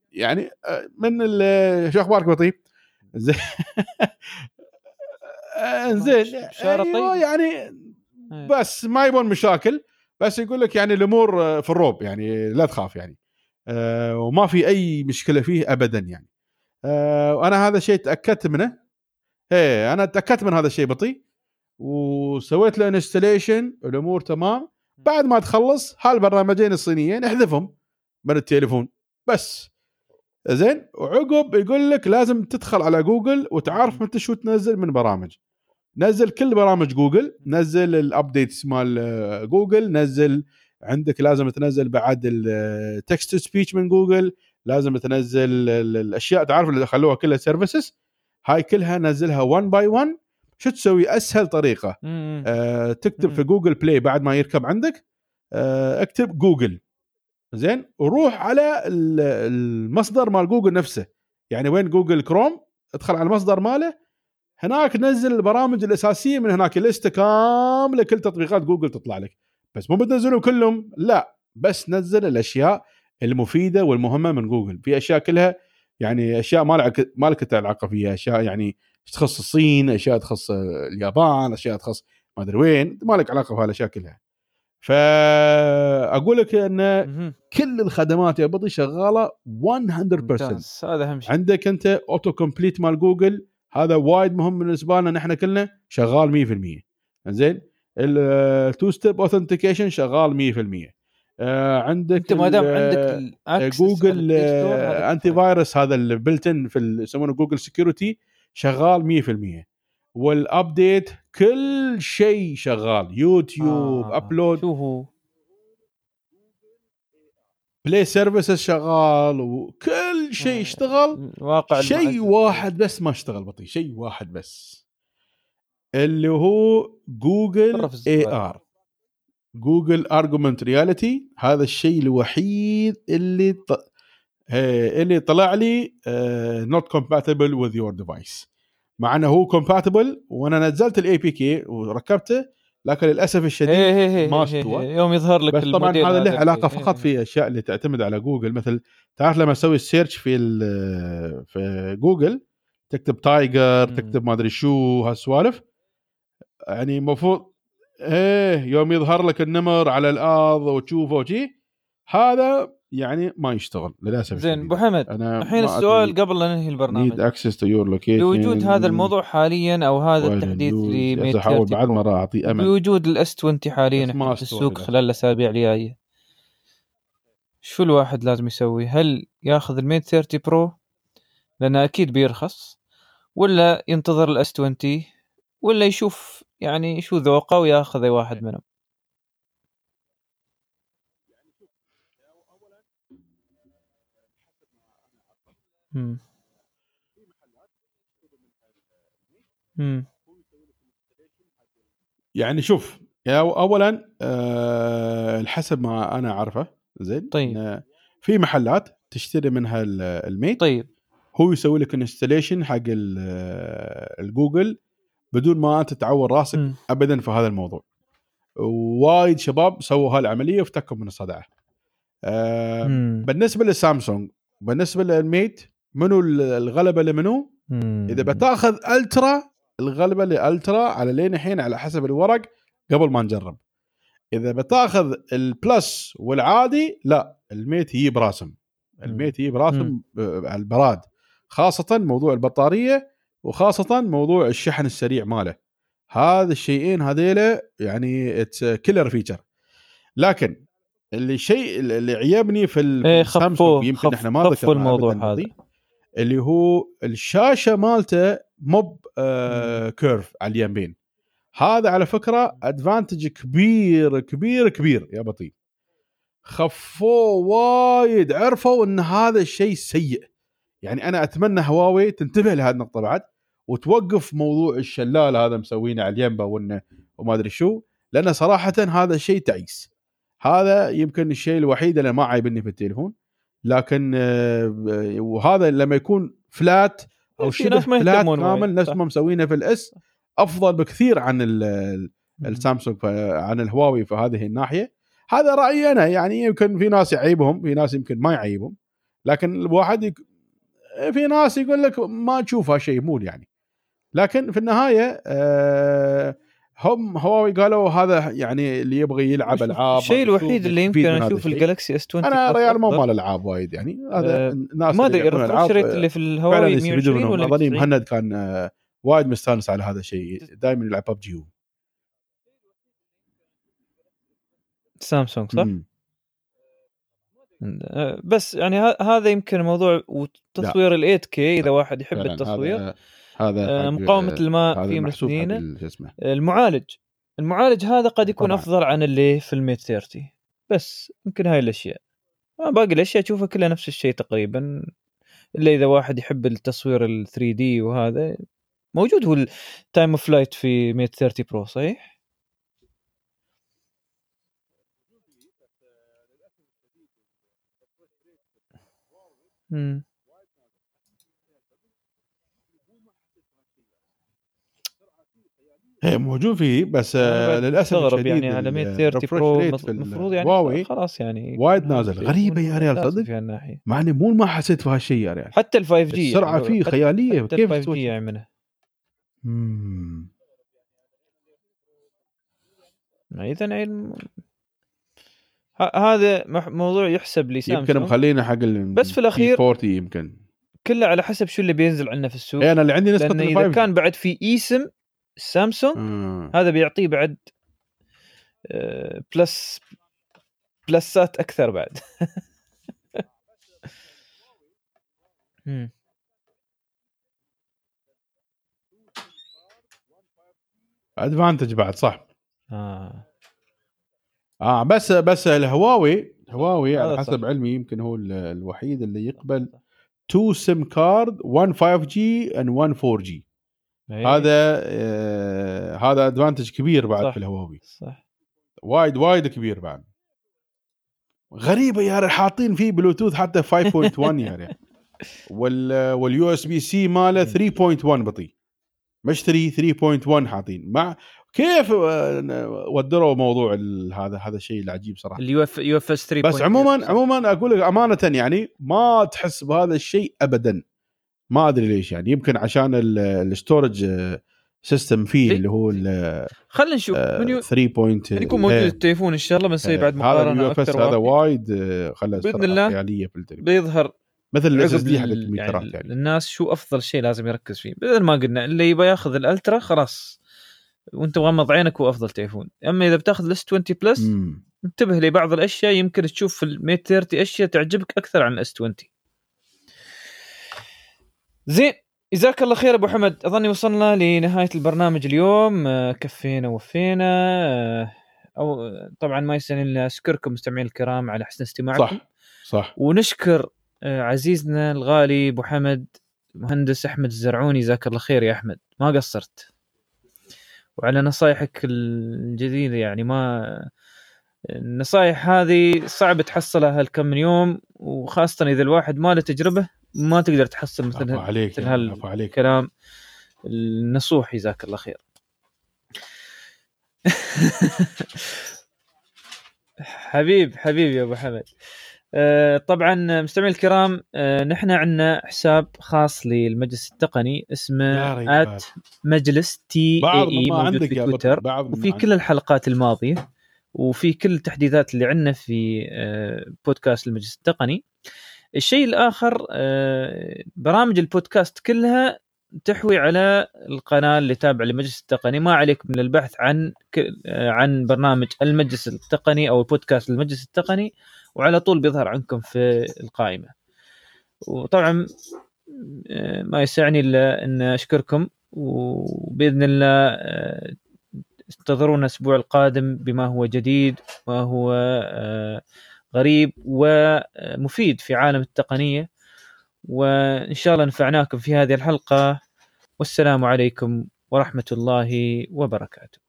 شو اخبارك بطيب؟ زين زين أيوة يعني بس ما يبون مشاكل، بس يقول لك يعني الامور في الروب، يعني لا تخاف يعني. وما في اي مشكله فيه ابدا يعني. وانا هذا الشيء تاكدت منه. انا تاكدت من هذا الشيء بطيء وسويت له انستليشن، الامور تمام. بعد ما تخلص هالبرنامجين الصينيين احذفهم من التليفون بس، زين. وعقب يقول لك لازم تدخل على جوجل وتعرف انت شو تنزل من برامج. نزل كل برامج جوجل، نزل الابديتس مال جوجل، نزل عندك لازم تنزل بعد التكست سبيتش من جوجل، لازم تنزل الاشياء تعرف اللي دخلوها كلها سيرفيسز، هاي كلها نزلها 1 باي 1. شو تسوي؟ اسهل طريقه تكتب في جوجل بلاي بعد ما يركب عندك، اكتب جوجل، زين، وروح على المصدر مال جوجل نفسه. يعني وين جوجل كروم، ادخل على المصدر ماله، هناك نزل البرامج الاساسيه من هناك، لسته كامله كل تطبيقات جوجل تطلع لك. بس مو بتنزلهم كلهم، لا، بس نزل الاشياء المفيده والمهمه من جوجل. في اشياء كلها يعني اشياء ما لك علاقه فيها، اشياء يعني تخص الصين، اشياء تخص اليابان، اشياء تخص ما ادري وين، ما لك علاقه بهالاشياء كلها. فاقول لك ان كل الخدمات يا بطي شغاله 100%. هذا اهم شيء. عندك انت اوتو كومبليت مال جوجل، هذا وايد مهم بالنسبه لنا نحن كلنا، شغال 100%. زين. التو ستيب اوثنتيكيشن شغال 100%. عندك انت ما دام عندك جوجل انتي فايروس، هذا البلتن في يسمونه جوجل سكيورتي، شغال 100%. والابديت كل شيء شغال، يوتيوب ابلود، شوفوا بلاي سيرفيسز شغال، وكل شيء يشتغل. شيء واحد بس ما اشتغل بطيء، شيء واحد بس، اللي هو جوجل اي ار، جوجل ارجومنت رياليتي. هذا الشيء الوحيد اللي طلع لي not compatible with your device، مع انه هو compatible وانا نزلت الاي بي كي وركبته، لكن للاسف الشديد ما استوى. يوم يظهر لك بس طبعا هذا له علاقه فقط في اشياء اللي تعتمد على جوجل، مثل تعرف لما اسوي السيرش في جوجل، تكتب تايجر، تكتب ما ادري شو هالسوالف، يعني المفروض يوم يظهر لك النمر على الارض وتشوفه وشي، هذا يعني ما يشتغل للاسف. زين ابو حمد، الحين السؤال قبل لا ننهي البرنامج، بوجود هذا الموضوع حاليا او هذا التحديث لميت 30 بعد مره اعطي امل، بوجود الاس 20 حاليا في السوق خلال الاسابيع الجايه، شو الواحد لازم يسوي؟ هل ياخذ الميت 30 برو لانه اكيد بيرخص، ولا ينتظر الاس 20، ولا يشوف يعني شو ذوقه وياخذ اي واحد منهم؟ يعني شوف، اولا الحسب ما انا اعرفه، زين، طيب. في محلات تشتري منها الميت، طيب، هو يسوي لك انستليشن حق الجوجل بدون ما انت تعور راسك ابدا في هذا الموضوع. وايد شباب سووا هالعمليه وافتكوا من الصدعه. بالنسبه للسامسونج، بالنسبه للميت، منو الغلبه لمنو؟ اذا بتاخذ الترا، الغلبه للالترا على لين الحين على حسب الورق قبل ما نجرب. اذا بتاخذ البلس والعادي، لا، الميت يجيب راسم، الميت يجيب راسم على البراد، خاصه موضوع البطاريه، وخاصه موضوع الشحن السريع ماله. هذا الشيئين هذيله يعني اتس كيلر فيتشر. لكن الشيء اللي عيبني في السامسونج، يمكن احنا ما ذكرنا الموضوع هذا، اللي هو الشاشه مالته موب كيرف على اليمين. هذا على فكره ادفانتج كبير كبير كبير يا بطيء. خفوا وايد، عرفوا ان هذا الشيء سيء. يعني انا اتمنى هواوي تنتبه لهذه النقطه بعد، وتوقف موضوع الشلال هذا مسوينه على اليمبا وما ادري شو، لان صراحه هذا الشيء تعيس. هذا يمكن الشيء الوحيد اللي ما عايبني في التليفون. لكن وهذا لما يكون فلات او شبه فلات كامل نفس ما مسوينه في الاس، افضل بكثير عن السامسونج، عن الهواوي في هذه الناحيه. هذا رايي انا، يعني يمكن في ناس يعيبهم، في ناس يمكن ما يعيبهم، لكن الواحد في ناس يقول لك ما تشوفها شيء مول يعني. لكن في النهايه هم هواوي قالوا هذا يعني اللي يبغى يلعب العاب. الشيء الوحيد اللي يمكن اشوف الجالكسي اس 20 انا ريال مو مال العاب وايد يعني. هذا الناس ما اللي ادري الريفرش ريت اللي في الهواوي 120 ولا 190. مهند كان وايد مستانس على هذا الشيء، دائما يلعب ببجي. سامسونج صح؟ بس يعني هذا يمكن موضوع وتصوير ال 8K اذا واحد يحب التصوير. هذا مقاومة الماء في الاثنين. المعالج هذا قد يكون طبعا افضل عن اللي في ال 130 بس يمكن هاي الاشياء. باقي الاشياء اشوفها كلها نفس الشيء تقريبا، الا اذا واحد يحب التصوير ال 3D وهذا موجود. هو التايم اوف فلايت في 130 برو صحيح؟ هي موجود فيه بس للاسف الشديد يعني على 130 برو المفروض يعني خلاص يعني وايد نازل. غريبه يا ريال صدق، مع اني مو ما حسيت في هالشيء يا ريال. حتى ال 5G السرعه يعني فيه خياليه. كيف 5G يعملها؟ اذا هذا موضوع يحسب لي سامسونج. يمكن مخلينا حق بس في الاخير 40 يمكن كله على حسب شو اللي بينزل عندنا في السوق. انا اللي عندي نسخه ال 5G اذا كان بعد في ايسم سامسونج هذا بيعطيه بعد بلسات اكثر بعد. ادفانتج بعد صح. بس الهواوي على حسب علمي يمكن هو الوحيد اللي يقبل 2 سيم كارد 1 5G and 1 4G. هذا ادفانتج كبير بعد صح. في الهواوي صح وايد كبير بعد. غريبه يا ريال حاطين فيه بلوتوث حتى 5.1 يا ريال. واليو اس بي سي ماله 3.1 بطيء، مش 3.1 حاطين. مع كيف ودروا موضوع هذا الشيء العجيب صراحه. اليو اف اس 3. بس عموما اقول لك امانه يعني ما تحس بهذا الشيء ابدا. ما ادري ليش يعني. يمكن عشان الستورج سيستم فيه اللي هو خلينا نشوف من 3. يكون موجود التليفون ان شاء الله بنسوي بعد مقارنه اكثر. هذا وايد خلى باذن الله خياليه في التليفون بيظهر مثل الاس اس دي حق الكمبيوترات. يعني الناس شو افضل شيء لازم يركز فيه. بدل ما قلنا اللي يبغى ياخذ الالترا خلاص وانت مغمض عينك هو افضل تليفون. اما اذا بتاخذ الاس 20 بلس انتبه لبعض الاشياء يمكن تشوف في ال 130 اشياء تعجبك اكثر عن الاس 20. زين جزاك الله خير ابو حمد. اظني وصلنا لنهايه البرنامج اليوم. كفينا ووفينا. او طبعا ما يسعني الا اشكركم مستمعين الكرام على حسن استماعكم. صح ونشكر عزيزنا الغالي ابو حمد مهندس احمد الزرعوني. جزاك الله خير يا احمد، ما قصرت، وعلى نصايحك الجديده. يعني ما النصايح هذه صعب تحصلها هالكم من يوم، وخاصه اذا الواحد ما له تجربه ما تقدر تحصل مثل هالكلام النصوح. جزاك الله خير. حبيب يا ابو حمد. طبعا مستمعين الكرام، نحن عندنا حساب خاص للمجلس التقني اسمه @مجلس TAE موجود في تويتر، وفي كل الحلقات الماضيه وفي كل التحديثات اللي عندنا في بودكاست المجلس التقني. الشيء الآخر برامج البودكاست كلها تحوي على القناة اللي تابعة للمجلس التقني. ما عليك من البحث عن برنامج المجلس التقني أو البودكاست المجلس التقني وعلى طول بيظهر عندكم في القائمة. وطبعا ما يسعني إلا أن أشكركم، وبإذن الله انتظرونا الأسبوع القادم بما هو جديد وهو غريب ومفيد في عالم التقنية، وإن شاء الله نفعناكم في هذه الحلقة. والسلام عليكم ورحمة الله وبركاته.